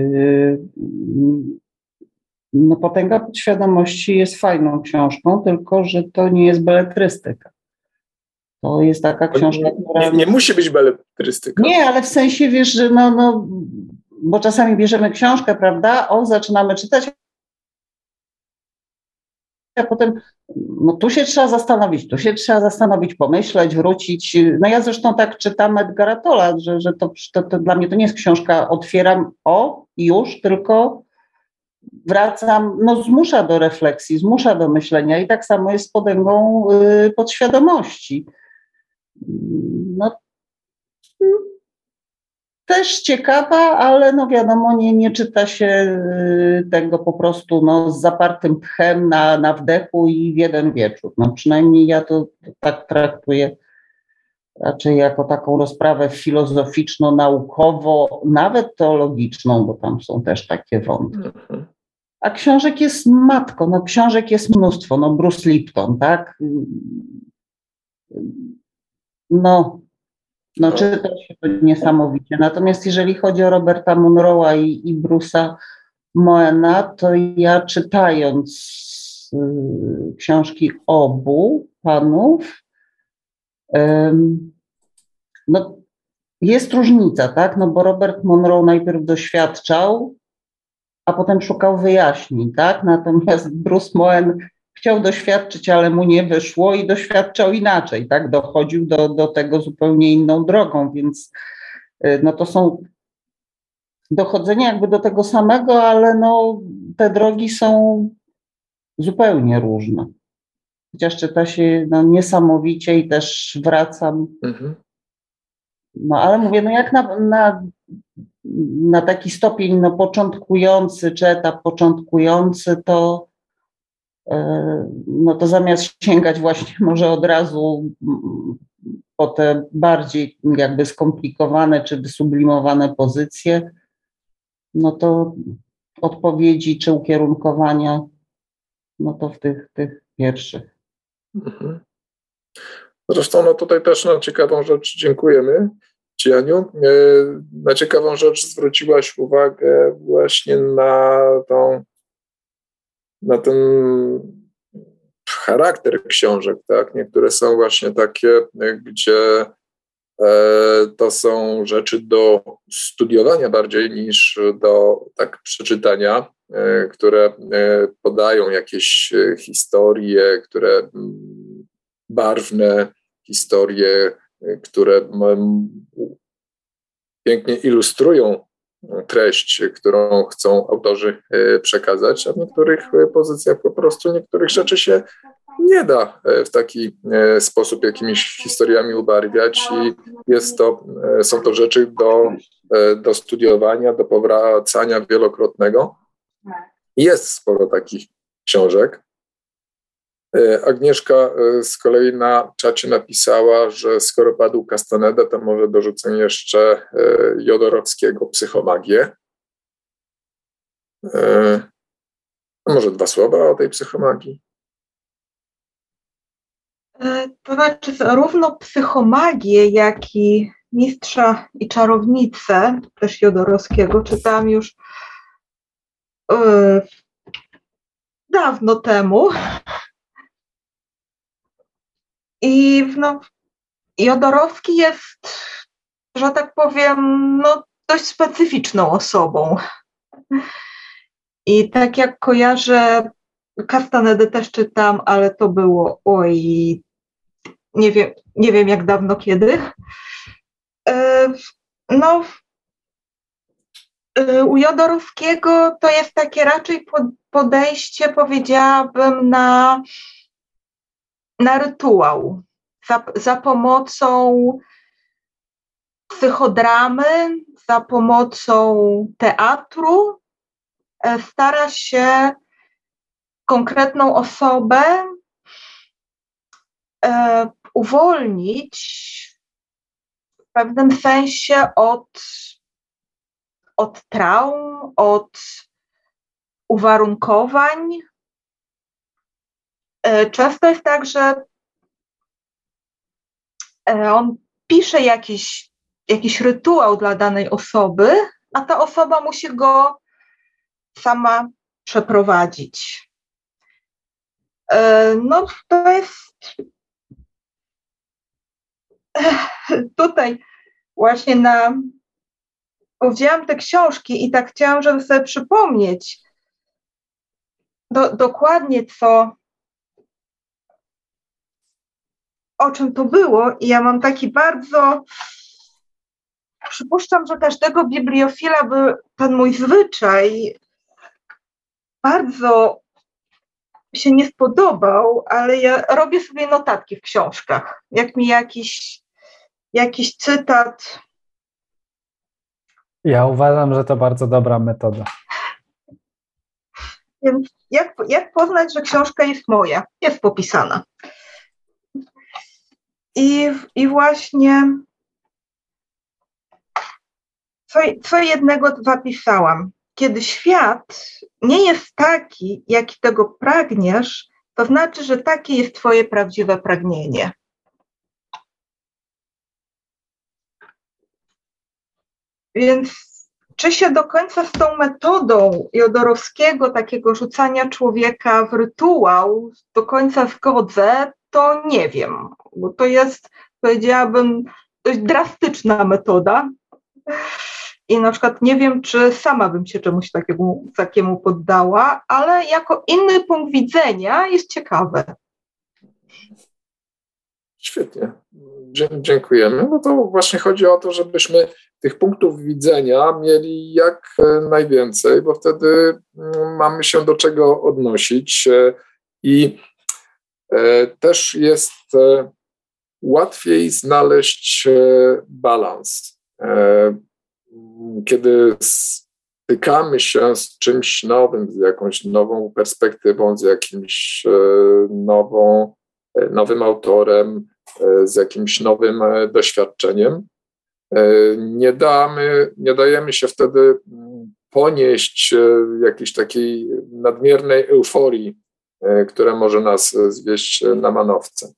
Potęga podświadomości jest fajną książką, tylko że to nie jest beletrystyka. To jest taka książka, która... Nie musi być beletrystyka. Nie, ale w sensie, wiesz, że bo czasami bierzemy książkę, prawda, zaczynamy czytać, a potem tu się trzeba zastanowić, pomyśleć, wrócić. No ja zresztą tak czytam Edgara Tolla, że to dla mnie to nie jest książka, otwieram i już, tylko wracam, zmusza do refleksji, zmusza do myślenia i tak samo jest z potęgą podświadomości. Też ciekawa, ale wiadomo, nie czyta się tego po prostu z zapartym tchem na wdechu i w jeden wieczór. Przynajmniej ja to tak traktuję raczej jako taką rozprawę filozoficzno-naukowo, nawet teologiczną, bo tam są też takie wątki. A książek jest matko, książek jest mnóstwo, Bruce Lipton, tak? Czyta się to niesamowicie. Natomiast jeżeli chodzi o Roberta Monroe'a i Bruce'a Moena, to ja czytając książki obu panów, jest różnica, tak? Bo Robert Monroe najpierw doświadczał, a potem szukał wyjaśnień, tak? Natomiast Bruce Moen chciał doświadczyć, ale mu nie wyszło i doświadczał inaczej, tak? Dochodził do tego zupełnie inną drogą, więc to są dochodzenia jakby do tego samego, ale te drogi są zupełnie różne. Chociaż czyta się niesamowicie i też wracam. Ale mówię, jak na taki stopień początkujący, czy etap początkujący, to zamiast sięgać właśnie może od razu po te bardziej jakby skomplikowane czy wysublimowane pozycje, to odpowiedzi czy ukierunkowania, to w tych pierwszych. Zresztą tutaj też na ciekawą rzecz dziękujemy Ci, Aniu. Na ciekawą rzecz zwróciłaś uwagę właśnie na ten charakter książek, tak? Niektóre są właśnie takie, gdzie to są rzeczy do studiowania bardziej niż do przeczytania, które podają jakieś historie, które barwne historie, które pięknie ilustrują treść, którą chcą autorzy przekazać, a w niektórych pozycjach po prostu niektórych rzeczy się nie da w taki sposób jakimiś historiami ubarwiać i są to rzeczy do studiowania, do powracania wielokrotnego. Jest sporo takich książek. Agnieszka z kolei na czacie napisała, że skoro padł Castaneda, to może dorzucę jeszcze Jodorowskiego Psychomagię. Może 2 słowa o tej psychomagii? To znaczy zarówno Psychomagię, jak i Mistrza i Czarownicę, też Jodorowskiego, czytałam już dawno temu. I Jodorowski jest, że tak powiem, dość specyficzną osobą. I tak jak kojarzę, Castanedę też czytam, ale to było, nie wiem jak dawno kiedy. U Jodorowskiego to jest takie raczej podejście, powiedziałabym, na rytuał. Za pomocą psychodramy, za pomocą teatru stara się konkretną osobę uwolnić w pewnym sensie od traum, od uwarunkowań. Często jest tak, że on pisze jakiś rytuał dla danej osoby, a ta osoba musi go sama przeprowadzić. To jest tutaj właśnie wzięłam te książki i tak chciałam, żeby sobie przypomnieć dokładnie, co o czym to było i ja mam taki bardzo... Przypuszczam, że każdego bibliofila by ten mój zwyczaj bardzo się nie spodobał, ale ja robię sobie notatki w książkach. Jak mi jakiś cytat... Ja uważam, że to bardzo dobra metoda. Więc jak poznać, że książka jest moja? Jest popisana. I właśnie co jednego zapisałam. Kiedy świat nie jest taki, jaki tego pragniesz, to znaczy, że takie jest twoje prawdziwe pragnienie. Więc czy się do końca z tą metodą Jodorowskiego, takiego rzucania człowieka w rytuał, do końca zgodzę, to nie wiem, bo to jest, powiedziałabym, dość drastyczna metoda. I na przykład nie wiem, czy sama bym się czemuś takiemu poddała, ale jako inny punkt widzenia jest ciekawe. Świetnie. Dziękujemy. No to właśnie chodzi o to, żebyśmy tych punktów widzenia mieli jak najwięcej, bo wtedy mamy się do czego odnosić i też jest łatwiej znaleźć balans. Kiedy stykamy się z czymś nowym, z jakąś nową perspektywą, z jakimś nowym autorem, z jakimś nowym doświadczeniem, nie dajemy się wtedy ponieść jakiejś takiej nadmiernej euforii, która może nas zwieść na manowce.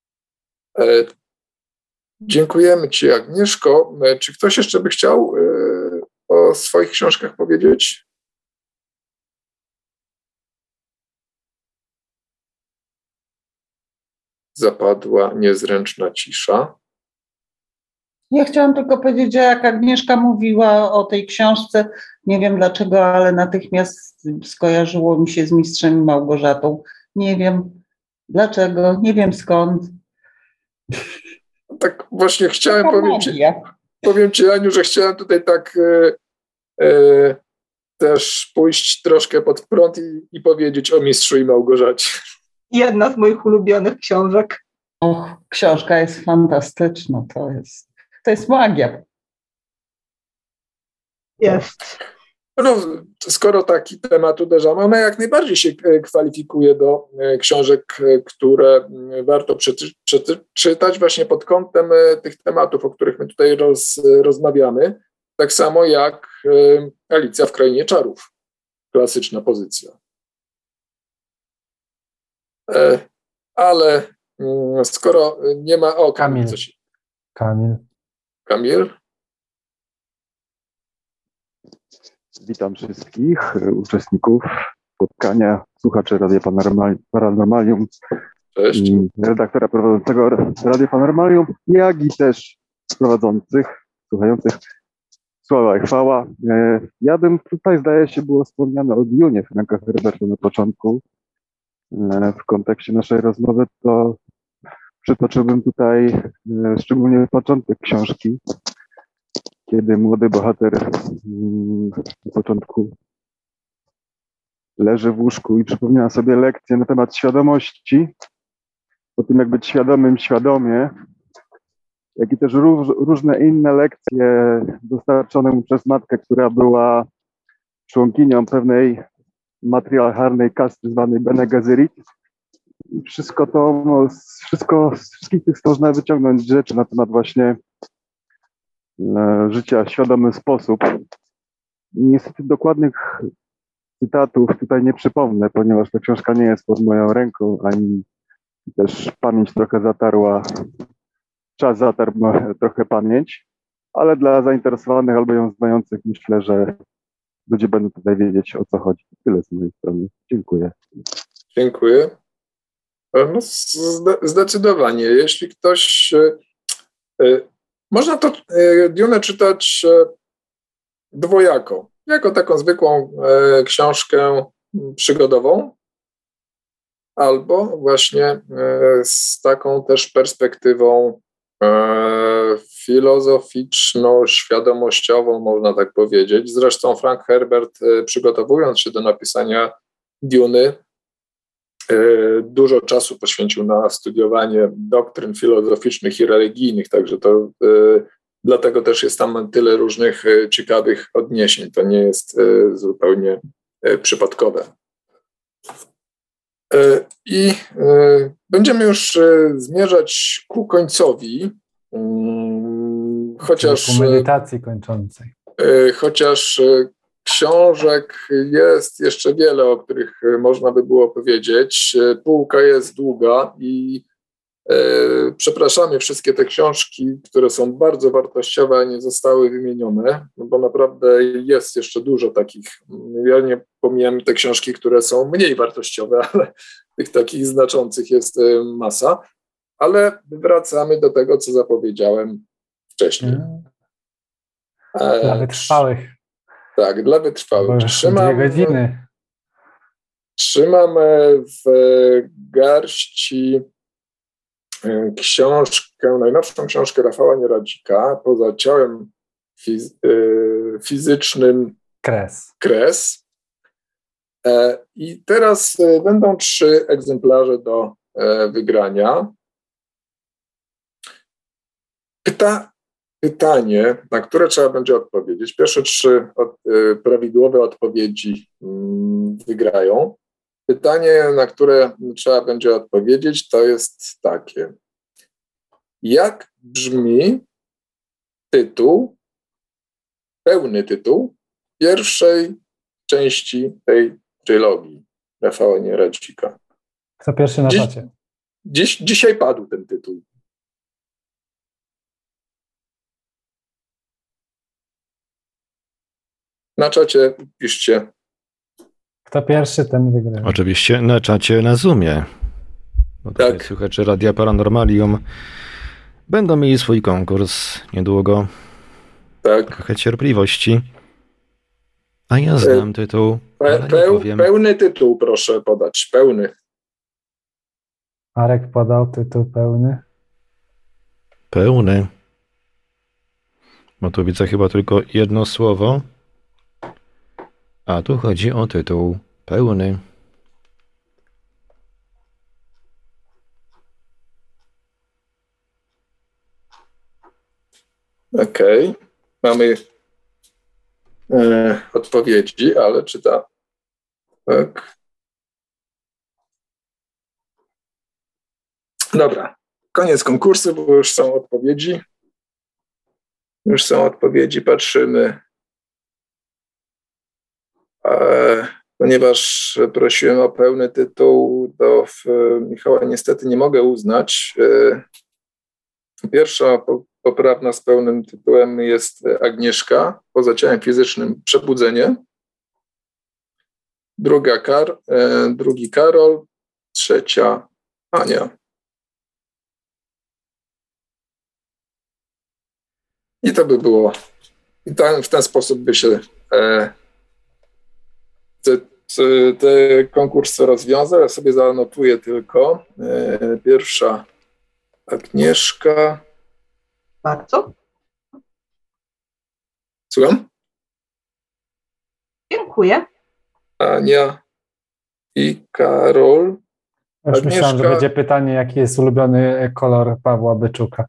Dziękujemy Ci, Agnieszko. Czy ktoś jeszcze by chciał o swoich książkach powiedzieć? Zapadła niezręczna cisza. Ja chciałam tylko powiedzieć, że jak Agnieszka mówiła o tej książce, nie wiem dlaczego, ale natychmiast skojarzyło mi się z Mistrzem i Małgorzatą. Nie wiem dlaczego, nie wiem skąd. Tak właśnie chciałem powiem Ci, Aniu, że chciałem tutaj tak też pójść troszkę pod prąd i powiedzieć o Mistrzu i Małgorzacie. Jedna z moich ulubionych książek. Och, książka jest fantastyczna, to jest magia. Jest. No, skoro taki temat uderzamy, ona jak najbardziej się kwalifikuje do książek, które warto przeczytać właśnie pod kątem tych tematów, o których my tutaj rozmawiamy. Tak samo jak Alicja w Krainie Czarów. Klasyczna pozycja. Ale skoro nie ma... O, Kamil. Kamil? Witam wszystkich uczestników spotkania, słuchaczy Radia Paranormalium, Cześć. Redaktora prowadzącego Radia Paranormalium, jak i też prowadzących, słuchających. Sława i chwała. Ja bym tutaj, zdaje się, było wspomniane o Dunie Franka Herberta na początku. W kontekście naszej rozmowy to przytoczyłbym tutaj szczególnie początek książki, kiedy młody bohater na początku leży w łóżku i przypomina sobie lekcję na temat świadomości, o tym jak być świadomym świadomie, jak i też różne inne lekcje dostarczone mu przez matkę, która była członkinią pewnej matriarchalnej kasty zwanej Bene Gesserit. I z wszystkich tych można wyciągnąć rzeczy na temat właśnie życia w świadomy sposób. Niestety dokładnych cytatów tutaj nie przypomnę, ponieważ ta książka nie jest pod moją ręką, ani też pamięć trochę zatarła, czas zatarł trochę pamięć, ale dla zainteresowanych albo ją znających myślę, że ludzie będą tutaj wiedzieć, o co chodzi. Tyle z mojej strony. Dziękuję. Dziękuję. No, zdecydowanie. Jeśli ktoś... Można to Dune czytać dwojako. Jako taką zwykłą książkę przygodową, albo właśnie z taką też perspektywą filozoficzno-świadomościową, można tak powiedzieć. Zresztą Frank Herbert, przygotowując się do napisania Duny, dużo czasu poświęcił na studiowanie doktryn filozoficznych i religijnych, także to dlatego też jest tam tyle różnych ciekawych odniesień. To nie jest zupełnie przypadkowe. I będziemy już zmierzać ku końcowi, chociaż ku medytacji kończącej. Chociaż książek jest jeszcze wiele, o których można by było powiedzieć. Półka jest długa i przepraszamy wszystkie te książki, które są bardzo wartościowe, a nie zostały wymienione, no bo naprawdę jest jeszcze dużo takich. Ja nie pomijam te książki, które są mniej wartościowe, ale tych takich znaczących jest masa. Ale wracamy do tego, co zapowiedziałem wcześniej. Dla wytrwałych. Tak, dla wytrwałych. 2 godziny. Trzymam w garści książkę, najnowszą książkę Rafała Nieradzika, Poza ciałem fizycznym Kres. I teraz będą 3 egzemplarze do wygrania. Pytanie, na które trzeba będzie odpowiedzieć. Pierwsze 3 prawidłowe odpowiedzi wygrają. Pytanie, na które trzeba będzie odpowiedzieć, to jest takie. Jak brzmi tytuł, pełny tytuł pierwszej części tej trylogii Rafała Nieradzika? Kto pierwszy na czacie? Dzisiaj padł ten tytuł. Na czacie piszcie. Kto pierwszy, ten wygra. Oczywiście na czacie na Zoomie. Bo tak. Słuchacze Radia Paranormalium będą mieli swój konkurs niedługo. Tak. Trochę cierpliwości. A ja znam tytuł. Pełny tytuł proszę podać. Pełny. Marek podał tytuł pełny. Pełny. Bo tu widzę chyba tylko jedno słowo. A tu chodzi o tytuł pełny. Okej. Mamy odpowiedzi, ale czyta. Tak. Dobra. Koniec konkursu, bo już są odpowiedzi. Patrzymy. Ponieważ prosiłem o pełny tytuł, to Michała niestety nie mogę uznać. Pierwsza poprawna z pełnym tytułem jest Agnieszka, Poza ciałem fizycznym przebudzenie. Drugi Karol, trzecia Ania. I to by było. I w ten sposób by się te konkursy rozwiązał. Ja sobie zanotuję tylko. Pierwsza Agnieszka. Bardzo. Słucham? Dziękuję. Ania i Karol. Już myślałem, że będzie pytanie, jaki jest ulubiony kolor Pawła Byczuka.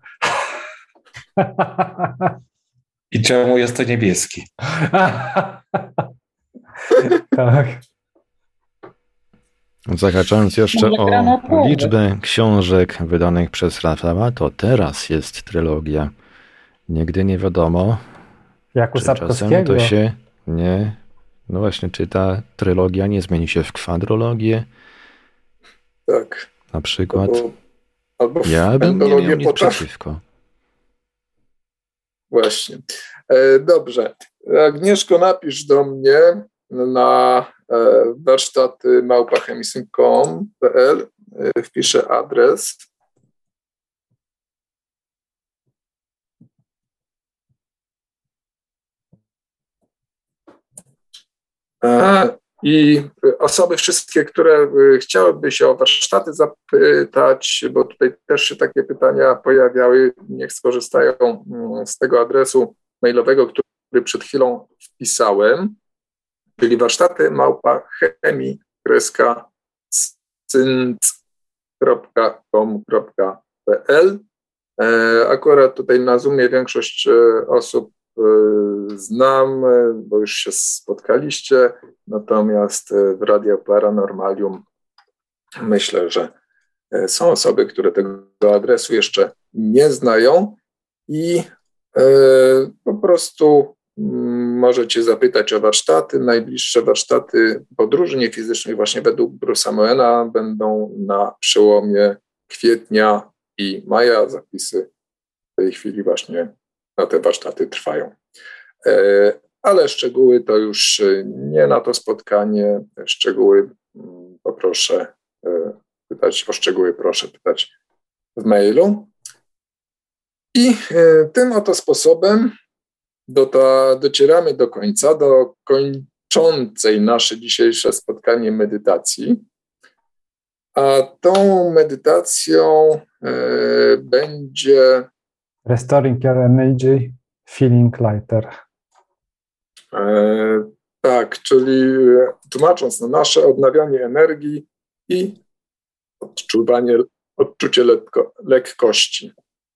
I czemu jest to niebieski? Tak. Zahaczając jeszcze o liczbę książek wydanych przez Rafała, to teraz jest trylogia. Nigdy nie wiadomo, jak u czasem to się nie... No właśnie, czy ta trylogia nie zmieni się w kwadrologię? Tak. Na przykład. Albo ja bym nie miał nic przeciwko. Właśnie. Dobrze. Agnieszko, napisz do mnie na warsztaty@chemisyn.com.pl. Wpiszę adres. I osoby wszystkie, które chciałyby się o warsztaty zapytać, bo tutaj też się takie pytania pojawiały, niech skorzystają z tego adresu mailowego, który przed chwilą wpisałem, czyli warsztaty@chemii-cync.com.pl. Akurat tutaj na Zoomie większość osób znam, bo już się spotkaliście, natomiast w Radio Paranormalium myślę, że są osoby, które tego adresu jeszcze nie znają i po prostu możecie zapytać o warsztaty. Najbliższe warsztaty podróży niefizycznej właśnie według Bruce'a Moena będą na przełomie kwietnia i maja. Zapisy w tej chwili właśnie na te warsztaty trwają. Ale szczegóły to już nie na to spotkanie. Szczegóły poproszę pytać, o szczegóły proszę pytać w mailu. I tym oto sposobem docieramy do końca, do kończącej nasze dzisiejsze spotkanie medytacji. A tą medytacją będzie Restoring Your Energy, Feeling Lighter. Tak, czyli tłumacząc na nasze odnawianie energii i odczucie lekkości.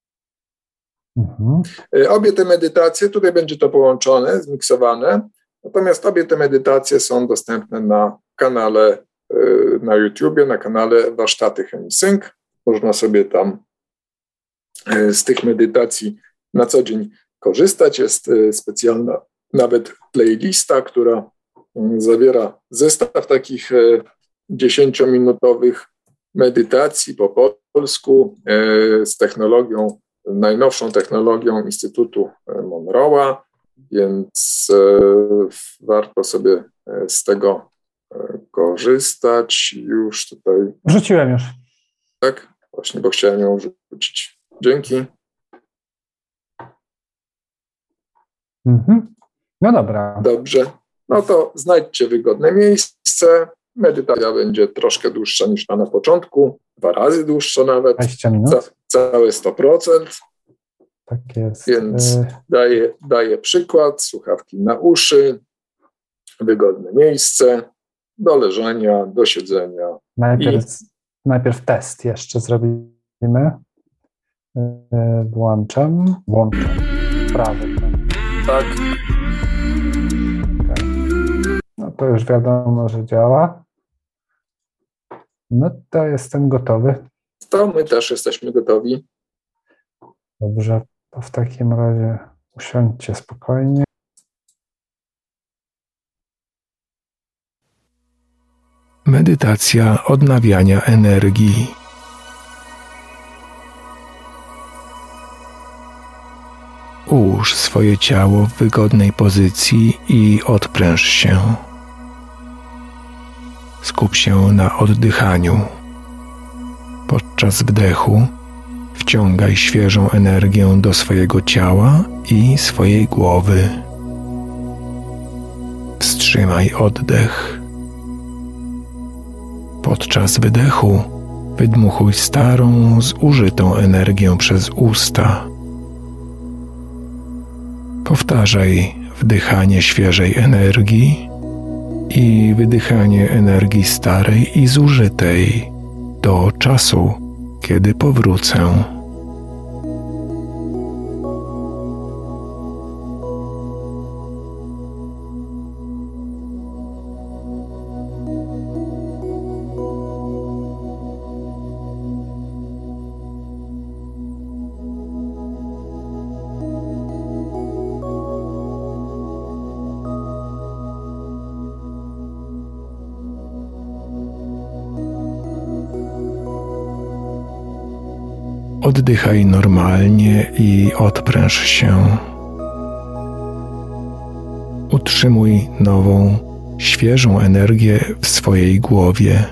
Obie te medytacje, tutaj będzie to połączone, zmiksowane, natomiast obie te medytacje są dostępne na kanale na YouTubie, na kanale Warsztaty ChemiSync. Można sobie tam z tych medytacji na co dzień korzystać. Jest specjalna nawet playlista, która zawiera zestaw takich 10-minutowych medytacji po polsku z technologią, najnowszą technologią Instytutu Monroe'a, więc warto sobie z tego korzystać. Już tutaj... Wrzuciłem już. Tak? Właśnie, bo chciałem ją wrzucić. Dzięki. No dobra. Dobrze. No to znajdźcie wygodne miejsce. Medytacja będzie troszkę dłuższa niż ta na początku. 2 razy dłuższa nawet. 20 minut. Całe 100%. Tak jest. Więc daję przykład. Słuchawki na uszy. Wygodne miejsce. Do leżenia, do siedzenia. Najpierw test jeszcze zrobimy. Włączam. Prawy. Tak. No to już wiadomo, że działa. No to jestem gotowy. To my też jesteśmy gotowi. Dobrze, to w takim razie usiądźcie spokojnie. Medytacja odnawiania energii. Ułóż swoje ciało w wygodnej pozycji i odpręż się. Skup się na oddychaniu. Podczas wdechu wciągaj świeżą energię do swojego ciała i swojej głowy. Wstrzymaj oddech. Podczas wydechu wydmuchuj starą, zużytą energię przez usta. Powtarzaj wdychanie świeżej energii i wydychanie energii starej i zużytej do czasu, kiedy powrócę. Oddychaj normalnie i odpręż się. Utrzymuj nową, świeżą energię w swojej głowie.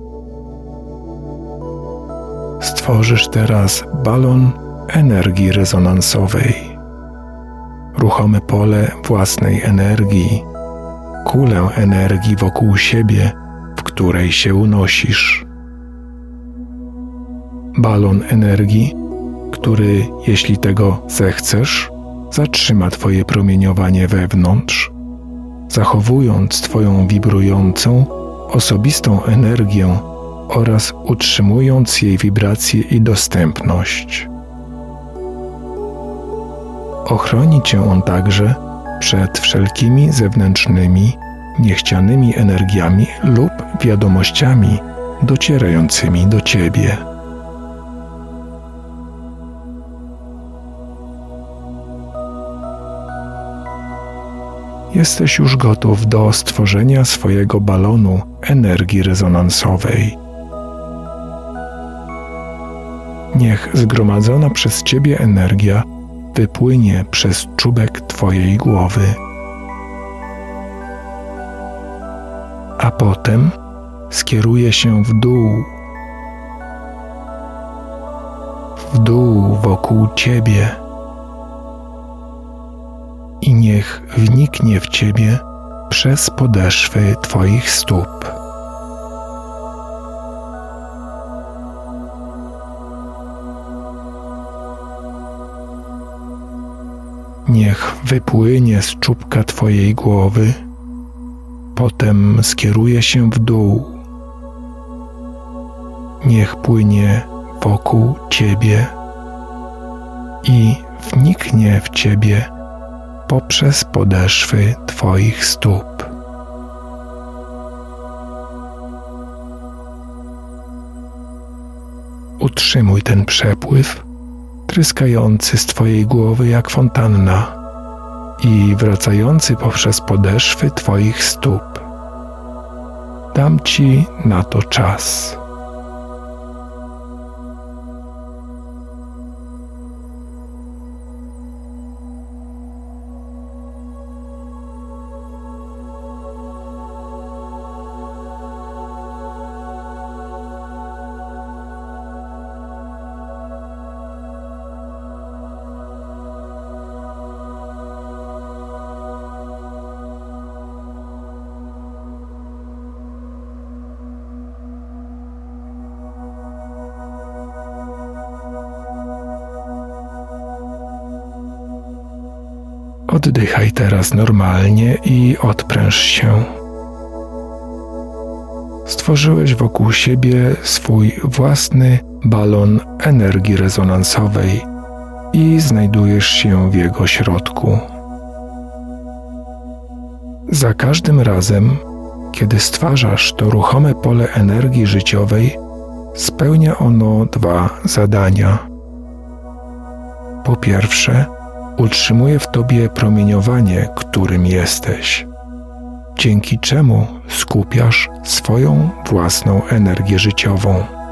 Stworzysz teraz balon energii rezonansowej. Ruchome pole własnej energii kulę energii wokół siebie, w której się unosisz. Balon energii, który, jeśli tego zechcesz, zatrzyma Twoje promieniowanie wewnątrz, zachowując Twoją wibrującą, osobistą energię oraz utrzymując jej wibrację i dostępność. Ochroni Cię on także przed wszelkimi zewnętrznymi, niechcianymi energiami lub wiadomościami docierającymi do Ciebie. Jesteś już gotów do stworzenia swojego balonu energii rezonansowej. Niech zgromadzona przez Ciebie energia wypłynie przez czubek Twojej głowy, a potem skieruje się w dół wokół Ciebie i niech wniknie w Ciebie przez podeszwy Twoich stóp. Niech wypłynie z czubka Twojej głowy, potem skieruje się w dół. Niech płynie wokół Ciebie i wniknie w Ciebie poprzez podeszwy Twoich stóp. Utrzymuj ten przepływ, tryskający z Twojej głowy jak fontanna i wracający poprzez podeszwy Twoich stóp. Dam Ci na to czas. Oddychaj teraz normalnie i odpręż się. Stworzyłeś wokół siebie swój własny balon energii rezonansowej i znajdujesz się w jego środku. Za każdym razem, kiedy stwarzasz to ruchome pole energii życiowej, spełnia ono dwa zadania. Po pierwsze, utrzymuje w Tobie promieniowanie, którym jesteś, dzięki czemu skupiasz swoją własną energię życiową.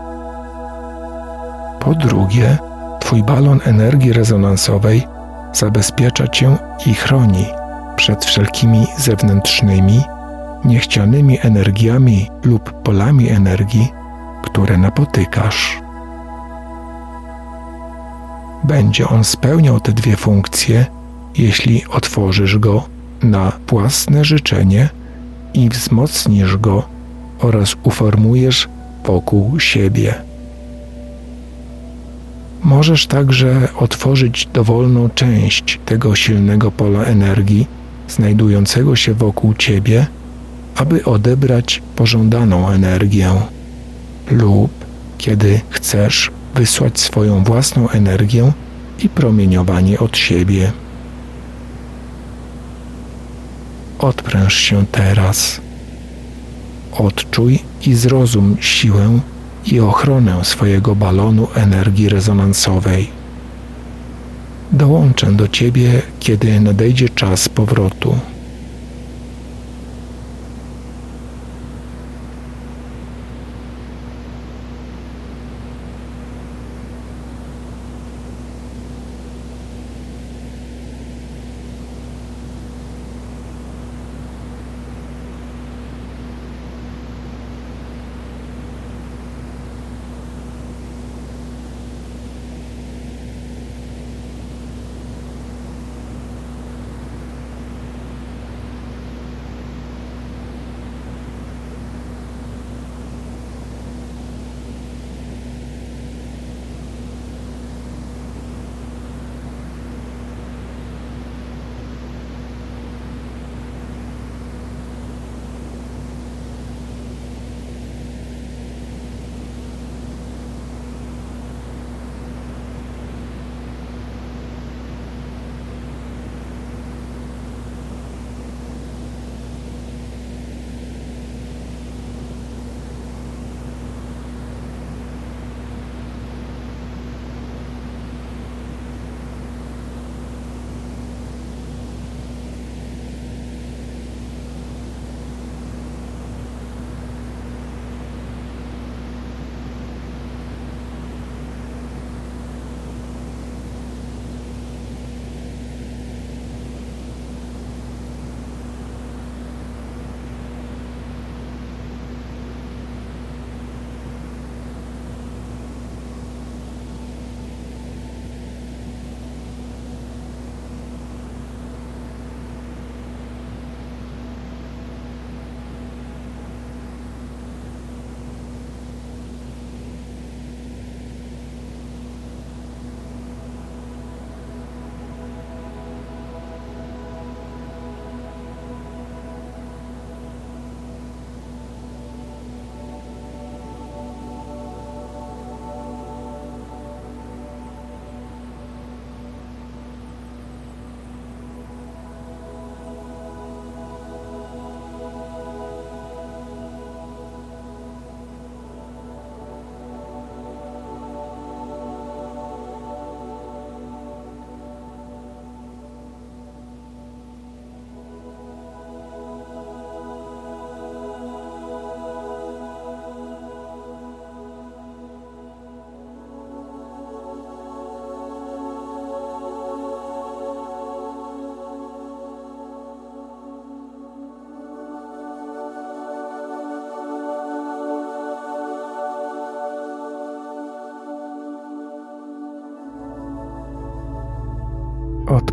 Po drugie, Twój balon energii rezonansowej zabezpiecza Cię i chroni przed wszelkimi zewnętrznymi, niechcianymi energiami lub polami energii, które napotykasz. Będzie on spełniał te dwie funkcje, jeśli otworzysz go na własne życzenie i wzmocnisz go oraz uformujesz wokół siebie. Możesz także otworzyć dowolną część tego silnego pola energii znajdującego się wokół Ciebie, aby odebrać pożądaną energię lub, kiedy chcesz, wysłać swoją własną energię i promieniowanie od siebie. Odpręż się teraz. Odczuj i zrozum siłę i ochronę swojego balonu energii rezonansowej. Dołączę do Ciebie, kiedy nadejdzie czas powrotu.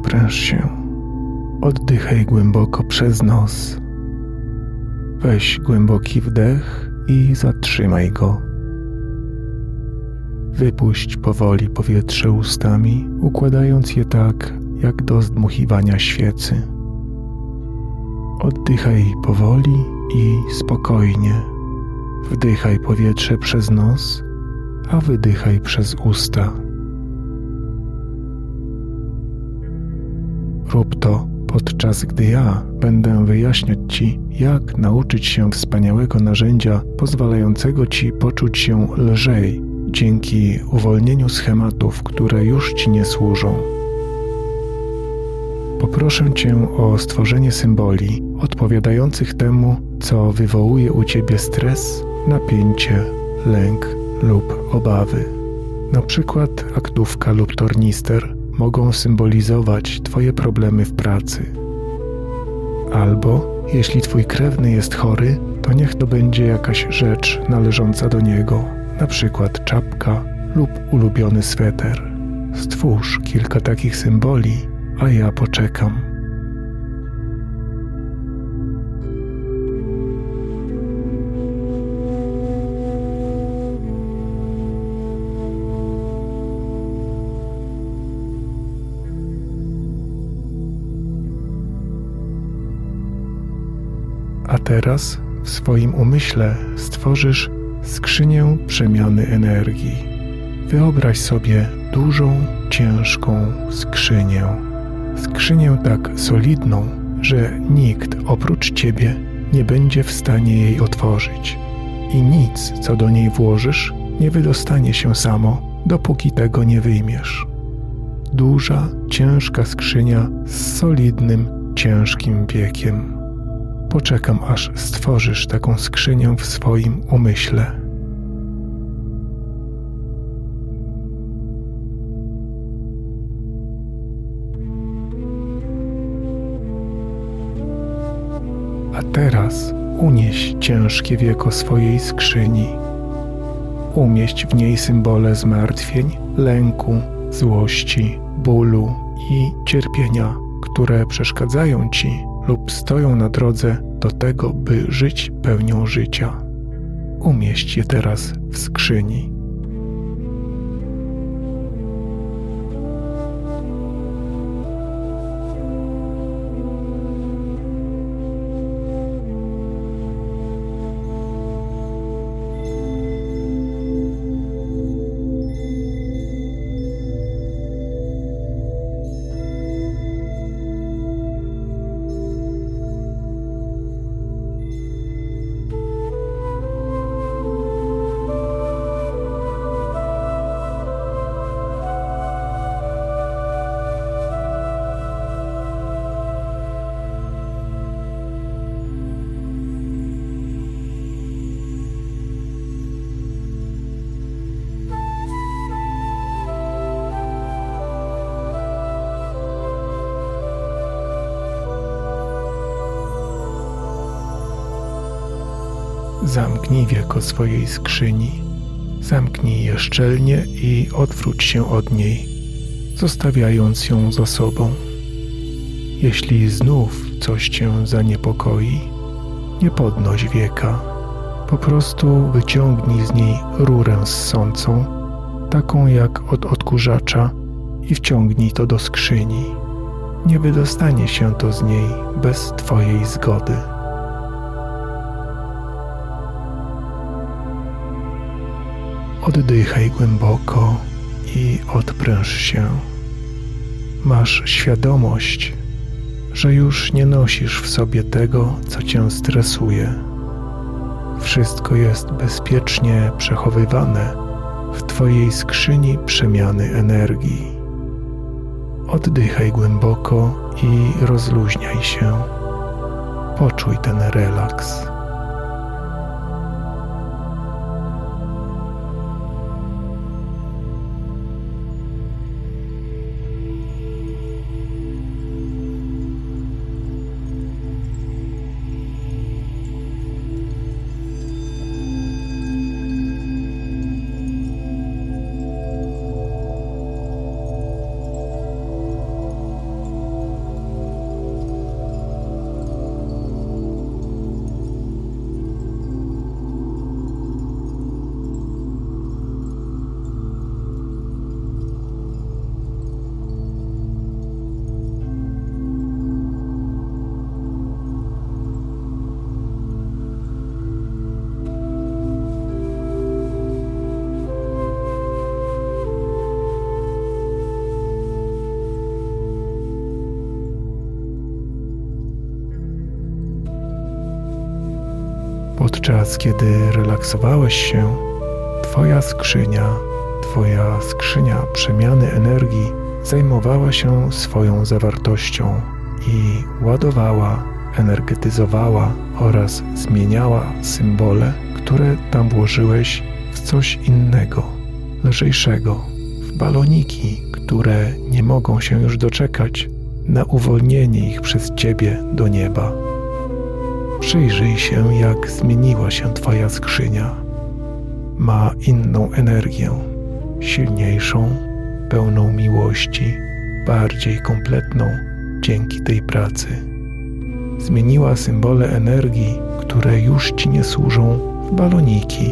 odpręż się. Oddychaj głęboko przez nos. Weź głęboki wdech i zatrzymaj go. Wypuść powoli powietrze ustami, układając je tak, jak do zdmuchiwania świecy. Oddychaj powoli i spokojnie. Wdychaj powietrze przez nos, a wydychaj przez usta. Rób to, podczas gdy ja będę wyjaśniać Ci, jak nauczyć się wspaniałego narzędzia pozwalającego Ci poczuć się lżej dzięki uwolnieniu schematów, które już Ci nie służą. Poproszę Cię o stworzenie symboli odpowiadających temu, co wywołuje u Ciebie stres, napięcie, lęk lub obawy. Na przykład aktówka lub tornister mogą symbolizować Twoje problemy w pracy. Albo, jeśli Twój krewny jest chory, to niech to będzie jakaś rzecz należąca do niego, na przykład czapka lub ulubiony sweter. Stwórz kilka takich symboli, a ja poczekam. A teraz w swoim umyśle stworzysz skrzynię przemiany energii. Wyobraź sobie dużą, ciężką skrzynię. Skrzynię tak solidną, że nikt oprócz Ciebie nie będzie w stanie jej otworzyć. I nic, co do niej włożysz, nie wydostanie się samo, dopóki tego nie wyjmiesz. Duża, ciężka skrzynia z solidnym, ciężkim wiekiem. Poczekam, aż stworzysz taką skrzynię w swoim umyśle. A teraz unieś ciężkie wieko swojej skrzyni. Umieść w niej symbole zmartwień, lęku, złości, bólu i cierpienia, które przeszkadzają Ci lub stoją na drodze do tego, by żyć pełnią życia. Umieść je teraz w skrzyni. Zamknij wieko swojej skrzyni. Zamknij je szczelnie i odwróć się od niej, zostawiając ją za sobą. Jeśli znów coś Cię zaniepokoi, nie podnoś wieka. Po prostu wyciągnij z niej rurę ssącą, taką jak od odkurzacza, i wciągnij to do skrzyni. Nie wydostanie się to z niej bez Twojej zgody. Oddychaj głęboko i odpręż się. Masz świadomość, że już nie nosisz w sobie tego, co Cię stresuje. Wszystko jest bezpiecznie przechowywane w Twojej skrzyni przemiany energii. Oddychaj głęboko i rozluźniaj się. Poczuj ten relaks. Podczas kiedy relaksowałeś się, Twoja skrzynia przemiany energii zajmowała się swoją zawartością i ładowała, energetyzowała oraz zmieniała symbole, które tam włożyłeś, w coś innego, lżejszego, w baloniki, które nie mogą się już doczekać na uwolnienie ich przez Ciebie do nieba. Przyjrzyj się, jak zmieniła się Twoja skrzynia. Ma inną energię, silniejszą, pełną miłości, bardziej kompletną dzięki tej pracy. Zmieniła symbole energii, które już Ci nie służą, w baloniki.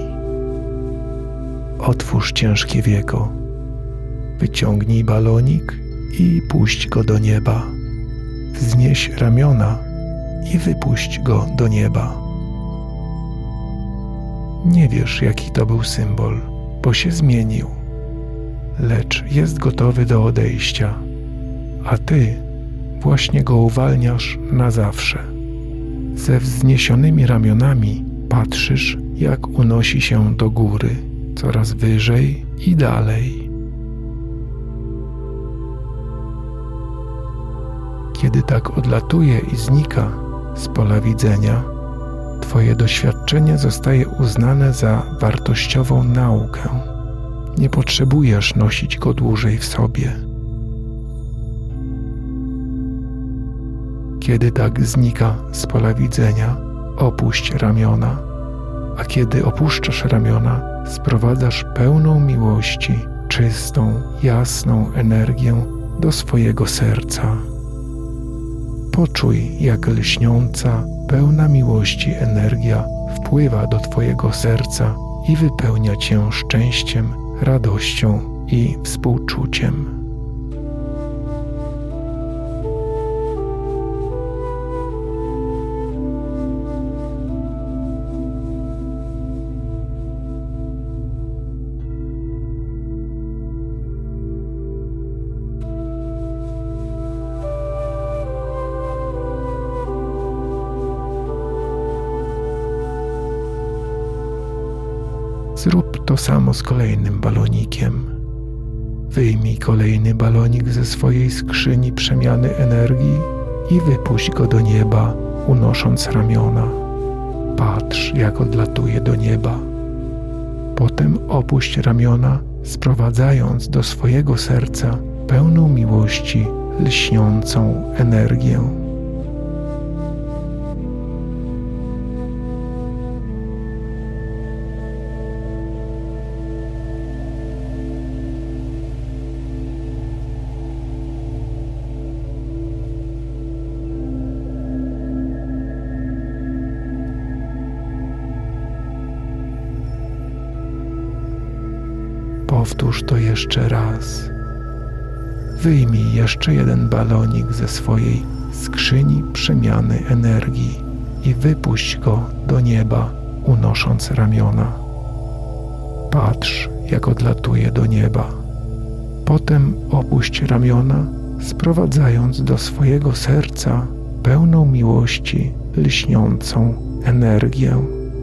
Otwórz ciężkie wieko. Wyciągnij balonik i puść go do nieba. Wznieś ramiona i wypuść go do nieba. Nie wiesz, jaki to był symbol, bo się zmienił, lecz jest gotowy do odejścia, a Ty właśnie go uwalniasz na zawsze. Ze wzniesionymi ramionami patrzysz, jak unosi się do góry, coraz wyżej i dalej. Kiedy tak odlatuje i znika z pola widzenia, Twoje doświadczenie zostaje uznane za wartościową naukę. Nie potrzebujesz nosić go dłużej w sobie. Kiedy tak znika z pola widzenia, opuść ramiona, a kiedy opuszczasz ramiona, sprowadzasz pełną miłości, czystą, jasną energię do swojego serca. Poczuj, jak lśniąca, pełna miłości energia wpływa do Twojego serca i wypełnia Cię szczęściem, radością i współczuciem. Zrób to samo z kolejnym balonikiem. Wyjmij kolejny balonik ze swojej skrzyni przemiany energii i wypuść go do nieba, unosząc ramiona. Patrz, jak odlatuje do nieba. Potem opuść ramiona, sprowadzając do swojego serca pełną miłości, lśniącą energię. Powtórz to jeszcze raz. Wyjmij jeszcze jeden balonik ze swojej skrzyni przemiany energii i wypuść go do nieba, unosząc ramiona. Patrz, jak odlatuje do nieba. Potem opuść ramiona, sprowadzając do swojego serca pełną miłości, lśniącą energię.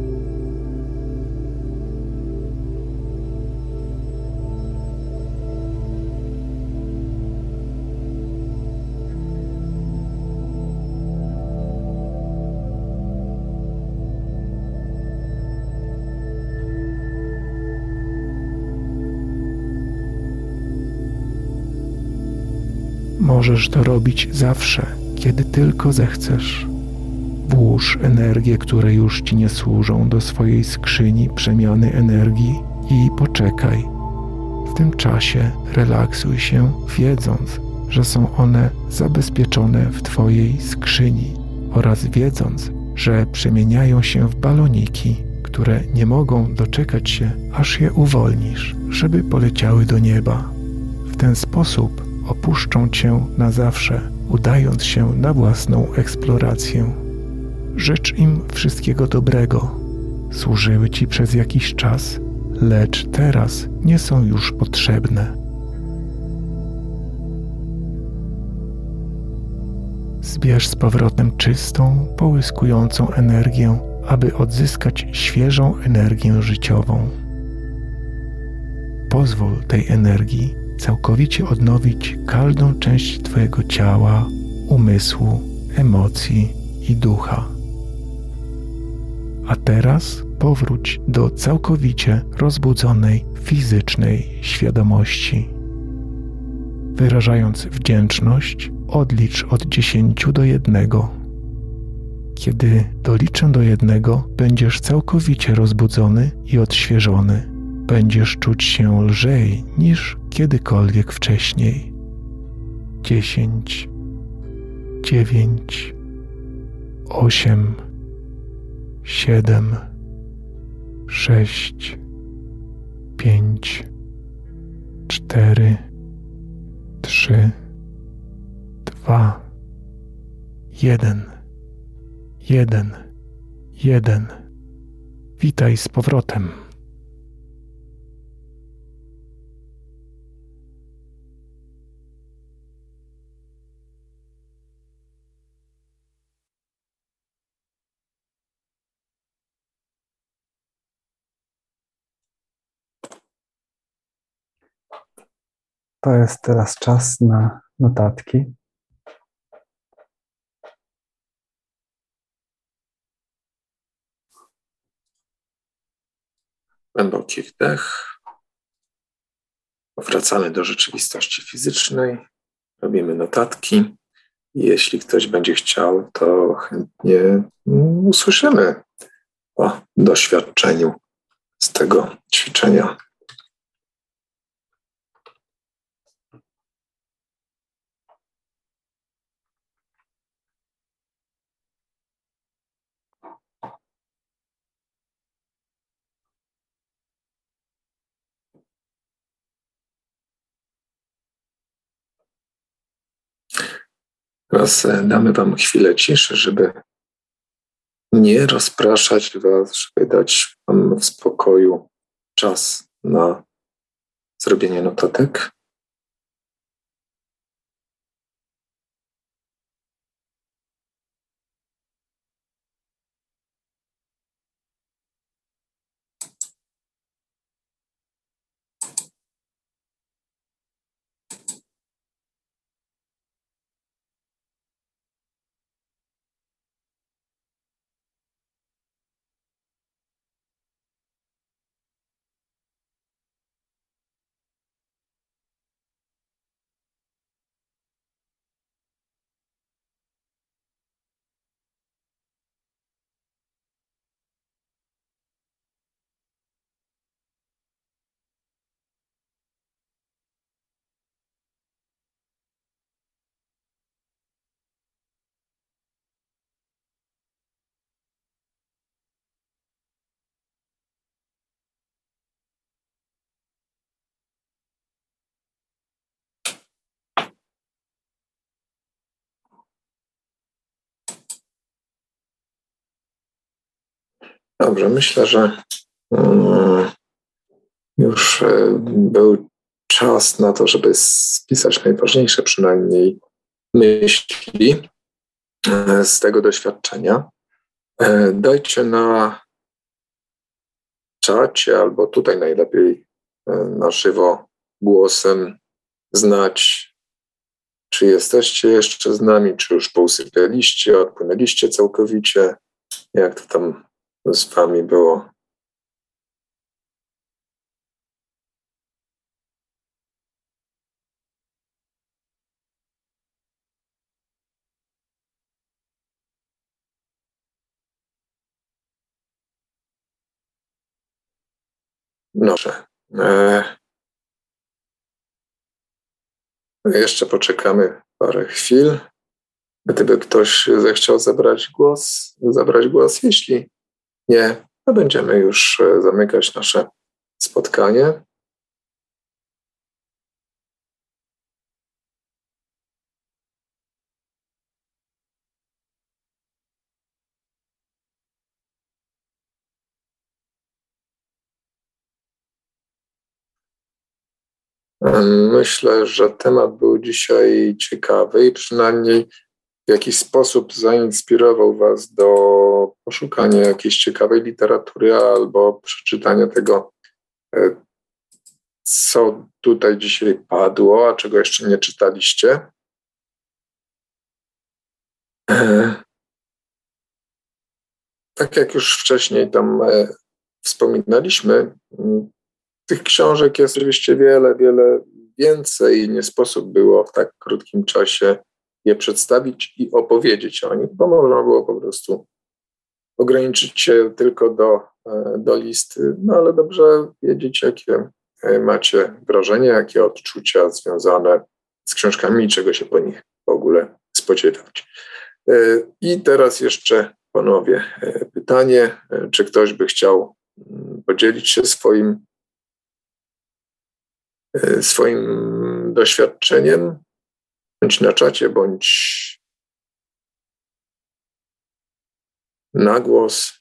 Możesz to robić zawsze, kiedy tylko zechcesz. Włóż energię, które już Ci nie służą, do swojej skrzyni przemiany energii i poczekaj. W tym czasie relaksuj się, wiedząc, że są one zabezpieczone w Twojej skrzyni oraz wiedząc, że przemieniają się w baloniki, które nie mogą doczekać się, aż je uwolnisz, żeby poleciały do nieba. W ten sposób opuszczą Cię na zawsze, udając się na własną eksplorację. Życz im wszystkiego dobrego. Służyły Ci przez jakiś czas, lecz teraz nie są już potrzebne. Zbierz z powrotem czystą, połyskującą energię, aby odzyskać świeżą energię życiową. Pozwól tej energii całkowicie odnowić każdą część Twojego ciała, umysłu, emocji i ducha. A teraz powróć do całkowicie rozbudzonej fizycznej świadomości. Wyrażając wdzięczność, odlicz od 10 do 1. Kiedy doliczę do 1, będziesz całkowicie rozbudzony i odświeżony. Będziesz czuć się lżej niż kiedykolwiek wcześniej. 10, 9, 8, 7, 6, 5, 4, 3, 2, 1, 1, 1. Witaj z powrotem. To jest teraz czas na notatki. Głęboki wdech. Wracamy do rzeczywistości fizycznej. Robimy notatki. Jeśli ktoś będzie chciał, to chętnie usłyszymy o doświadczeniu z tego ćwiczenia. Teraz damy Wam chwilę ciszy, żeby nie rozpraszać Was, żeby dać Wam w spokoju czas na zrobienie notatek. Dobrze, myślę, że już był czas na to, żeby spisać najważniejsze przynajmniej myśli z tego doświadczenia. Dajcie na czacie albo tutaj najlepiej na żywo głosem znać, czy jesteście jeszcze z nami, czy już pousypialiście, odpłynęliście całkowicie, jak to tam z Wami było. Dobrze. Jeszcze poczekamy parę chwil. Gdyby ktoś zechciał zabrać głos, jeśli nie, to będziemy już zamykać nasze spotkanie. Myślę, że temat był dzisiaj ciekawy i przynajmniej w jakiś sposób zainspirował Was do poszukania jakiejś ciekawej literatury albo przeczytania tego, co tutaj dzisiaj padło, a czego jeszcze nie czytaliście. Tak jak już wcześniej tam wspominaliśmy, tych książek jest oczywiście wiele, wiele więcej i nie sposób było w tak krótkim czasie je przedstawić i opowiedzieć o nich, bo można było po prostu ograniczyć się tylko do listy, no ale dobrze wiedzieć, jakie macie wrażenia, jakie odczucia związane z książkami i czego się po nich w ogóle spodziewać. I teraz jeszcze ponownie pytanie, czy ktoś by chciał podzielić się swoim doświadczeniem, bądź na czacie, bądź na głos.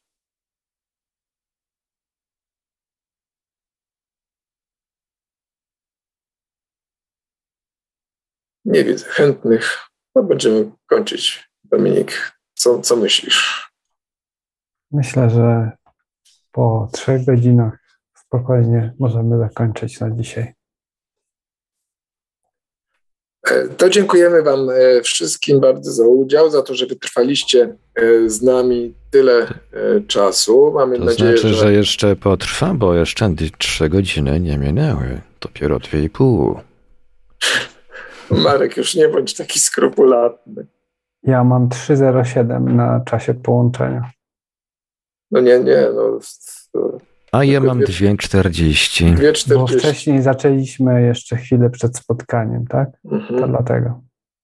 Nie widzę chętnych. No, będziemy kończyć. Dominik, co myślisz? Myślę, że po 3 godzinach spokojnie możemy zakończyć na dzisiaj. To dziękujemy Wam wszystkim bardzo za udział, za to, że wytrwaliście z nami tyle czasu. Mamy nadzieję, że jeszcze potrwa, bo jeszcze 3 godziny nie minęły. Dopiero 2,5. Marek, już nie bądź taki skrupulatny. Ja mam 3:07 na czasie połączenia. No nie. A ja mam 2:40. 2:40. Bo wcześniej zaczęliśmy jeszcze chwilę przed spotkaniem, tak? To dlatego.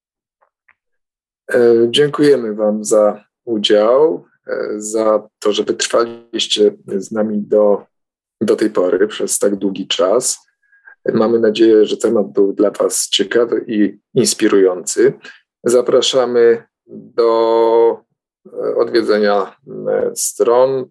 Dziękujemy Wam za udział, za to, że wytrwaliście z nami do tej pory przez tak długi czas. Mamy nadzieję, że temat był dla Was ciekawy i inspirujący. Zapraszamy do odwiedzenia stron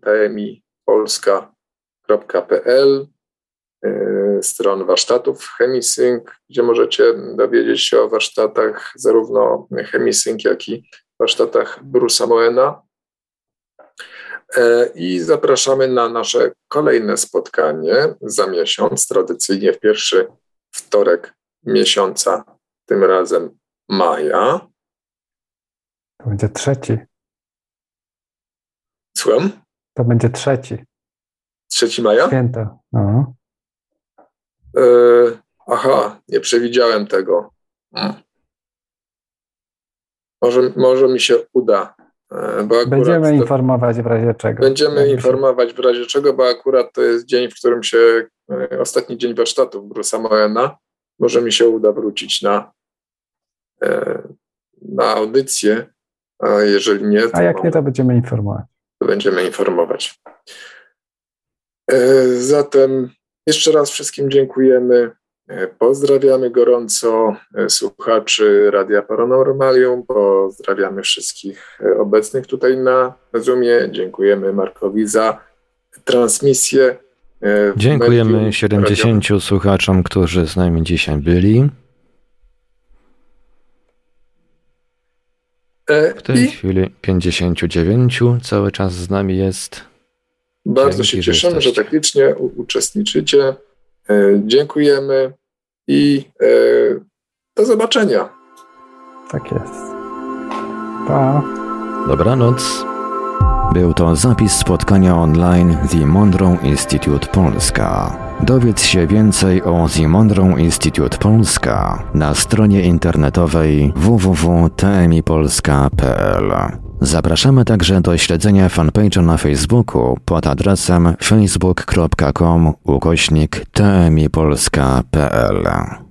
tmipolska.pl, stron warsztatów Chemisync, gdzie możecie dowiedzieć się o warsztatach zarówno Chemisync, jak i warsztatach Bruce'a Moena. I zapraszamy na nasze kolejne spotkanie za miesiąc, tradycyjnie w pierwszy wtorek miesiąca, tym razem maja. To będzie 3. Słucham? To będzie 3. 3 maja? Święto. No. Aha, nie przewidziałem tego. Może mi się uda. Bo będziemy informować w razie czego. Będziemy informować w razie czego, bo akurat to jest dzień, w którym się ostatni dzień warsztatów Bruce'a Moena. Może mi się uda wrócić na audycję, a jeżeli nie, to a jak nie, to będziemy informować. To będziemy informować. Zatem jeszcze raz wszystkim dziękujemy. Pozdrawiamy gorąco słuchaczy Radia Paranormalium, pozdrawiamy wszystkich obecnych tutaj na Zoomie, dziękujemy Markowi za transmisję. Dziękujemy 70 słuchaczom, którzy z nami dzisiaj byli. W tej chwili 59 cały czas z nami jest. Bardzo się cieszymy, że tak licznie uczestniczycie. Dziękujemy i do zobaczenia. Tak jest. Pa. Dobranoc. Był to zapis spotkania online The Monroe Institute Polska. Dowiedz się więcej o The Monroe Institute Polska na stronie internetowej www.tmipolska.pl. Zapraszamy także do śledzenia fanpage'a na Facebooku pod adresem facebook.com/tmipolska.pl.